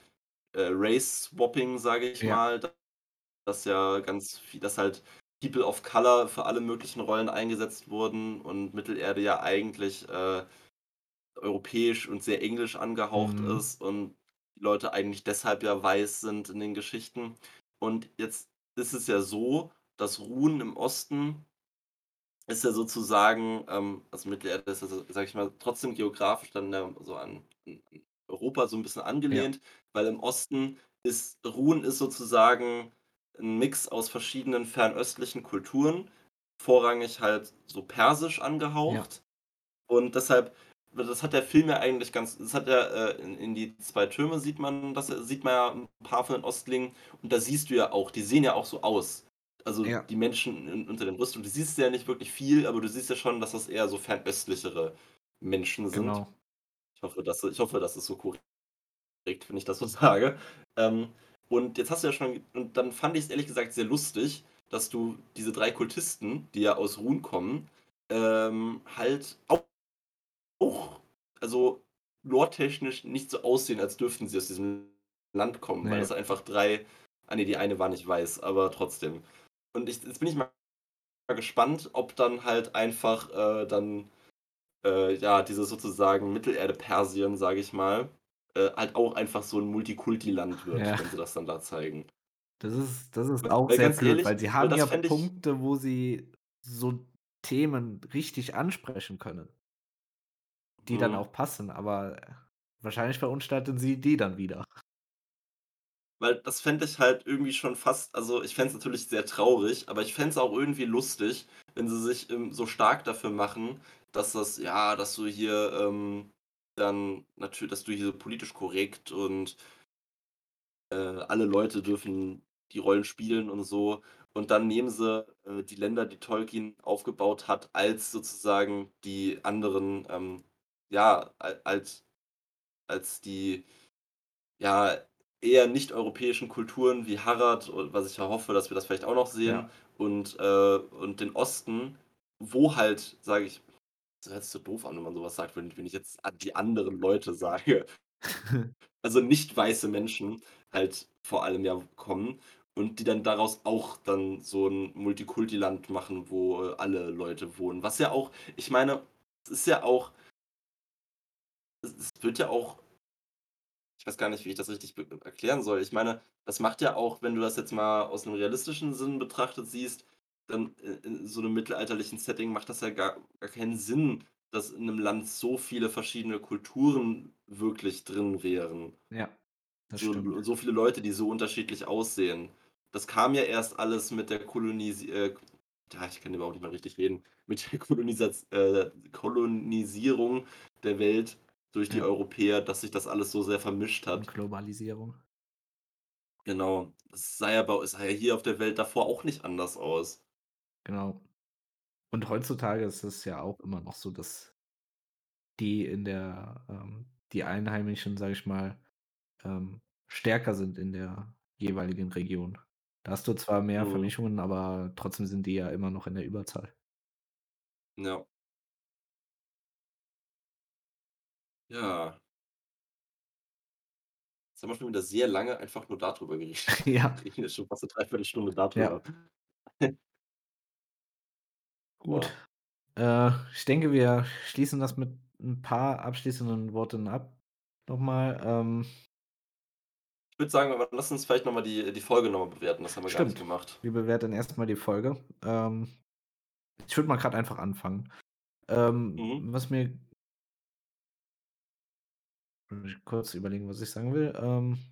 Race Swapping, sage ich Ja, mal, dass ja ganz viel dass halt People of Color für alle möglichen Rollen eingesetzt wurden und Mittelerde ja eigentlich, europäisch und sehr englisch angehaucht mhm, ist und die Leute eigentlich deshalb ja weiß sind in den Geschichten. Und jetzt ist es ja so, dass Ruhen im Osten ist ja sozusagen, also Mittelerde ist ja so, sage ich mal, trotzdem geografisch dann, so an Europa so 'n bisschen ja, angelehnt, weil im Osten ist sozusagen 'n Mix aus verschiedenen fernöstlichen Kulturen, vorrangig halt so persisch ja, angehaucht. Und deshalb das hat der Film ja eigentlich ganz das hat ja, in die 2 Türme sieht man ja 'n paar von den Ostlingen und da siehst du ja auch, die sehen ja auch so aus. Also, ja, die Menschen unter den Rüstungen, du siehst ja nicht wirklich viel, aber du siehst ja schon, dass das eher so fernöstlichere Menschen sind. genau. Ich hoffe, das ist so korrekt, wenn ich das so sage. Ähm, und jetzt hast du ja schon und dann fand ich's ehrlich gesagt sehr lustig, dass du diese 3 Kultisten, die ja aus Ruhm kommen, halt auch, also lore-technisch nicht so aussehen, als dürften sie aus diesem Land kommen, weil Ne, das einfach 3 ne, die eine war nicht weiß, aber trotzdem. Und jetzt bin ich mal gespannt, ob dann halt einfach, ja, dieses sozusagen Mittelerde-Persien, sage ich mal, halt auch einfach so 'n Multikulti-Land wird, ja. wenn sie das dann da zeigen. Das ist auch Weil sehr ganz blöd, ehrlich, weil sie weil haben das ja fände ich Punkte, wo sie so Themen richtig ansprechen können, die dann mhm. auch passen, aber wahrscheinlich verunstalten sie die dann wieder. Weil das fände ich halt irgendwie schon fast also, ich fände es natürlich sehr traurig, aber ich fände es auch irgendwie lustig, wenn sie sich, so stark dafür machen, dass das ja, dass du hier, dann natürlich, dass du hier so politisch korrekt und, alle Leute dürfen die Rollen spielen und so. Und dann nehmen sie, die Länder, die Tolkien aufgebaut hat, als sozusagen die anderen, ja, als die ja, eher nicht-europäischen Kulturen wie Harad, was ich ja hoffe, dass wir das vielleicht auch noch sehen, Ja. und den Osten, wo halt, sage ich das hört sich so doof an, wenn man so was sagt, wenn ich jetzt an die anderen Leute sage, also nicht weiße Menschen halt vor allem ja kommen und die dann daraus auch dann so 'n Multikulti-Land machen, wo, alle Leute wohnen. Was ja auch ich meine, es ist ja auch es wird ja auch ich weiß gar nicht, wie ich das richtig erklären soll. Ich meine, das macht ja auch, wenn du das jetzt mal aus 'nem realistischen Sinn betrachtet siehst, dann in so 'nem mittelalterlichen Setting macht das ja gar keinen Sinn, dass in 'nem Land so viele verschiedene Kulturen wirklich drin wären. Ja, das stimmt. So viele Leute, die so unterschiedlich aussehen. Das kam ja erst alles mit der ja, ich kann überhaupt nicht mehr richtig reden, mit der Kolonisierung der Welt durch die Ja, Europäer, dass sich das alles so sehr vermischt und hat. Globalisierung, Genau. Es sah ja hier auf der Welt davor auch nicht anders aus. genau. Und heutzutage ist es ja auch immer noch so, dass die Einheimischen, sage ich mal, stärker sind in der jeweiligen Region. Da hast du zwar mehr Mhm. Vermischungen, aber trotzdem sind die ja immer noch in der Überzahl. Ja. Ja. Jetzt haben wir schon wieder sehr lange einfach nur darüber geredet. Ja, Wir reden jetzt schon fast 'ne Dreiviertelstunde darüber. ja, gut. Boah. Ich denke, wir schließen das mit 'n paar abschließenden Worten ab noch mal. Ich würde sagen, aber lass uns vielleicht noch mal die Folge noch mal bewerten. Das haben wir gar nicht Stimmt, gemacht. wir bewerten erst mal die Folge. Ich würde mal grad einfach anfangen. Mhm. Was mir Muss ich kurz überlegen, was ich sagen will.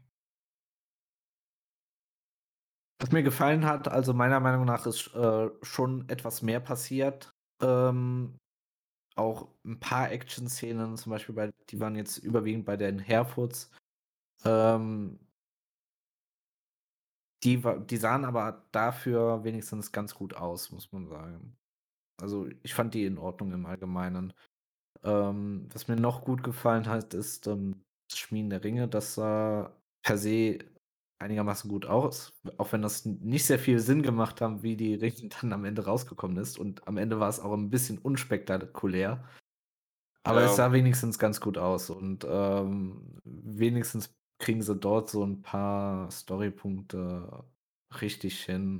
Was mir gefallen hat, also meiner Meinung nach ist, schon etwas mehr passiert. Auch 'n paar Action-Szenen, zum Beispiel die waren jetzt überwiegend bei den Herfords. Ähm, die sahen aber dafür wenigstens ganz gut aus, muss man sagen. Also, ich fand die in Ordnung im Allgemeinen. Was mir noch gut gefallen hat, ist, das Schmieden der Ringe. Das sah per se einigermaßen gut aus, auch wenn das nicht sehr viel Sinn gemacht haben, wie die Ringe dann am Ende rausgekommen ist. Und am Ende war es auch 'n bisschen unspektakulär, aber es Ja, sah wenigstens ganz gut aus und, wenigstens kriegen sie dort so 'n paar Storypunkte richtig hin,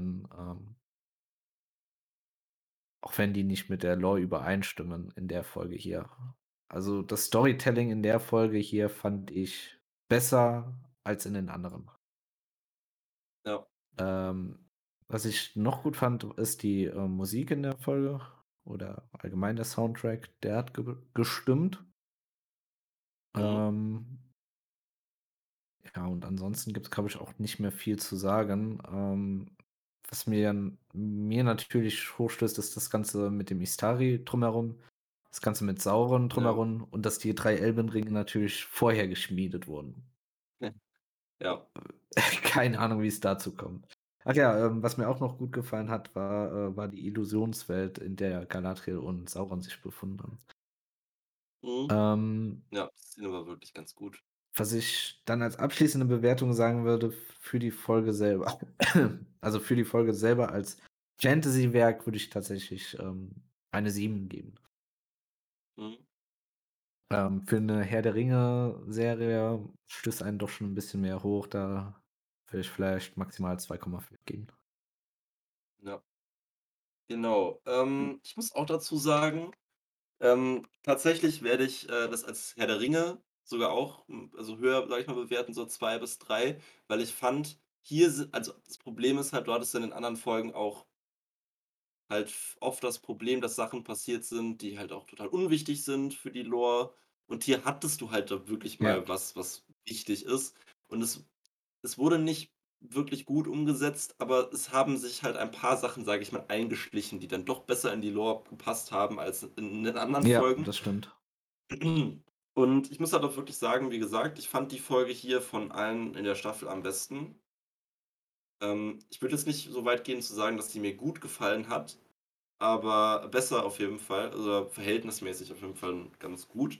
auch wenn die nicht mit der Lore übereinstimmen in der Folge hier. Also, das Storytelling in der Folge hier fand ich besser als in den anderen. ja. Was ich noch gut fand, ist die, Musik in der Folge oder allgemein der Soundtrack, der hat gestimmt. Mhm. Ähm, ja, und ansonsten gibt's, glaube ich, auch nicht mehr viel zu sagen. Was mir natürlich hochstößt, ist das Ganze mit dem Istari drumherum, das Ganze mit Sauron Ja. drumherum und dass die 3 Elbenringe natürlich vorher geschmiedet wurden. Ja. Keine Ahnung, wie es dazu kommt. Ach ja, was mir auch noch gut gefallen hat, war die Illusionswelt, in der Galadriel und Sauron sich befunden haben. Mhm. Ähm, Ja, die Szene war wirklich ganz gut. Was ich dann als abschließende Bewertung sagen würde für die Folge selber also, für die Folge selber als Fantasywerk würde ich tatsächlich, eine 7 geben. Mhm. Für 'ne Herr-der-Ringe-Serie stößt einen doch schon 'n bisschen mehr hoch, da würde ich vielleicht maximal 2,5 geben. Ja, genau. Ich muss auch dazu sagen, tatsächlich werde ich, das als Herr der Ringe sogar auch, also höher, sage ich mal, bewerten, so 2 bis 3, weil ich fand, also das Problem ist halt, du hattest in den anderen Folgen auch halt oft das Problem, dass Sachen passiert sind, die halt auch total unwichtig sind für die Lore. Und hier hattest du halt da wirklich Ja, mal was, was wichtig ist. Und es wurde nicht wirklich gut umgesetzt, aber es haben sich halt ein paar Sachen, sage ich mal, eingeschlichen, die dann doch besser in die Lore gepasst haben als in den anderen ja, Folgen. das stimmt. Und ich muss halt auch wirklich sagen, wie gesagt, ich fand die Folge hier von allen in der Staffel am besten. Ich würde jetzt nicht so weit gehen zu sagen, dass die mir gut gefallen hat, aber besser auf jeden Fall, also verhältnismäßig auf jeden Fall ganz gut.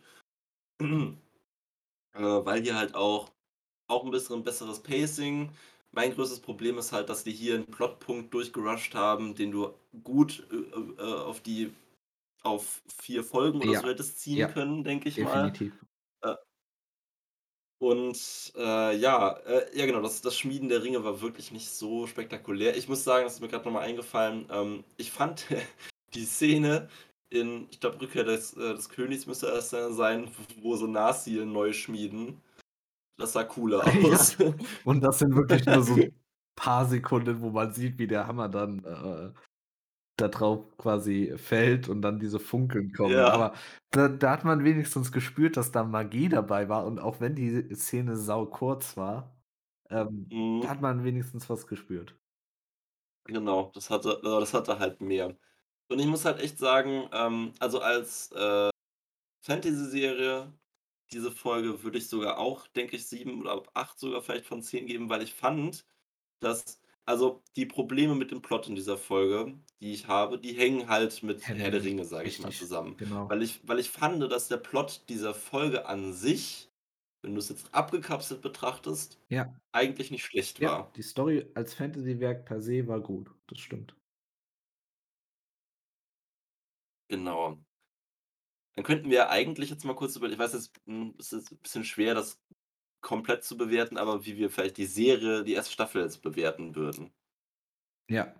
Weil hier halt auch ein bisschen besseres Pacing. Mein größtes Problem ist halt, dass die hier 'n Plotpunkt durchgerusht haben, den du gut, auf 4 Folgen oder so Ja, hättest ziehen ja, können, denke ich mal. definitiv. Äh, ja, genau, das Schmieden der Ringe war wirklich nicht so spektakulär. Ich muss sagen, das ist mir grad noch mal eingefallen, ich fand die Szene in, ich glaube, Rückkehr des Königs müsste das sein, wo so Narsil neu schmieden. Das sah cooler Ja, aus. und das sind wirklich nur so paar Sekunden, wo man sieht, wie der Hammer dann, da drauf quasi fällt und dann diese Funkeln kommen. Ja, Aber da hat man wenigstens gespürt, dass da Magie dabei war und auch wenn die Szene saukurz war, da mhm, hat man wenigstens was gespürt. genau, das hatte halt mehr. Und ich muss halt echt sagen, also als, Fantasy-Serie, diese Folge würde ich sogar auch, denke ich, 7 oder 8 sogar vielleicht von 10 geben, weil ich fand, dass, also die Probleme mit dem Plot in dieser Folge, die ich habe, die hängen halt mit Herr der Herr der Ringe, Ringe, sage ich mal, richtig, zusammen. genau. Weil ich fand, dass der Plot dieser Folge an sich wenn du's jetzt abgekapselt betrachtest, Ja, eigentlich nicht schlecht ja, war. die Story als Fantasywerk per se war gut, das stimmt. Genau. Dann könnten wir eigentlich jetzt mal kurz ich weiß, es ist 'n bisschen schwer, das komplett zu bewerten, aber wie wir vielleicht die Serie, die erste Staffel jetzt bewerten würden. Ja,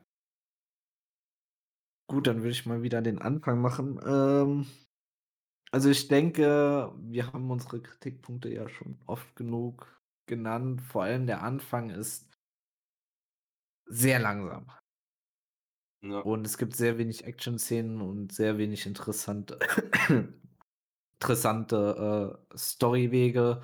gut, dann würde ich mal wieder den Anfang machen. Also, ich denke, wir haben unsere Kritikpunkte ja schon oft genug genannt. Vor allem der Anfang ist sehr langsam Ja, und es gibt sehr wenig Action-Szenen und sehr wenig interessante, Storywege.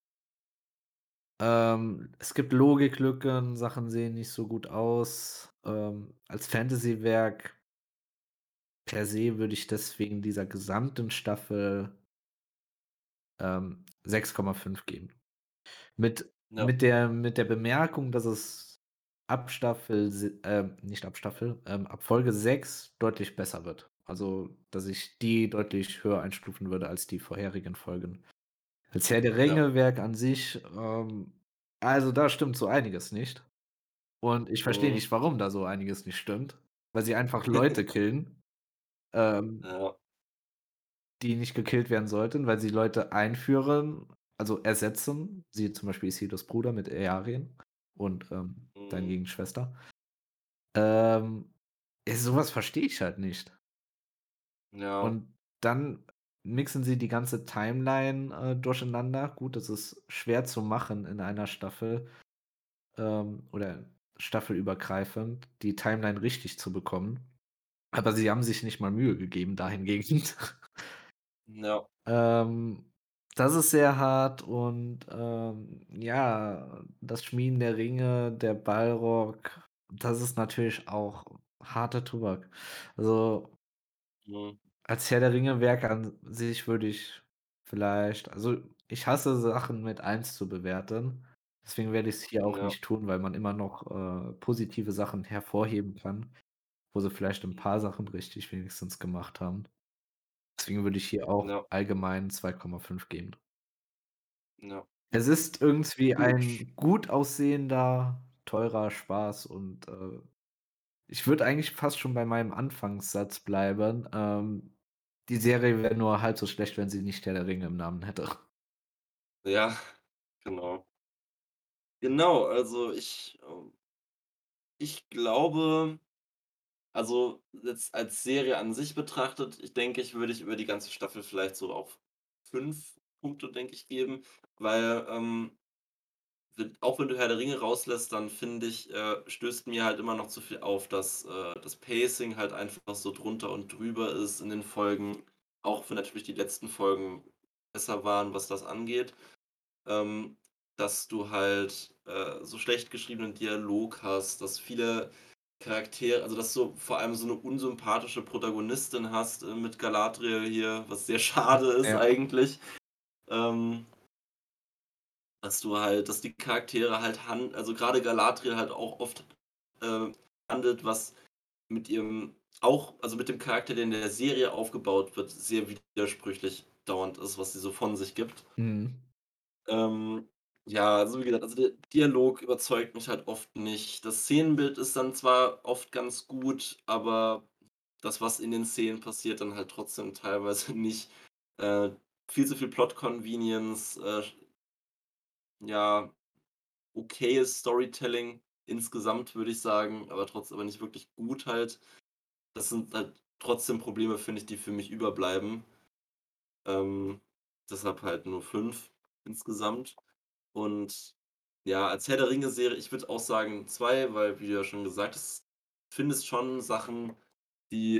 Es gibt Logiklücken, Sachen sehen nicht so gut aus. Als Fantasywerk per se würde ich deswegen dieser gesamten Staffel, 6,5 geben. ja, Mit der Bemerkung, dass es ab Folge 6 deutlich besser wird. Also, dass ich die deutlich höher einstufen würde als die vorherigen Folgen. Als Herr der ja, Ringe-Werk an sich, also, da stimmt so einiges nicht. Und ich verstehe mhm, nicht, warum da so einiges nicht stimmt, weil sie einfach Leute killen, ähm, ja, die nicht gekillt werden sollten, weil sie Leute einführen, also ersetzen, siehe zum Beispiel Isildurs Bruder mit Eärien und, mhm, dahingegen Schwester. Ähm, so was verstehe ich halt nicht. ja, Und dann mixen sie die ganze Timeline, durcheinander. Gut, das ist schwer zu machen in einer Staffel, oder staffelübergreifend, die Timeline richtig zu bekommen. Aber sie haben sich nicht mal Mühe gegeben dahingehend. ja, Ähm, das ist sehr hart und, ja, das Schmieden der Ringe, der Balrog, das ist natürlich auch harter Tobak. Also, mhm, als Herr der Ringe-Werk an sich würde ich ich hasse Sachen mit eins zu bewerten. Deswegen werde ich's hier auch ja, nicht tun, weil man immer noch, positive Sachen hervorheben kann, wo sie vielleicht 'n paar Sachen richtig wenigstens gemacht haben. Deswegen würde ich hier auch ja, allgemein 2,5 geben. ja. Es ist irgendwie Gut. ein gut aussehender, teurer Spaß und, ich würde eigentlich fast schon bei meinem Anfangssatz bleiben. Die Serie wäre nur halb so schlecht, wenn sie nicht Herr der Ringe im Namen hätte. Ja, genau. Genau, also ich glaube, also, jetzt als Serie an sich betrachtet, ich denke, würde ich über die ganze Staffel vielleicht so auf 5 Punkte, denke ich, geben, weil, auch wenn du Herr der Ringe rauslässt, dann finde ich, stößt mir halt immer noch zu viel auf, dass, das Pacing halt einfach so drunter und drüber ist in den Folgen, auch wenn natürlich die letzten Folgen besser waren, was das angeht. Ähm, dass du halt, so schlecht geschriebenen Dialog hast, dass viele Charaktere, also, dass du vor allem so eine unsympathische Protagonistin hast, mit Galadriel hier, was sehr schade ist Ja. eigentlich. Ähm, dass die Charaktere halt also, gerade Galadriel halt auch oft, handelt, was mit ihrem auch also, mit dem Charakter, der in der Serie aufgebaut wird, sehr widersprüchlich dauernd ist, was sie so von sich gibt. Mhm. Ähm, ja, also, wie gesagt, also, der Dialog überzeugt mich halt oft nicht. Das Szenenbild ist dann zwar oft ganz gut, aber das, was in den Szenen passiert, dann halt trotzdem teilweise nicht. Äh, viel zu viel Plot Convenience, ja, okayes Storytelling insgesamt, würde ich sagen, aber nicht wirklich gut halt. Das sind halt trotzdem Probleme, finde ich, die für mich überbleiben. Ähm, deshalb halt nur 5 insgesamt. Und ja, als Herr der Ringe-Serie, ich würde auch sagen 2, weil, wie du ja schon gesagt hast, findest schon Sachen, die,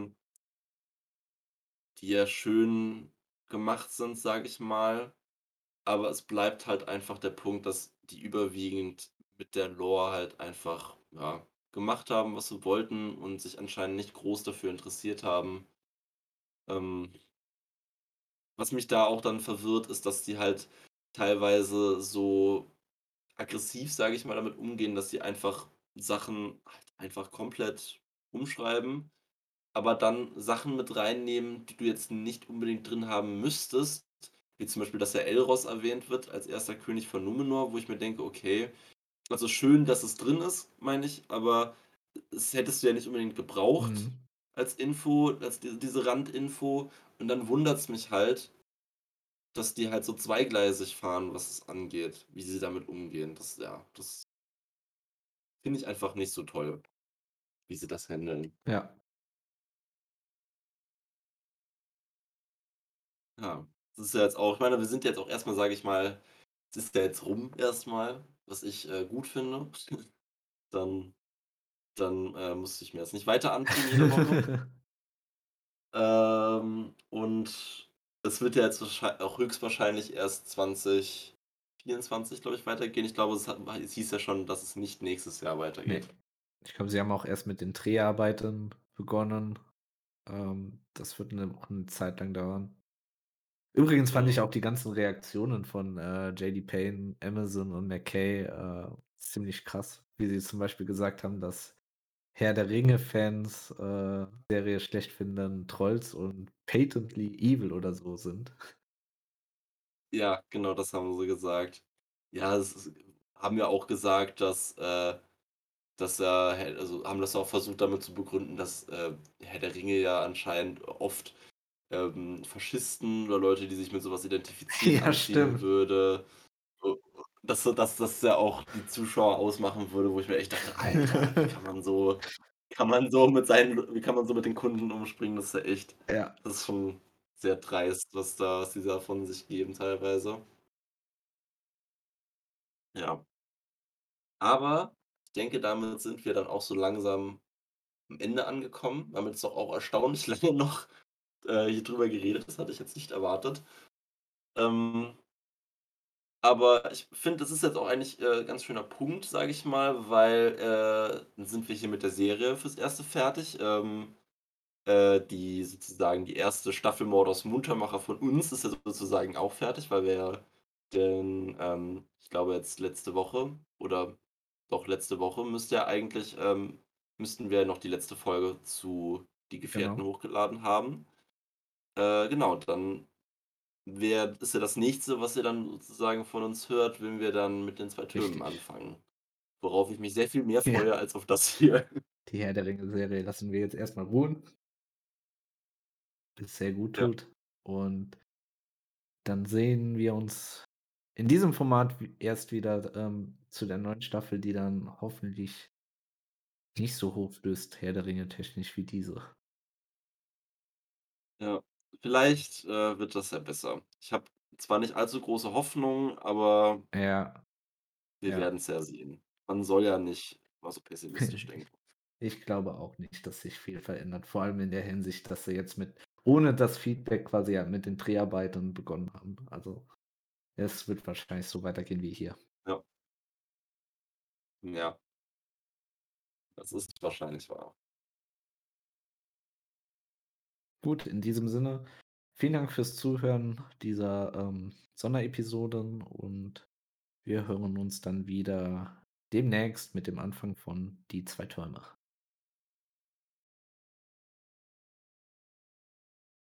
die ja schön gemacht sind, sage ich mal. Aber es bleibt halt einfach der Punkt, dass die überwiegend mit der Lore halt einfach, ja, gemacht haben, was sie wollten und sich anscheinend nicht groß dafür interessiert haben. Ähm, was mich da auch dann verwirrt, ist, dass die halt teilweise so aggressiv, sage ich mal, damit umgehen, dass sie einfach Sachen halt einfach komplett umschreiben, aber dann Sachen mit reinnehmen, die du jetzt nicht unbedingt drin haben müsstest, wie zum Beispiel, dass der Elros erwähnt wird als erster König von Numenor, wo ich mir denke: „Okay, also schön, dass es drin ist, meine ich, aber das hättest du ja nicht unbedingt gebraucht Mhm. als Info, als diese Randinfo.“ Und dann wundert's mich halt, dass die halt so zweigleisig fahren, was es angeht, wie sie damit umgehen. Das finde ich einfach nicht so toll, wie sie das handeln. Ja. Ja, das ist ja jetzt auch, ich meine, wir sind jetzt auch erst mal, sage ich mal, es ist ja jetzt rum erst mal, was ich, gut finde. Dann musste ich mir das nicht weiter antun jede Woche. Und es wird ja jetzt auch höchstwahrscheinlich erst 2024, glaube ich, weitergehen. Ich glaube, es hieß ja schon, dass es nicht nächstes Jahr Ne. weitergeht. Ich glaube, sie haben auch erst mit den Dreharbeiten begonnen. Das wird 'ne Zeit lang dauern. Übrigens fand ich Mhm. auch die ganzen Reaktionen von, JD Payne, Amazon und McKay, ziemlich krass, wie sie zum Beispiel gesagt haben, dass Herr der Ringe-Fans, Serie schlecht finden, Trolls und patently evil oder so sind. Ja, genau, das haben sie gesagt. Ja, haben ja auch gesagt, also, haben das auch versucht damit zu begründen, dass, Herr der Ringe ja anscheinend oft, Faschisten oder Leute, die sich mit so was identifizieren, Ja, anziehen stimmt. würde. Dass das ja auch die Zuschauer ausmachen würde, wo ich mir echt dachte: „Alter, wie kann man so mit den Kunden umspringen?“ Das ist ja echt, Ja, das ist schon sehr dreist, was die da von sich geben teilweise. Ja, aber ich denke, damit sind wir dann auch so langsam am Ende angekommen. Wir haben jetzt doch auch erstaunlich lange noch, hier drüber geredet. Das hatte ich jetzt nicht erwartet. Ähm Aber ich finde, das ist jetzt auch eigentlich, ganz schöner Punkt, sage ich mal, weil, dann sind wir hier mit der Serie fürs Erste fertig. Die sozusagen die erste Staffel Mord aus Muntermacher von uns ist ja sozusagen auch fertig, weil wir ja ich glaube jetzt letzte Woche oder doch letzte Woche müssten wir noch die letzte Folge zu Die Gefährten genau. hochgeladen haben. Genau, dann ist ja das Nächste, was ihr dann sozusagen von uns hört, wenn wir dann mit den 2 Türmen Richtig. anfangen, worauf ich mich sehr viel mehr Ja, freue als auf das hier. die Herr der Ringe-Serie lassen wir jetzt erst mal ruhen, bis es sehr gut Ja, tut. Und dann sehen wir uns in diesem Format erst wieder, zu der neuen Staffel, die dann hoffentlich nicht so hoch stößt, Herr der Ringe technisch wie diese. ja. Vielleicht, wird das ja besser. Ich habe zwar nicht allzu große Hoffnung, aber Ja, wir ja. werden's ja sehen. Man soll ja nicht immer so pessimistisch denken. Ich glaube auch nicht, dass sich viel verändert, vor allem in der Hinsicht, dass sie jetzt ohne das Feedback quasi ja mit den Dreharbeiten begonnen haben. Also, es wird wahrscheinlich so weitergehen wie hier. Ja, ja, das ist wahrscheinlich wahr. Gut, in diesem Sinne, vielen Dank fürs Zuhören dieser, Sonderepisoden und wir hören uns dann wieder demnächst mit dem Anfang von „Die 2 Türme“.